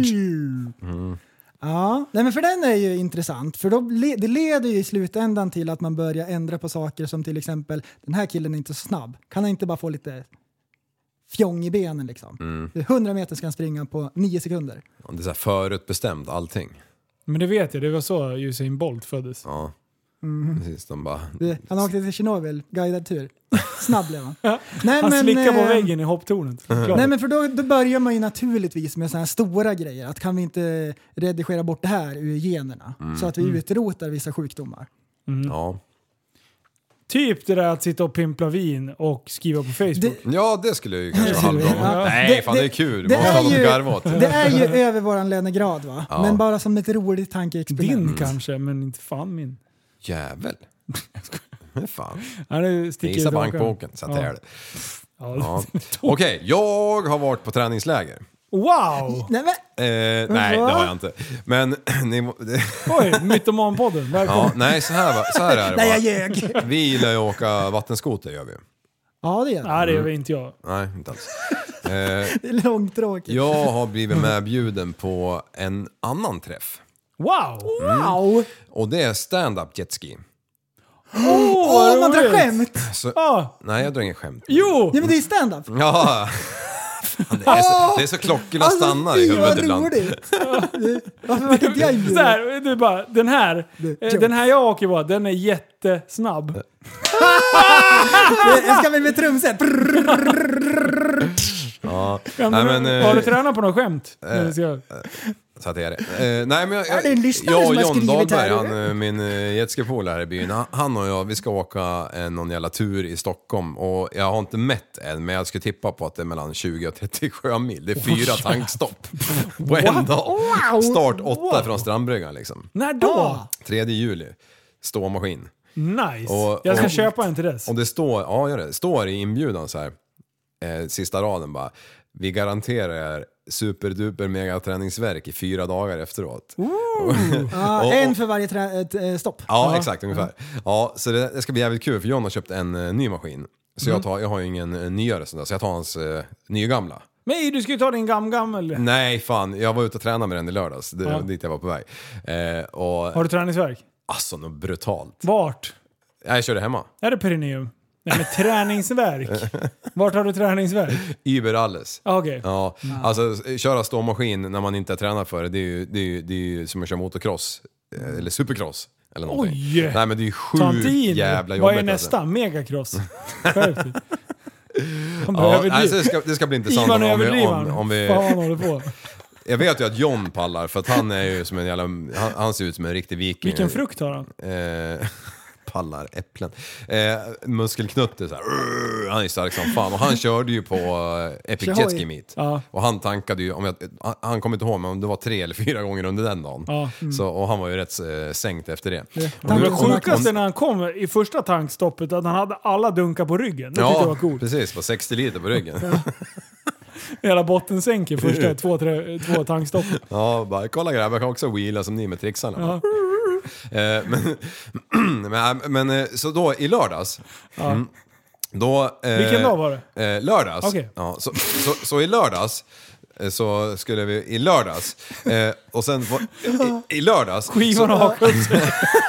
Ja, nej, men för den är ju intressant. För då det leder ju i slutändan till att man börjar ändra på saker som till exempel, den här killen är inte så snabb. Kan han inte bara få lite fjong i benen liksom? 100 meter ska han springa på 9 sekunder. Det är så här förutbestämt allting. Men det vet jag, det var så Usain Bolt föddes. Ja. Precis, de bara... Han åkte till Tjernobyl, guidad tur. Snabb blev han. Nej, han slickar på väggen i hopptornet. Nej, men för då börjar man ju naturligtvis med såna här stora grejer. Att kan vi inte redigera bort det här ur generna? Så att vi utrotar vissa sjukdomar. Ja. Typ det där att sitta och pimpla vin och skriva på Facebook. Ja, det skulle ju kanske vara halvbra. Ja. Nej, fan det är kul. Man måste ha något garv åt. Det är ju över våran lönegrad, va? Ja. Men bara som ett roligt tankeexperiment. Din kanske, men inte fan min. Jävel. Men fan. Ja, det sticker Visa ut bankboken, så att det är det. Ja. Ja. Okej, jag har varit på träningsläger. Wow! Nej, nej, det har jag inte. Men Oj, Mytomanpodden. Välkommen. Ja, nej, så här är det. Nej, jag ljög. Vi gillar ju att åka vattenskoter, gör vi. Ja, det gör det. Nej, det gör vi inte jag. Nej, inte alls. Det är långtråkigt. Jag har blivit medbjuden på en annan träff. Wow! Wow! Och det är stand-up jetski. Åh, man drar skämt! Så, nej, jag drar ingen skämt. Jo! Ja, men det är stand-up. Ja. Det är så klockorna stannar i huvudet ibland. Varför var inte jag inbjuden? Så här, det är bara, den här jag åker på, den är jättesnabb. Jag ska med trumset. Ja. Ja, har du tränat på något skämt? Så att det är det. Nej, men det är en lyssnare jag som och har John skrivit Dahlberg, här. min jetskipolare här i byn, han och jag, vi ska åka någon jävla tur i Stockholm. Och jag har inte mätt än, men jag ska tippa på att det är mellan 20 och 30 sjömil. Det är 4 tankstopp på en dag. Start 8 från Strandbryggan liksom. När då? 3 juli. Ståmaskin. Nice. Jag ska köpa en till dess. Och det står, ja gör det, står i inbjudan så här, sista raden bara: vi garanterar superduper megaträningsverk i 4 dagar efteråt. En för varje stopp. Ja, exakt, ungefär. Ja, så det ska bli jävligt kul, för John har köpt en ny maskin. Så jag har ju ingen nyare sån där, så jag tar hans nya gamla. Men du ska ju ta din gammal. Nej, fan, jag var ute och tränade med den i lördags. Det var dit jag var på väg. Har du träningsverk? Alltså, något brutalt. Vart? Jag körde hemma. Är det perineum? Nej, men träningsverk. Vart har du träningsverk? Überalles. Okej. Ja, alltså köra ståmaskin när man inte tränar för det är ju som att köra motocross. Eller supercross. Eller någonting. Oj! Nej, men det är ju sjukt jävla jobbigt. Vad är nästa? Alltså. Megacross? Ja, alltså det ska bli intressant om vi... Fan håller på. Jag vet ju att John pallar, för att han är ju som en jävla... Han ser ut som en riktig viking. Vilken frukt har han? Pallar, äpplen. Muskelknutte så här. Han är stark som fan. Och han körde ju på Epic Jet Ski Meet. Och han tankade ju, han kommer inte ihåg, men det var 3 eller 4 gånger under den dagen. Så, och han var ju rätt sänkt efter det. Det var sjukaste när han kom i första tankstoppet, att han hade alla dunkar på ryggen. Det tyckte jag var coolt. Precis, på 60 liter på ryggen. Hela bottensänken första 2 tankstopp. Ja, bara kolla grabbar, jag kan också wheela som ni med trixarna. Men så då i lördags. Då, vilken dag var det? Lördags. Okay. Ja, så i lördags så skulle vi i lördags och sen i lördags skivorna hakar upp sig.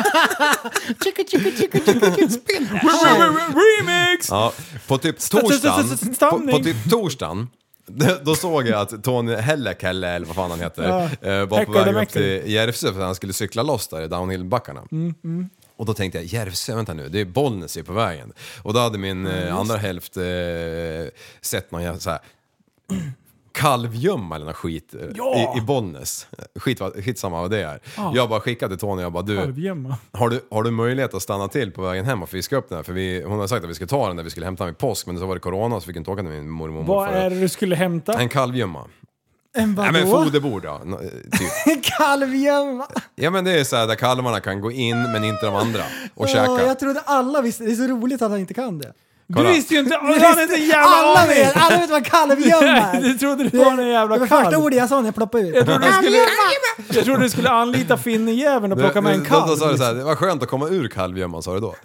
Remix. Ja, på typ torsdagen då såg jag att Tony Hellekelle, eller vad fan han heter, var på väg upp till Järvsö för att han skulle cykla loss där i downhillbackarna. Och då tänkte jag, Järvsö, vänta nu, det är Bollnäs på vägen. Och då hade min andra hälft sett någon så här kalvgömma eller något skit i Bollnäs. Skitsamma vad det är. Jag bara skickade till Tony och bara, du, har du möjlighet att stanna till på vägen hem och fiska upp den här? För hon har sagt att vi ska ta den där vi skulle hämta den vid påsk, men så var det corona så fick inte åka till min mormor. Vad är det du skulle hämta? En kalvgömma. En vadå? Nej, men foderbord då, typ. En kalvgömma. Ja, men det är så här där kalvarna kan gå in men inte de andra och käka. Jag trodde alla visste, det är så roligt att han inte kan det. Du visste ju inte, alla vet vad kalvgömma är. Du trodde det var en jävla kalv. Det var första ordet jag sa när jag ploppade ut. Jag trodde du skulle anlita finnejäveln och plocka med en kalv. Då sa du så här, det var skönt att komma ur kalvgömman, sa du då.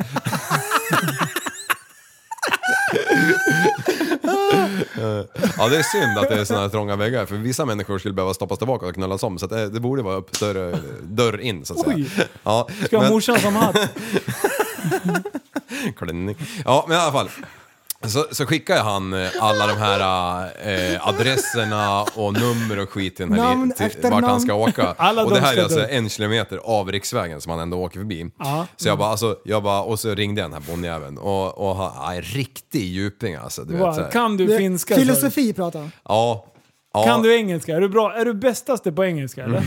Ja, det är synd att det är såna här trånga väggar, för vissa människor skulle behöva stoppas tillbaka och knullas om, så att det borde vara upp större dörr in, så att säga. Ja, ska ha morsan som hatt. Ja, men i alla fall. Så skickade han alla de här adresserna och nummer och skiten här till vart han ska åka. Och det här är alltså 1 kilometer av riksvägen som han ändå åker förbi. Så jag bara och så ringde den här bondjäveln och han är riktig djuping alltså. Du vet, så här. Kan du finska? Filosofi pratar han. Ja. Kan du engelska? Är du bra? Är du bästaste på engelska eller?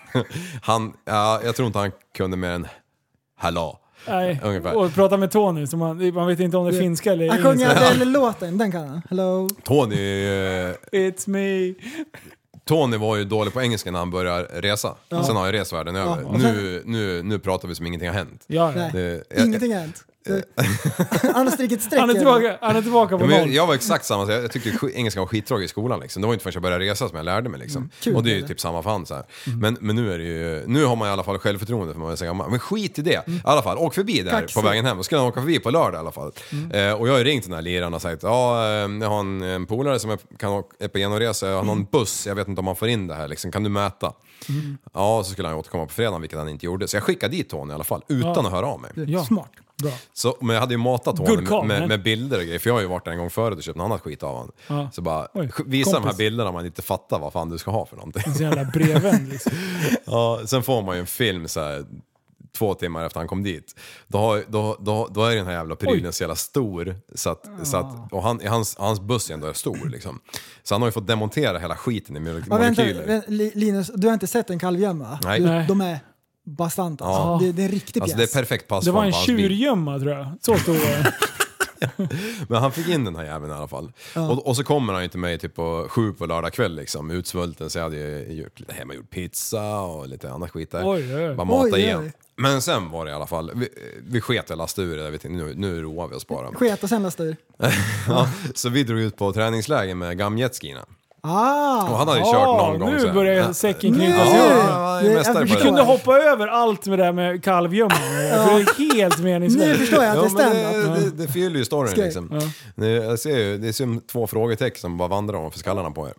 Jag tror inte han kunde mer än hallå. Nej, ungefär. Och prata med Tony, så man vet inte om det är finska eller engelska. Han sjunger eller låten, den kan han. Hello. Tony... It's me. Tony var ju dålig på engelska när han började resa. Sen har jag rest världen över. Nu pratar vi som ingenting har hänt. Ingenting har hänt. Han har strikit streck. Han är tillbaka på noll. Jag var exakt samma. Jag tyckte engelska var skittråkig i skolan. Liksom. Det var inte förrän jag började resa som jag lärde mig. Liksom. Och det är ju typ samma fan. Så här. Men nu är det ju... Nu har man i alla fall självförtroende för man säga. Men skit i det. I alla fall, åk förbi där på vägen hem. Och skulle han åka förbi på lördag i alla fall. Och jag har ringt den här liraren och sagt jag har en polare som är på genomresa. Jag har någon buss. Jag vet inte om man får in det här. Liksom. Kan du mäta? Ja, så skulle han återkomma på fredagen, vilket han inte gjorde. Så jag skickade dit Tony i alla fall, utan att höra av mig. Ja. Smart. Bra. Så, men jag hade ju matat Tony med bilder och grejer. För jag har ju varit där en gång förut och köpt något annat skit av honom. Ja. Så bara visa de här bilderna man inte fattar vad fan du ska ha för någonting. En sån jävla brevvän liksom. Ja, sen får man ju en film så här 2 timmar efter han kom dit. Då är den här jävla prylen så jävla stor så att och hans buss ändå är stor liksom. Så han har ju fått demontera hela skiten i molekyler. Linus, du har inte sett en kalvgömma? Nej. De är bastant alltså. Det är en riktig pjäs. Alltså det är perfekt pass. Det var en tjurgömma tror jag. Så stor var det. Men han fick in den här jäveln i alla fall. Och så kommer han ju till mig typ på 7 på lördag kväll liksom, utsvulten. Så jag hade gjort lite hemmagjord pizza och lite annat skit där. Bara mata igen. Men sen var det i alla fall, vi sket och lastade ur det där, nu roar vi oss bara. Sket och sen lastade ur. Så vi drog ut på träningsläger med gamjetskina. Och han hade kört någon gång. Nu börjar säcken knytas ihop. Vi kunde hoppa över allt med det där med kalvgömman. För det är helt meningslöst. Nu förstår jag att det stämmer. Det fyller ju storyn liksom. Jag ser ju, det är som 2 frågetecken som bara vandrar om för skallarna på er.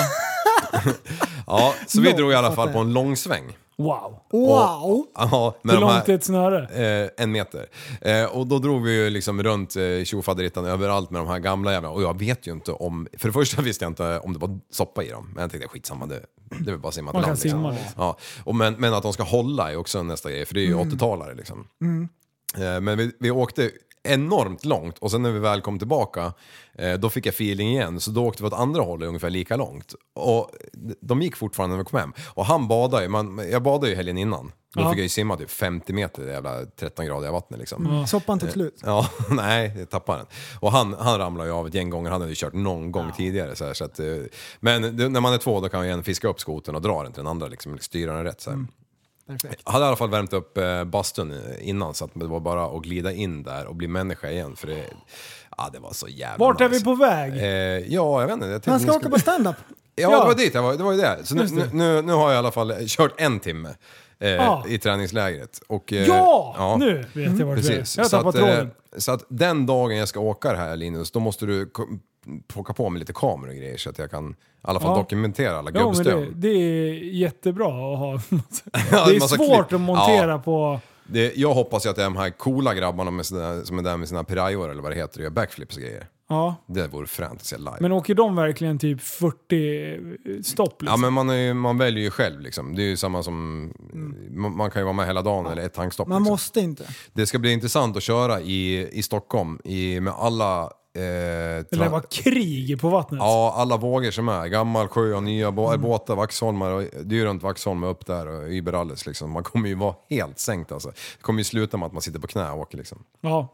Ja, så vi drog i alla fall på en lång sväng. Wow. Hur långt är ett snöre? 1 meter. Och då drog vi ju liksom runt tjofaderittan överallt med de här gamla jävla. Och jag vet ju inte om... För det första visste jag inte om det var soppa i dem. Men jag tänkte skitsamma, det är bara simma till land. Simma, liksom. Ja. Och men att de ska hålla är också nästa grej. För det är ju 80-talare liksom. Men vi åkte enormt långt. Och sen när vi väl kom tillbaka, då fick jag feeling igen. Så då åkte vi åt andra hållet ungefär lika långt. Och de gick fortfarande när vi kom hem. Och han badade ju, jag badade ju helgen innan. Då fick jag ju simma typ 50 meter i jävla 13-gradiga vattnet liksom. Soppan tog slut. Ja, nej, jag tappade den. Och han ramlade ju av ett gäng gånger. Han hade ju kört någon gång tidigare. Så att, men när man är 2 då kan man ju fiska upp skoten och dra den till den andra liksom, styra den rätt så här. Perfekt. Jag hade i alla fall värmt upp bastun innan så att det var bara att glida in där och bli människa igen för det var så jävla Vart är vi på väg? Ja, jag vet inte. Han ska åka på stand-up. Ja, det var dit. Det var ju det. Så nu har jag i alla fall kört 1 timme i träningslägret. Och, nu vet jag vart det är. Jag har tappat tråden. Så att den dagen jag ska åka det här, Linus, då måste du plocka på mig lite kameror och grejer så att jag kan i alla fall dokumentera alla gubbstöv. Det är jättebra att ha. Det är svårt att montera på... Jag hoppas ju att det är de här coola grabbarna som är där med sina pirajor eller vad det heter och gör backflips och grejer. Ja. Det vore fränt att se live. Men åker de verkligen typ 40 stopp? Liksom? Ja, men man väljer ju själv liksom. Det är ju samma som... Man kan ju vara med hela dagen eller ett tankstopp. Man liksom. Måste inte. Det ska bli intressant att köra i Stockholm med alla... det var krig på vattnet. Ja, alla vågor som är. Gammal sjö och nya båtar, Vaxholmar och det är runt Vaxholm upp där och Iberalles liksom. Man kommer ju vara helt sänkt alltså. Det kommer ju sluta med att man sitter på knä och åker liksom. Ja.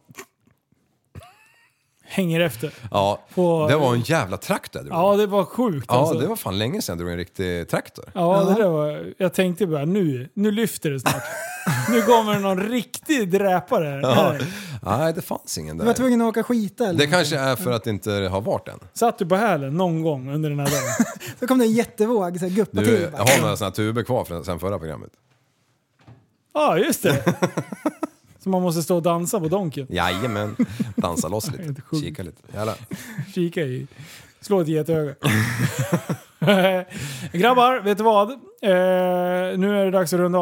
Hänger efter. Ja, det var en jävla traktor. Ja, det var sjukt alltså. Ja, det var fan länge sedan du drog en riktig traktor. Ja, det var... Jag tänkte bara, nu lyfter det snart. Nu kommer någon riktig dräpare. Ja. Nej, det fanns ingen där. Du var tvungen att åka skita eller? Det kanske är för att det inte har varit än. Satt du på hälen någon gång under den här dagen? Så kom det en jättevåg, så här, guppa till. Jag har några såna här tuber kvar sen förra programmet. Ja, just det. Så man måste stå och dansa på donken. Jajamän, dansa loss lite. Kika lite. Jävlar. Kika i. Slå ett getöga. Grabbar, vet du vad? Nu är det dags att runda av.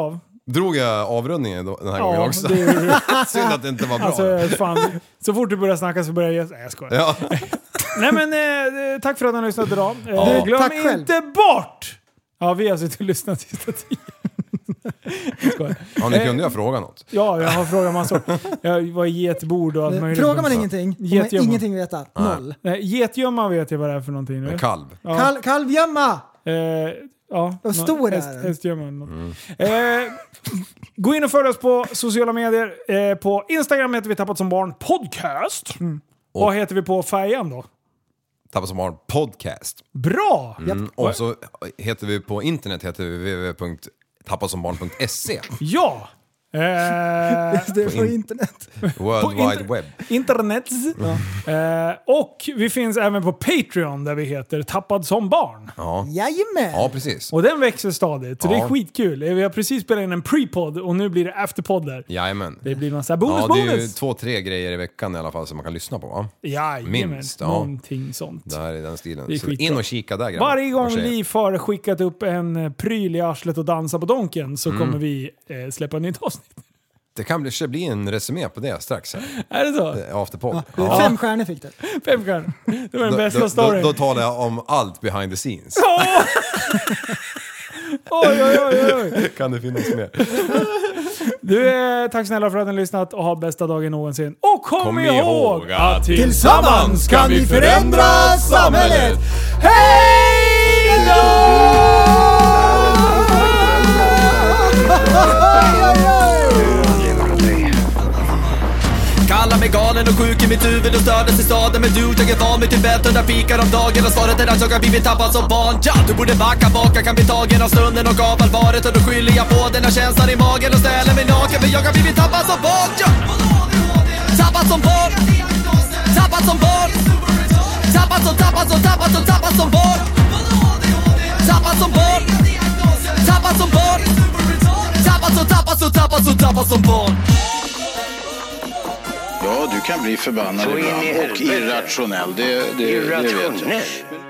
Drog jag avrundningen den här gången också? Synd att det inte var bra. Alltså, fan, så fort du börjar snacka så börjar jag... Nej, jag skojar. Ja. Nej, men tack för att ni har lyssnat idag. Glöm inte bort! Ja, vi har suttit och lyssnat sista tiden. Ja, ni kunde ju fråga något. Ja, jag har frågat massor. Jag var i getbord och allt möjligt. Frågar man ingenting? Ingenting veta? Noll? Getgömma vet jag vad det är för någonting nu. Kalv. Ja. Kalvgömma! Ja. Vad stor är hästgömma. Gå in och följ oss på sociala medier. På Instagram heter vi Tappat som barn podcast. Vad heter vi på färjan då? Tappat som barn podcast. Bra! Och så heter vi på internet www.tappasombarn.se. Ja! Det är på internet. World Wide Web. Internet. Ja. Och vi finns även på Patreon där vi heter Tappad som barn. Ja. Jajamän. Ja, precis. Och den växer stadigt. Så det är skitkul. Vi har precis spelat in en pre-podd och nu blir det afterpodd där. Jajamän. Det blir massa bonus. Ja, det är ju 2-3 grejer i veckan i alla fall som man kan lyssna på, va? Jajamän. Minst. Ja. Någonting sånt. Det här är den stilen. Det är så in och kika där, grabbar. Varje gång vi får skickat upp en pryl i arslet och dansa på donken så kommer vi släppa ett nytt avsnitt. Det kan bli en resumé på det strax här. Är det så? Afterpodd. Ja. 5 stjärnor fick det. 5 stjärnor. Det var den bästa storyn. Då talar jag om allt behind the scenes. Oj. Kan det finnas mer? Du, tack snälla för att ni har lyssnat och ha bästa dagen någonsin. Och kom ihåg att tillsammans kan vi förändra samhället. Hej då! Kallar mig galen och sjuk i mitt huvud och stördes i staden. Men du, jag är van vid Tibet under fikar om dagen. Och svaret är att jag har blivit tappad som barn. Ja, du borde backa bak, jag kan bli tagen av stunden och av allvaret. Och då skyller jag på den här känslan i magen och ställer mig naken. För jag har blivit tappad som barn. Ja. Tappad som barn. Tappad som barn. Tappad som barn. Tappad som barn. Tappad som barn. Tappad som barn. Ja, du kan bli förbannad ibland och irrationell. Det vet jag.